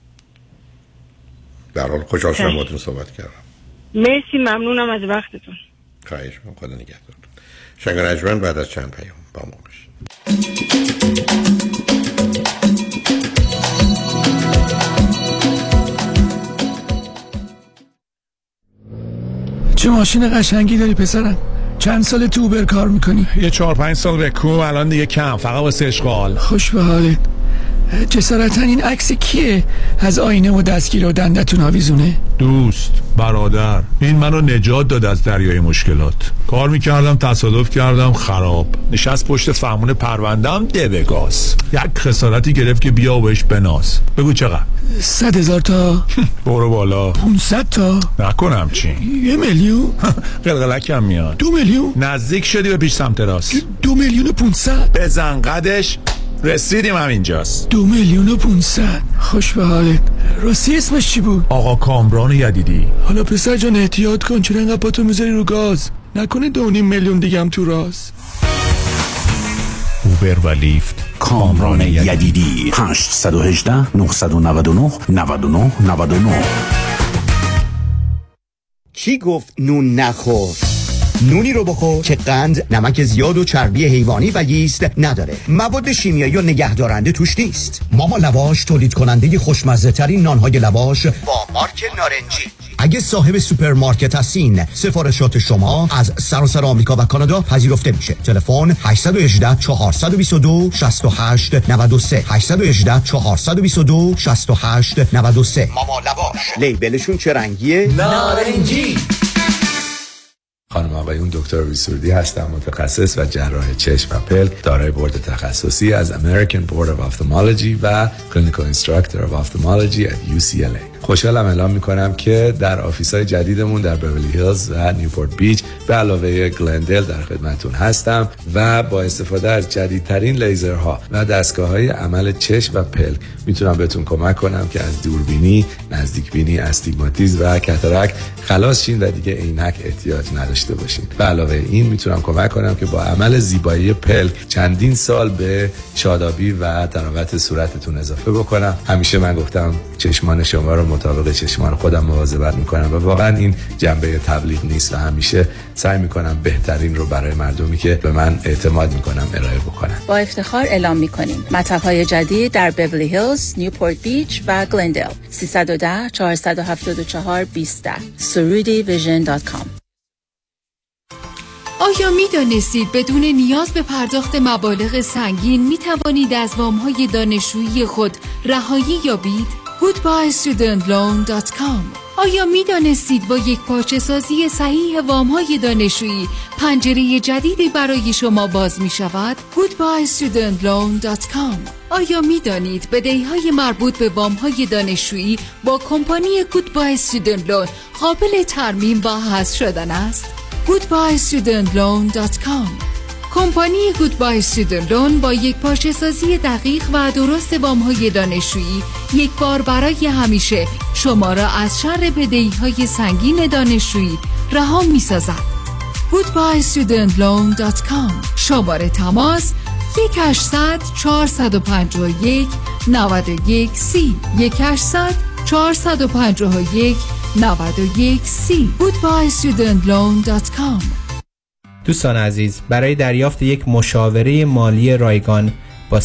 S6: در حال خوشحال شدم باهاتون صحبت کردم.
S3: مرسی، ممنونم از وقتتون.
S6: خواهش می‌کنم. خدا نگهدارتون. شنگ رجمن بعد از چند پیام با ما باشید.
S11: چه ماشین قشنگی داری پسرم؟ چند سال تو اوبر کار میکنی؟
S8: یه 4-5 سال بکو، الان دیگه کم، فقط واسه اشغال.
S11: خوش به حالت. جسارتا این عکس کیه؟ از آینه و دستگیر و دندتون آویزونه؟
S8: دوست، برادر، این منو نجات داد از دریای مشکلات. کار میکردم تصادف کردم خراب، نشست پشت فهمون پروندم دبگاز، یک خسارتی گرفت که بیا و بهش بناز. بگو چقدر؟
S11: 100,000 تا.
S8: برو بالا.
S11: 500 تا.
S8: نکنم چی؟
S11: 1 میلیون.
S8: قلقلکم میاد.
S11: 2 میلیون.
S8: نزدیک شدی به پیش سمت راست.
S11: 2 میلیون و 500.
S8: بزن قدش، رسیدیم همینجاست.
S11: 2 میلیون و 500. خوش به حالت. راستی اسمش چی بود؟
S8: آقا کامران یدیدی.
S11: حالا پسر جان احتیاط کن، چرا اینقدر پاتو میذاری رو گاز؟ نکنه 2.5 میلیون دیگه هم تو راست.
S8: اوبر و لیفت
S19: کامران یدیدی 818 999 99 99.
S20: کی گفت نون نخور؟ نونی رو بخور که قند، نمک زیاد و چربی حیوانی و ییست نداره. مواد شیمیایی و نگهدارنده توش نیست. ماما لواش تولید کننده خوشمزه ترین نانهای لواش با مارک نارنجی. اگه صاحب سوپرمارکت هستین، سفارشات شما از سراسر آمریکا و کانادا پذیرفته میشه. تلفن 818 422 68 93 818 422 68 93. ماما لواش. لیبلشون چه رنگیه؟ نارنجی.
S21: خانم آقایون، دکتر ویسوردی هستم، متخصص و جراح چشم و پلک، دارای بورد تخصصی از American Board of Ophthalmology و Clinical Instructor of Ophthalmology at UCLA. خوشحالم اعلام میکنم که در آفیس‌های جدیدمون در بیولی هیلز و نیوپورت بیچ به علاوه گلندل در خدمتتون هستم و با استفاده از جدیدترین لیزرها و دستگاه‌های عمل چشم و پلک میتونم بهتون کمک کنم که از دوربینی، نزدیکبینی، استیگماتیسم و کاتاراکت خلاص شین و دیگه عینک احتیاج نداشته باشین. به علاوه این میتونم کمک کنم که با عمل زیبایی پلک چندین سال به شادابی و تراوت صورتتون اضافه بکنم. همیشه من گفتم چشمان شما رو مطابق چشمان خودم مواظبت میکنم و واقعا این جنبه تبلیغ نیست و همیشه سعی میکنم بهترین رو برای مردمی که به من اعتماد میکنم ارائه بکنم.
S15: با افتخار اعلام میکنیم مطب‌های جدید در بیولی هیلز، نیوپورت بیچ و گلندل. 310 474 20 surudivision.com.
S18: آیا می دانستید بدون نیاز به پرداخت مبالغ سنگین می توانید از وام‌های دانشجویی خود رهایی یابید؟ goodbyestudentloan.com. آیا می دانستید با یک پارچه سازی صحیح وام‌های دانشجویی پنجره جدیدی برای شما باز می شود؟ goodbyestudentloan.com. آیا می دانید بدهی‌های مربوط به وام‌های دانشجویی با کمپانی Goodbye Student Loan قابل ترمیم و حذف شدن است؟ goodbyestudentloan.com. کمپانی Goodbye Student Loan با یک پارچه سازی دقیق و درست وام‌های دانشجویی یک بار برای همیشه شما را از شر بدهی‌های سنگین دانشجویی رها می‌سازد. goodbyestudentloan.com. شماره تماس 1800 451 91 30 1800 451 91 30. goodbyestudentloan.com.
S22: دوستان عزیز، برای دریافت یک مشاوره مالی رایگان
S2: با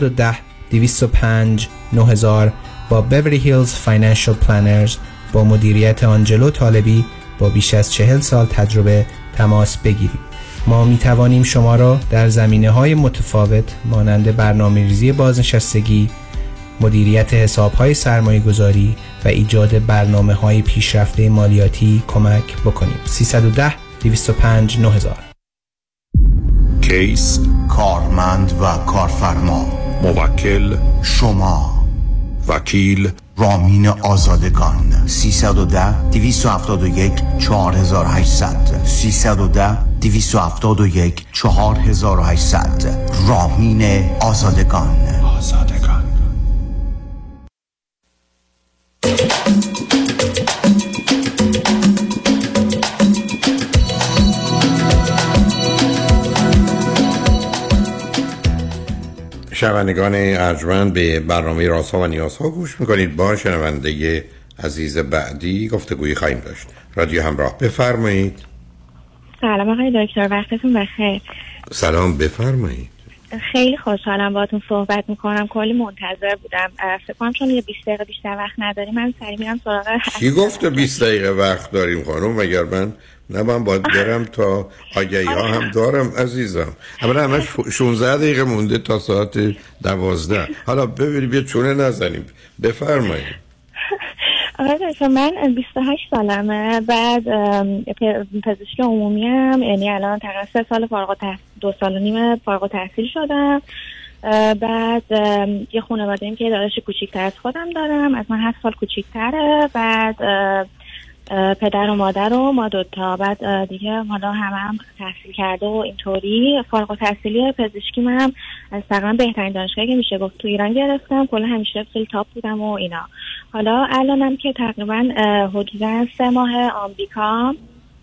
S2: 310-205-9000 با بیوری هیلز فاینانشل پلنرز با مدیریت آنجلو طالبی با بیش از 40 سال تجربه تماس بگیرید. ما می توانیم شما را در زمینه‌های متفاوت مانند برنامه‌ریزی بازنشستگی، مدیریت حساب‌های سرمایه‌گذاری و ایجاد برنامه‌های پیشرفته مالیاتی کمک بکنیم. 310-205-9000.
S19: کیس،
S20: کارمند و کارفرما،
S19: موکل،
S20: شما،
S19: وکیل،
S20: رامین آزادگان. 310-271-4800 310-271-4800 رامین آزادگان.
S6: شنوندگان ارجمند به برنامه رازها و نیازها گوش میکنید. با شنونده عزیز بعدی گفتگویی خواهیم داشت. رادیو همراه، بفرمایید.
S12: سلام آقای دکتر، وقتتون بخیر.
S6: سلام، بفرمایید.
S12: خیلی خوشحالم باهاتون صحبت میکنم. کلی منتظر بودم. فکر کنم چون یه 20 دقیقه بیشتر وقت نداریم من سریع میرم سراغ.
S6: کی گفته 20 دقیقه وقت داریم خانم؟ مگر من باید برم تا آگهی ها هم دارم عزیزم. اما همش 16 دقیقه مونده تا ساعت 12. حالا ببینیم یه چونه نزنیم. بفرمایید.
S12: آقای دکتر، من 28 سالمه. بعد پزشک عمومی ام، یعنی الان تقریبا 3 سال فارغ التحصیل، 2 سال و نیم فارغ التحصیل شدم. بعد یه خانواده ایم که داداش کوچیک‌تر از خودم دارم، از من 7 سال کوچیک‌تره. بعد پدر و مادر و ما دوتا. بعد دیگه حالا هم تحصیل کرده و اینطوری. فارغ التحصیلی پزشکی من از تقریبا بهترین دانشگاهی که میشه گفت تو ایران گرفتم. کلا همیشه خیلی تاپ بودم و اینا. حالا الانم که تقریبا حدودا 3 ماه آمریکا.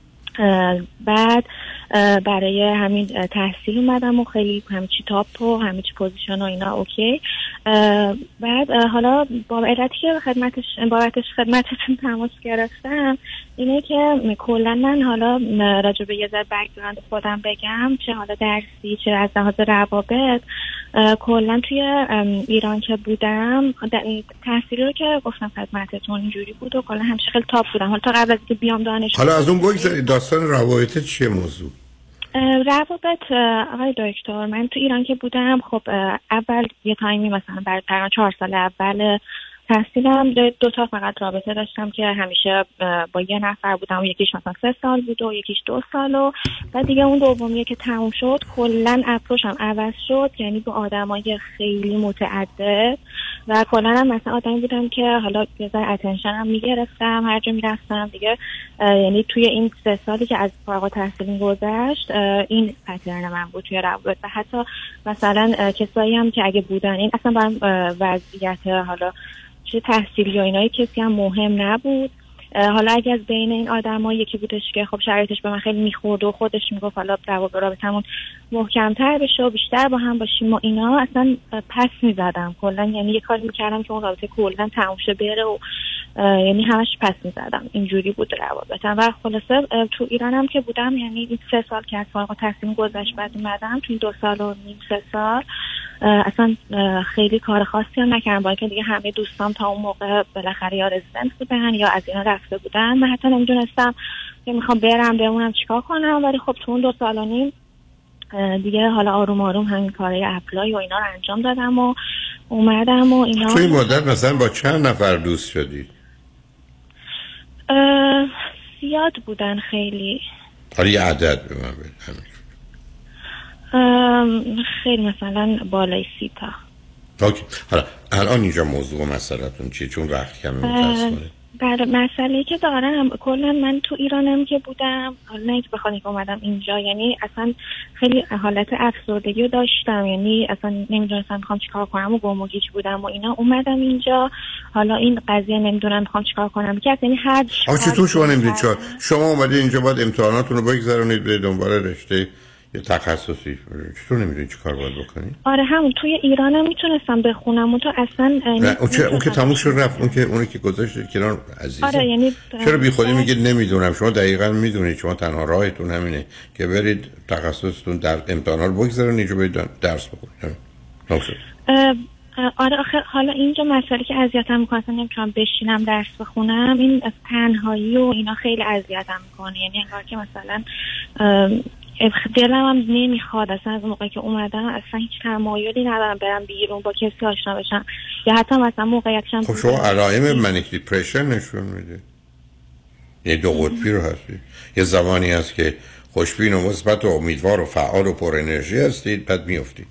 S12: بعد برای همین تحصیل اومدم و خیلی همه چی تاپ و همه چی پوزیشن و اینا اوکی. بعد حالا با علتی که بابتش خدمتتون تماس گرفتم اینه که کلا من حالا راجع به یه ذره بک‌گراند خودم بگم، چه حالا درسی چه از لحاظ روابط. کلا توی ایران که بودم تحصیلی رو که گفتم خدمتتون اینجوری بود و کلا همیشه خیلی تاپ بودم. حالا تا قبل از اینکه بیام دانشگاه.
S6: حالا از اون بگذارید، داستان روابط چیه موضوع؟
S12: روابط آقای دکتر، من تو ایران که بودم خب اول یه تایمی مثلا برای تقریبا 4 سال اول تحصیلم 2 تا فقط رابطه داشتم که همیشه با یه نفر بودم و یکیش مثلا 3 سال بود و یکیش 2 سال و بعد دیگه اون دومیه که تموم شد کلا اپروچم عوض شد، یعنی با آدمای خیلی متعدد و کلا هم مثلا آدمی بودم که حالا یه ذره اتنشنم میگرفتم هر جا میرفتم دیگه. یعنی توی این 3 سالی که از فارغ التحصیلی گذشت این پترن من بود توی روابط. و حتی مثلا کسایی هم که اگه بودن این اصلا برام وضعیت حالا چه تحصیلی یا اینایی کسی هم مهم نبود. حالا اگه از بین این آدم‌ها یکی بودش که خب شرایطش به من خیلی میخورد و خودش میگفت حالا رابطمون محکم‌تر بشه و بیشتر با هم باشیم و اینا، اصلا پس میزدم کلا. یعنی یه کاری میکردم که اون رابطه کلا تموم شه بره و یعنی همش پس میزدم. اینجوری بود روابطم. و خلاصه تو ایرانم که بودم، یعنی این 3 سال که از فارغ التحصیل گذشت بعد اومدم تو این 2 سال و نیم 3 سال اصلا خیلی کار خاصی هم نکردم، با اینکه دیگه همه دوستام تا اون موقع بالاخره یا رزیدنت بودن یا از اینا رفته بودن. من حتی نمیدونستم که میخوام برم بمونم چیکار کنم، ولی خب تو اون 2 سال و نیم دیگه حالا آروم آروم همین کارهای اپلای و اینا رو انجام دادم و اومدم و اینا.
S6: تو این مدت مثلا با چند نفر دوست شدی؟
S12: زیاد بودن خیلی.
S6: حالا یه عدد به من بده.
S12: خیلی مثلا بالای 30 تا.
S6: اوکی. حالا الان اینجا موضوع مسئله‌تون چیه؟ چون وقت کمی متاسفانه.
S12: بله، مسئله که دارم کلا من تو ایرانم که بودم، نه که بخوام که اومدم اینجا، یعنی اصلا خیلی حالت افسردگی رو داشتم، یعنی اصلا نمیدونستم میخوام چیکار کنم و گم و گیج بودم و اینا. اومدم اینجا حالا این قضیه نمیدونم میخوام چیکار کنم که یعنی هر
S6: چطور شما نمیدونید شما اومدید اینجا باید امتحاناتون رو بگذرونید به دنبال رشته یه تخصصی، چطور نمیدونی چی کار باید بکنی؟
S12: آره همون توی ایرانم میتونستم بخونم و تو اصلا
S6: اون که تموم شد رفت، اونی که گذاشت کنار عزیزم.
S12: آره یعنی
S6: چرا بی خودی میگید نمیدونم؟ شما دقیقاً میدونید، شما تنها راهتون همینه که برید تخصصتون در امتحانا رو بگذارید اینجا برید درس بخونید.
S12: آره آخه حالا اینجا مسئله که اذیتم میکنه، اصلا نمیتونم بشینم درس بخونم، این از تنهایی و اینا خیلی اذیتم میکنه. یعنی انگار که مثلا دلم هم نمیخواد اصلا از موقعی که اومدم اصلا هیچ تمایلی ندارم برم بیرون با کسی آشنا بشم یا حتی مثلا موقعیتشم.
S6: خب شما علائم منیک دیپرشن نشون میده، یه دو قطبی رو هستی. یه زمانی هست که خوشبین و مثبت و امیدوار و فعال و پر انرژی هستید، بعد میافتید.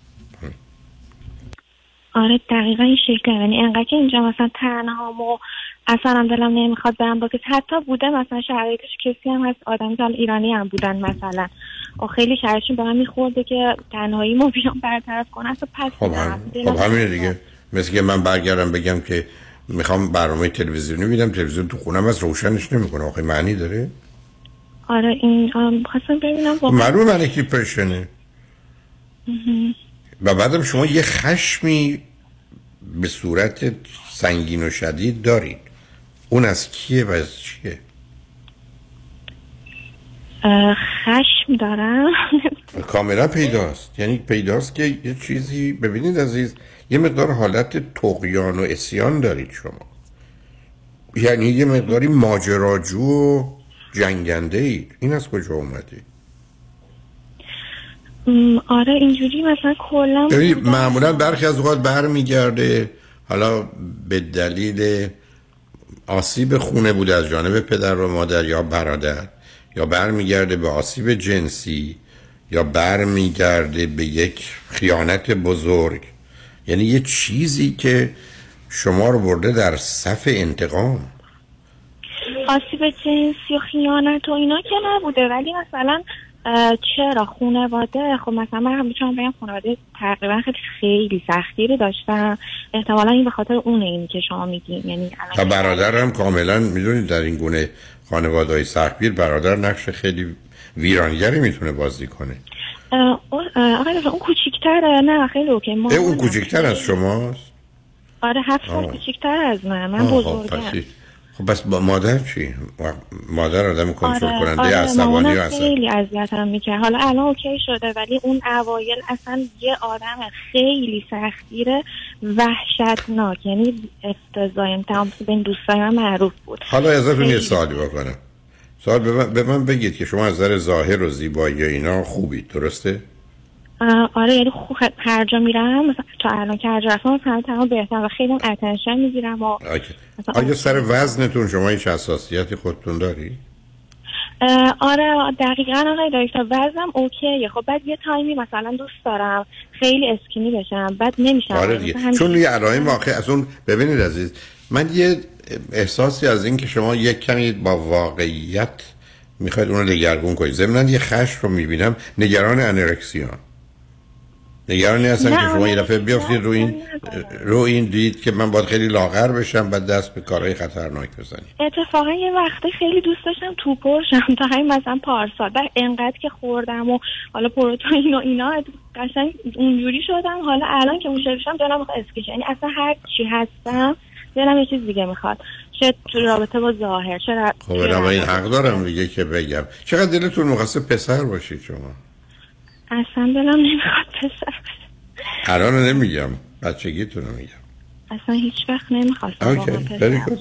S12: آره دقیقا این شکله. یعنی انقدر که اینجا مثلا تنهام و اصلا دلم نمیخواد برم با کسی. حتی بوده مثلا شرایطش کسی هم هست آدمی که ایرانی هم بودن مثلا و خیلی شرایطشون به من میخورده که تنهایی مو بیام برطرف کنه اصلا پس
S6: خب همینه دیگه. مثل که من برگردم بگم که میخوام برنامه تلویزیونی میدم، تلویزیون تو خونم از روشنش نمیکنه، آخه معنی داره؟
S12: آره این خواستم ببینم
S6: معلومه منیک دیپرشنه. و بعدم شما یه خشمی به صورت سنگین و شدید دارید، اون از کیه و از چیه؟
S12: خشم دارم.
S6: کاملا پیداست. یعنی پیداست که یه چیزی، ببینید عزیز، یه مقدار حالت طغیان و عصیان دارید شما، یعنی یه مقداری ماجراجو و جنگنده اید. این از کجا اومده؟
S12: آره اینجوری مثلا کلا
S6: معمولا برخی از اوقات برمیگرده حالا به دلیل آسیب خونه بوده از جانب پدر و مادر یا برادر، یا برمیگرده به آسیب جنسی، یا برمیگرده به یک خیانت بزرگ. یعنی یه چیزی که شما رو برده در صف انتقام.
S12: آسیب جنسی و خیانت و اینا که نبوده، ولی مثلا چرا خانواده، خب مثلا من هم میتونم بگم خانواده تقریبا خیلی سختی رو داشتن، احتمالا این به خاطر اونه اینی که شما میگین. یعنی
S6: تا برادر هم کاملا میدونید در این گونه خانواده‌های سختگیر برادر نقش خیلی ویرانگری میتونه بازی کنه.
S12: آقای اون کوچیک‌تره. نه خیلی اوکی.
S6: اون کوچیک‌تر از شماست؟
S12: آره 7 سال کوچیک‌تر از من بزرگم.
S6: خب بس با مادر چی؟ مادر آدم کنترل کننده عصبانی و عصبی
S12: خیلی اذیتم میکرد. حالا الان اوکی شده، ولی اون اوایل اصلا یه آدم خیلی سختگیره، وحشتناک، یعنی افتضاحی. تمام بین دوستای من معروف بود.
S6: حالا ازتون یه سوالی بکنم. سوال به من بگید که شما از نظر ظاهر و زیبایی اینا خوبید، درسته؟
S12: آره یعنی هر جا میرم مثلا تا الان که هر جا رفتم تمام بهتر و خیلی اتنشن میگیرم.
S6: آیا سر وزنتون شما هیچ حساسیتی خودتون داری؟
S12: آره دقیقاً آقای دکتر وزنم اوکیه. خب بعد یه تایمی مثلا دوست دارم خیلی اسکینی بشم، بعد نمیشم.
S6: آره دیگه چون یه علائم واقع از اون. ببینید عزیز، من یه احساسی از این که شما یک کمی با واقعیت میخواید اون رو دگرگون کنید. ضمناً یه خشم رو میبینم، نگران انورکسیان، نگرانی هستن که شما یه دفعه بیافتید رو این دید که من باید خیلی لاغر بشم، بعد دست به کارهای خطرناک بزنید.
S12: اتفاقا یه وقتی خیلی دوست داشتم تو پرشم تا همین مثلا پارسال، بعد انقدر که خوردم و حالا پروتئین و اینا قشنگ اونجوری شدم. حالا الان که موشه بشم دلم میخواد اسکیش، یعنی اصلا هر چی هستم دلم یه چیز دیگه میخواد، چه تو رابطه با ظاهر چه.
S6: خب من این حق دارم دیگه که بگم. چقدر دلتون می‌خواسته پسر باشید شما؟
S12: اصلا دلم نمیخواد پسر.
S6: الان نمیگم، بچگیتون رو میگم.
S12: اصلا هیچ وقت نمیخواستم واقعا پسر.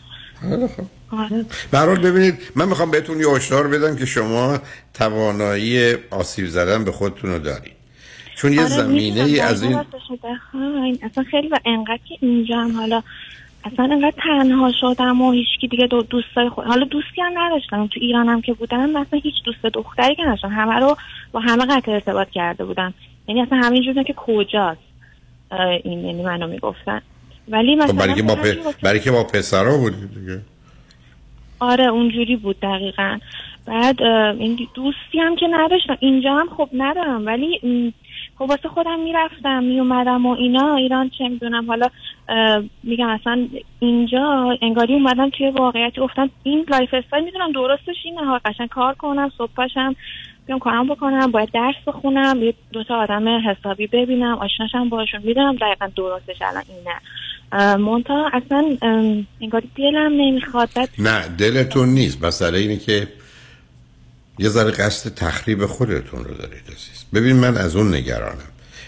S6: به هر حال ببینید، من میخوام بهتون یه هشدار بدم که شما توانایی آسیب زدن به خودتون رو دارید، چون یه زمینه ای از این
S12: اصلا خیلی. و انقدر که اینجا هم حالا اصلا انقدر تنها شدم و هیچکی دیگه دوستای خود، حالا دوستی هم نداشتم. تو ایران هم که بودم مثلا هیچ دوست دختری که نداشتم، همه رو با همه قطع ارتباط کرده بودم. یعنی اصلا همینجوریه که کجاست این، یعنی منو میگفتن. ولی مثلا
S6: برای که با پسرا بود دیگه.
S12: آره اونجوری بود دقیقاً. بعد این دوستی هم که نداشتم اینجا هم خب ندارم، ولی خب واسه خودم میرفتم میومدم و اینا. ایران چه میدونم، حالا میگم اصلا اینجا انگاری اومدم توی واقعیت، گفتم این لایف استایل میدونم درستش اینه ها، قشنگ کار کنم، صبح پاشم بیام کارم بکنم، باید درس بخونم، یه دوتا آدم حسابی ببینم، آشناشم باشون، میدونم دقیقاً درستش الان اینه. منتها اصلا انگاری دلم نمیخواد.
S6: نه دلتون نیست، مسئله اینه که یه ذره قصد تخریب خودتون رو دارید عزیز. ببین من از اون نگرانم.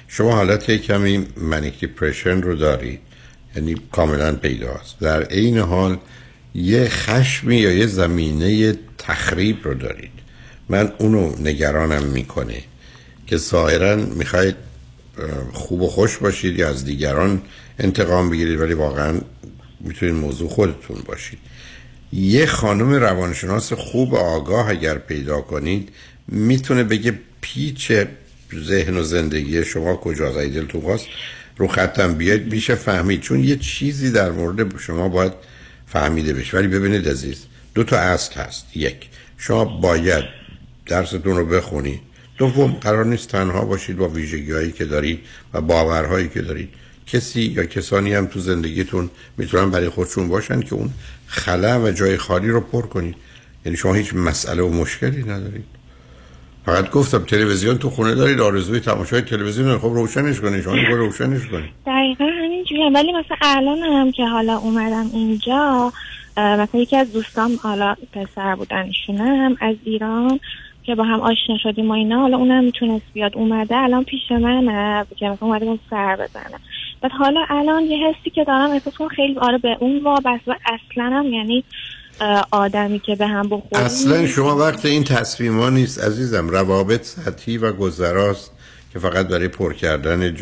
S6: شما حالت کمی منیک دیپرشن رو دارید، یعنی کاملا پیداست. در عین حال یه خشمی یا یه زمینه تخریب رو دارید. من اونو نگرانم میکنه که ظاهراً میخواید خوب و خوش باشید یا از دیگران انتقام بگیرید، ولی واقعاً میتونید موضوع خودتون باشید. یه خانم روانشناس خوب آگاه اگر پیدا کنید میتونه بگه پیچ ذهن و زندگی شما کجاست. اگه دلتون خواست رو خطم بیاید میشه فهمید، چون یه چیزی در مورد شما باید فهمیده بشه. ولی ببینید عزیز، 2 تا اصل هست. 1، شما باید درستون رو بخونید. 2، قرار نیست تنها باشید با ویژگی‌هایی که دارید و باورهایی که دارید. کسی یا کسانی هم تو زندگیتون میتونن برای خودشون باشن که اون خلا و جای خالی رو پر کنید. یعنی شما هیچ مسئله و مشکلی ندارید. فقط گفتم تلویزیون تو خونه دارید، آرزوی تماشای تلویزیون، خب روشنش کنید، شما رو روشنش کنید.
S12: دقیقاً همینجوریه. ولی مثلا الان هم که حالا اومدم اینجا، مثلا یکی از دوستام حالا پسر بودن، ایشونم از ایران که با هم آشنا شدیم و اینا، حالا اونم میتونست بیاد، اومده الان پیش منه که مثلا اومده اون سر بزنه. بعد حالا الان یه حسی که دارم احساس کنم خیلی آره به اون وابسته. اصلا هم یعنی آدمی که به هم بخوریم.
S6: اصلا شما وقت این تصمیما نیست عزیزم. روابط سطحی و گذراست که فقط برای پر کردن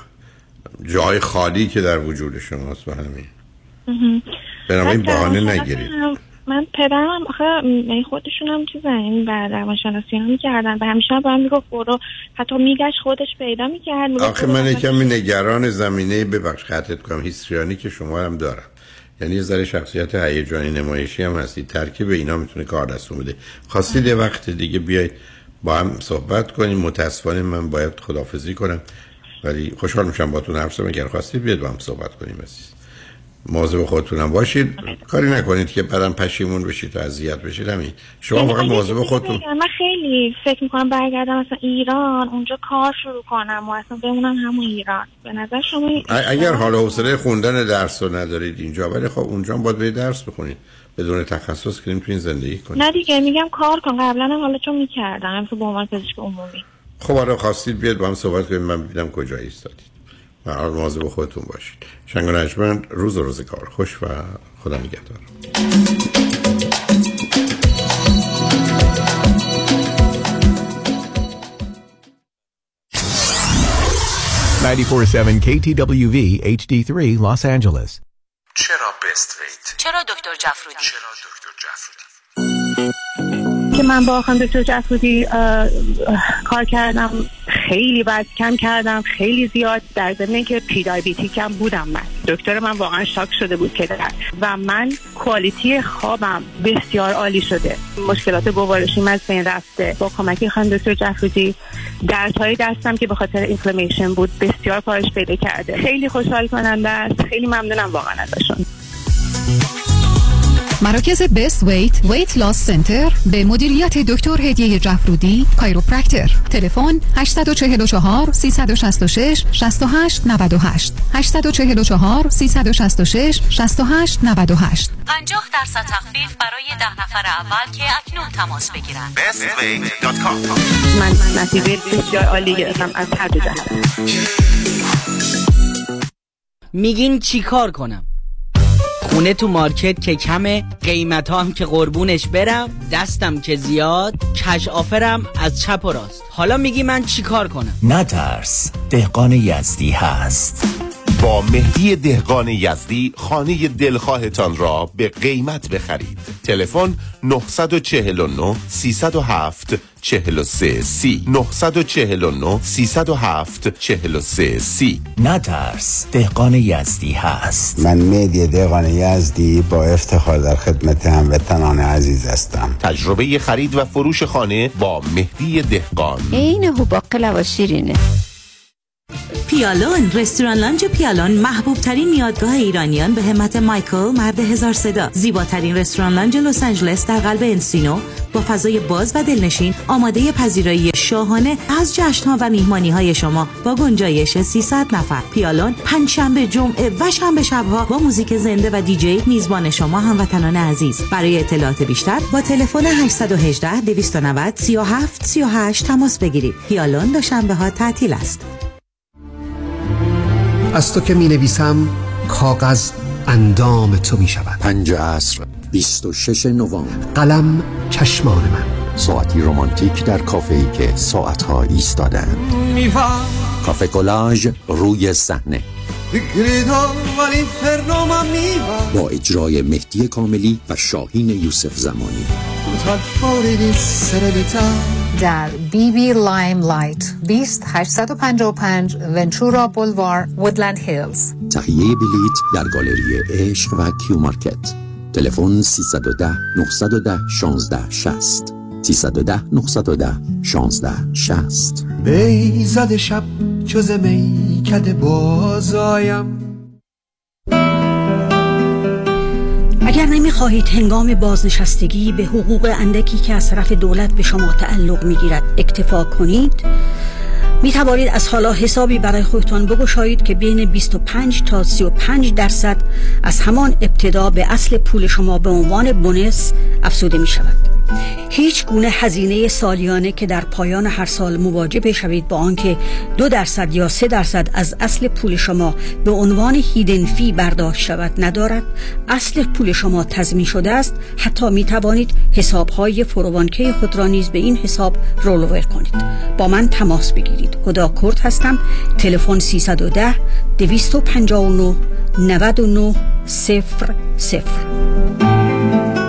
S6: جای خالی که در وجود شماست و همین. بنابراین بهانه نگیرید.
S12: من پدرم آخه خودشون هم چیزن، یعنی بعد روانشناسی هم میکردن و همیشه با هم میگفت برو، حتی میگشت خودش پیدا میکرد.
S6: آخه من کمی نگران زمینه ببخش خطت کنم هیستریانی که شما هم دارم، یعنی یه ذره شخصیت هیجانی نمایشی هم هستید. ترکیب اینا میتونه کار دستون بده. خواستید یه وقت دیگه بیایید با هم صحبت کنیم. متاسفانه من باید خداحافظی کنم، ولی خوشحال میشم باهاتون حرف بزنم. اگر خواستید بیاید با هم صحبت کنیم. عزیز مواظب خودتونم باشید، کاری نکنید که بعدم پشیمون بشید و اذیت بشید. همین شما فقط مواظب خودتون.
S12: من خیلی فکر میکنم برگردم مثلا ایران، اونجا کار شروع کنم و اصلا بمونم همون ایران. به نظر شما
S6: اگر حال و حوصله خوندن درس رو ندارید اینجا، ولی خب اونجا باید برید درس بخونید بدون تخصص که نمیتونید زندگی کنید.
S12: نه دیگه میگم کار کن. قبلا هم حالا چون میکردم تو به عنوان پزشک عمومی.
S6: خب حالا خواستید بیاد با هم صحبت کنیم، من ببینم کجا ایستادید. و مواظب خودتون باشید. شنگ و نجمن، روز و روزگار خوش و خدا نگهدار.
S10: 94.7 KTWV HD3 Los Angeles.
S14: چرا بست ویت؟
S15: چرا دکتر جعفرودی؟
S3: که من با خانم دکتر جعفرودی کار کردم، خیلی وزن کم کردم، خیلی زیاد، در ضمن که پری دیابتیک هم بودم. من دکتر من واقعا شاک شده بود که و من کوالیتی خوابم بسیار عالی شده، مشکلات گوارشیم از بین رفته با کمک خانم دکتر جعفرودی. دردهای دستم که به خاطر اینفلامیشن بود بسیار کاهش پیدا کرده. خیلی خوشحال کننده است. خیلی ممنونم واقعا ازشون.
S18: مراکز بست ویت لاس سنتر به مدیریت دکتر هدیه جعفرودی، کایروپرکتر. تلفن 844 366 68 98 844 366 68 98.
S15: 50% تخفیف برای 10 نفر اول که اکنون تماس بگیرن.
S14: bestweight.com.
S3: من نتیجه بسیار عالی گرفتم از هر دو جهت.
S13: میگین چی کار کنم؟ خونه تو مارکت که کمه، قیمت هم که قربونش برم، دستم که زیاد، کش آفرم از چپ و راست. حالا میگی من چی کار کنم؟
S10: نترس، دهقان یزدی هست.
S9: با مهدی دهقان یزدی خانه دلخواهتان را به قیمت بخرید. تلفن 949 307 43 30 949 307 43 30.
S10: نترس، دهقان یزدی هست.
S22: من مهدی دهقان یزدی با افتخار در خدمت هموطنان عزیز هستم.
S9: تجربه خرید و فروش خانه با مهدی دهقان.
S23: این هوباقلا و شیرینه.
S24: پیالون، رستوران لانج پیالون، محبوب ترین میادگاه ایرانیان به همت مایکل مرد هزار صدا. زیباترین رستوران لانج لس آنجلس در قلب انسینو با فضای باز و دلنشین، آماده پذیرایی شاهانه از جشن‌ها و میهمانی‌های شما با گنجایش 300 نفر. پیالون پنجشنبه، جمعه و شنبه شب‌ها با موزیک زنده و دیجی میزبان شما هموطنان عزیز. برای اطلاعات بیشتر با تلفن 818 290 37 38 تماس بگیرید. پیالون دوشنبه‌ها تعطیل است.
S1: از تو که می نویسم کاغذ اندام تو می شود.
S4: 5 عصر 26 نوامبر.
S1: قلم چشمان من.
S4: ساعتی رمانتیک در کافه‌ای که ساعتها ایستادند. کافه کولاژ روی صحنه با اجرای مهدی کاملی و شاهین یوسف زمانی
S5: در بیبی لایم لایت 20855 ونچورا بولوار وودلند هیلز.
S4: تهیه بلیت در گالری عشق و کیو مارکت. تلفن 310 910 1660 310 910 1660.
S1: بیزد شب جز میکده بازایم.
S7: اگر نمی‌خواهید هنگام بازنشستگی به حقوق اندکی که از طرف دولت به شما تعلق می‌گیرد اکتفا کنید، می توانید از حالا حسابی برای خودتان بگشایید که بین 25 تا 35% از همان ابتدا به اصل پول شما به عنوان بونس افزوده می شود. هیچ گونه هزینه سالیانه که در پایان هر سال مواجه بشوید با آنکه 2% یا 3% از اصل پول شما به عنوان هیدن فی برداشت شود ندارد. اصل پول شما تضمین شده است. حتی می توانید حساب‌های فروانکه خود را نیز به این حساب رول‌اوور کنید. با من تماس بگیرید. هدا کرد هستم. تلفن 310 259 99 00.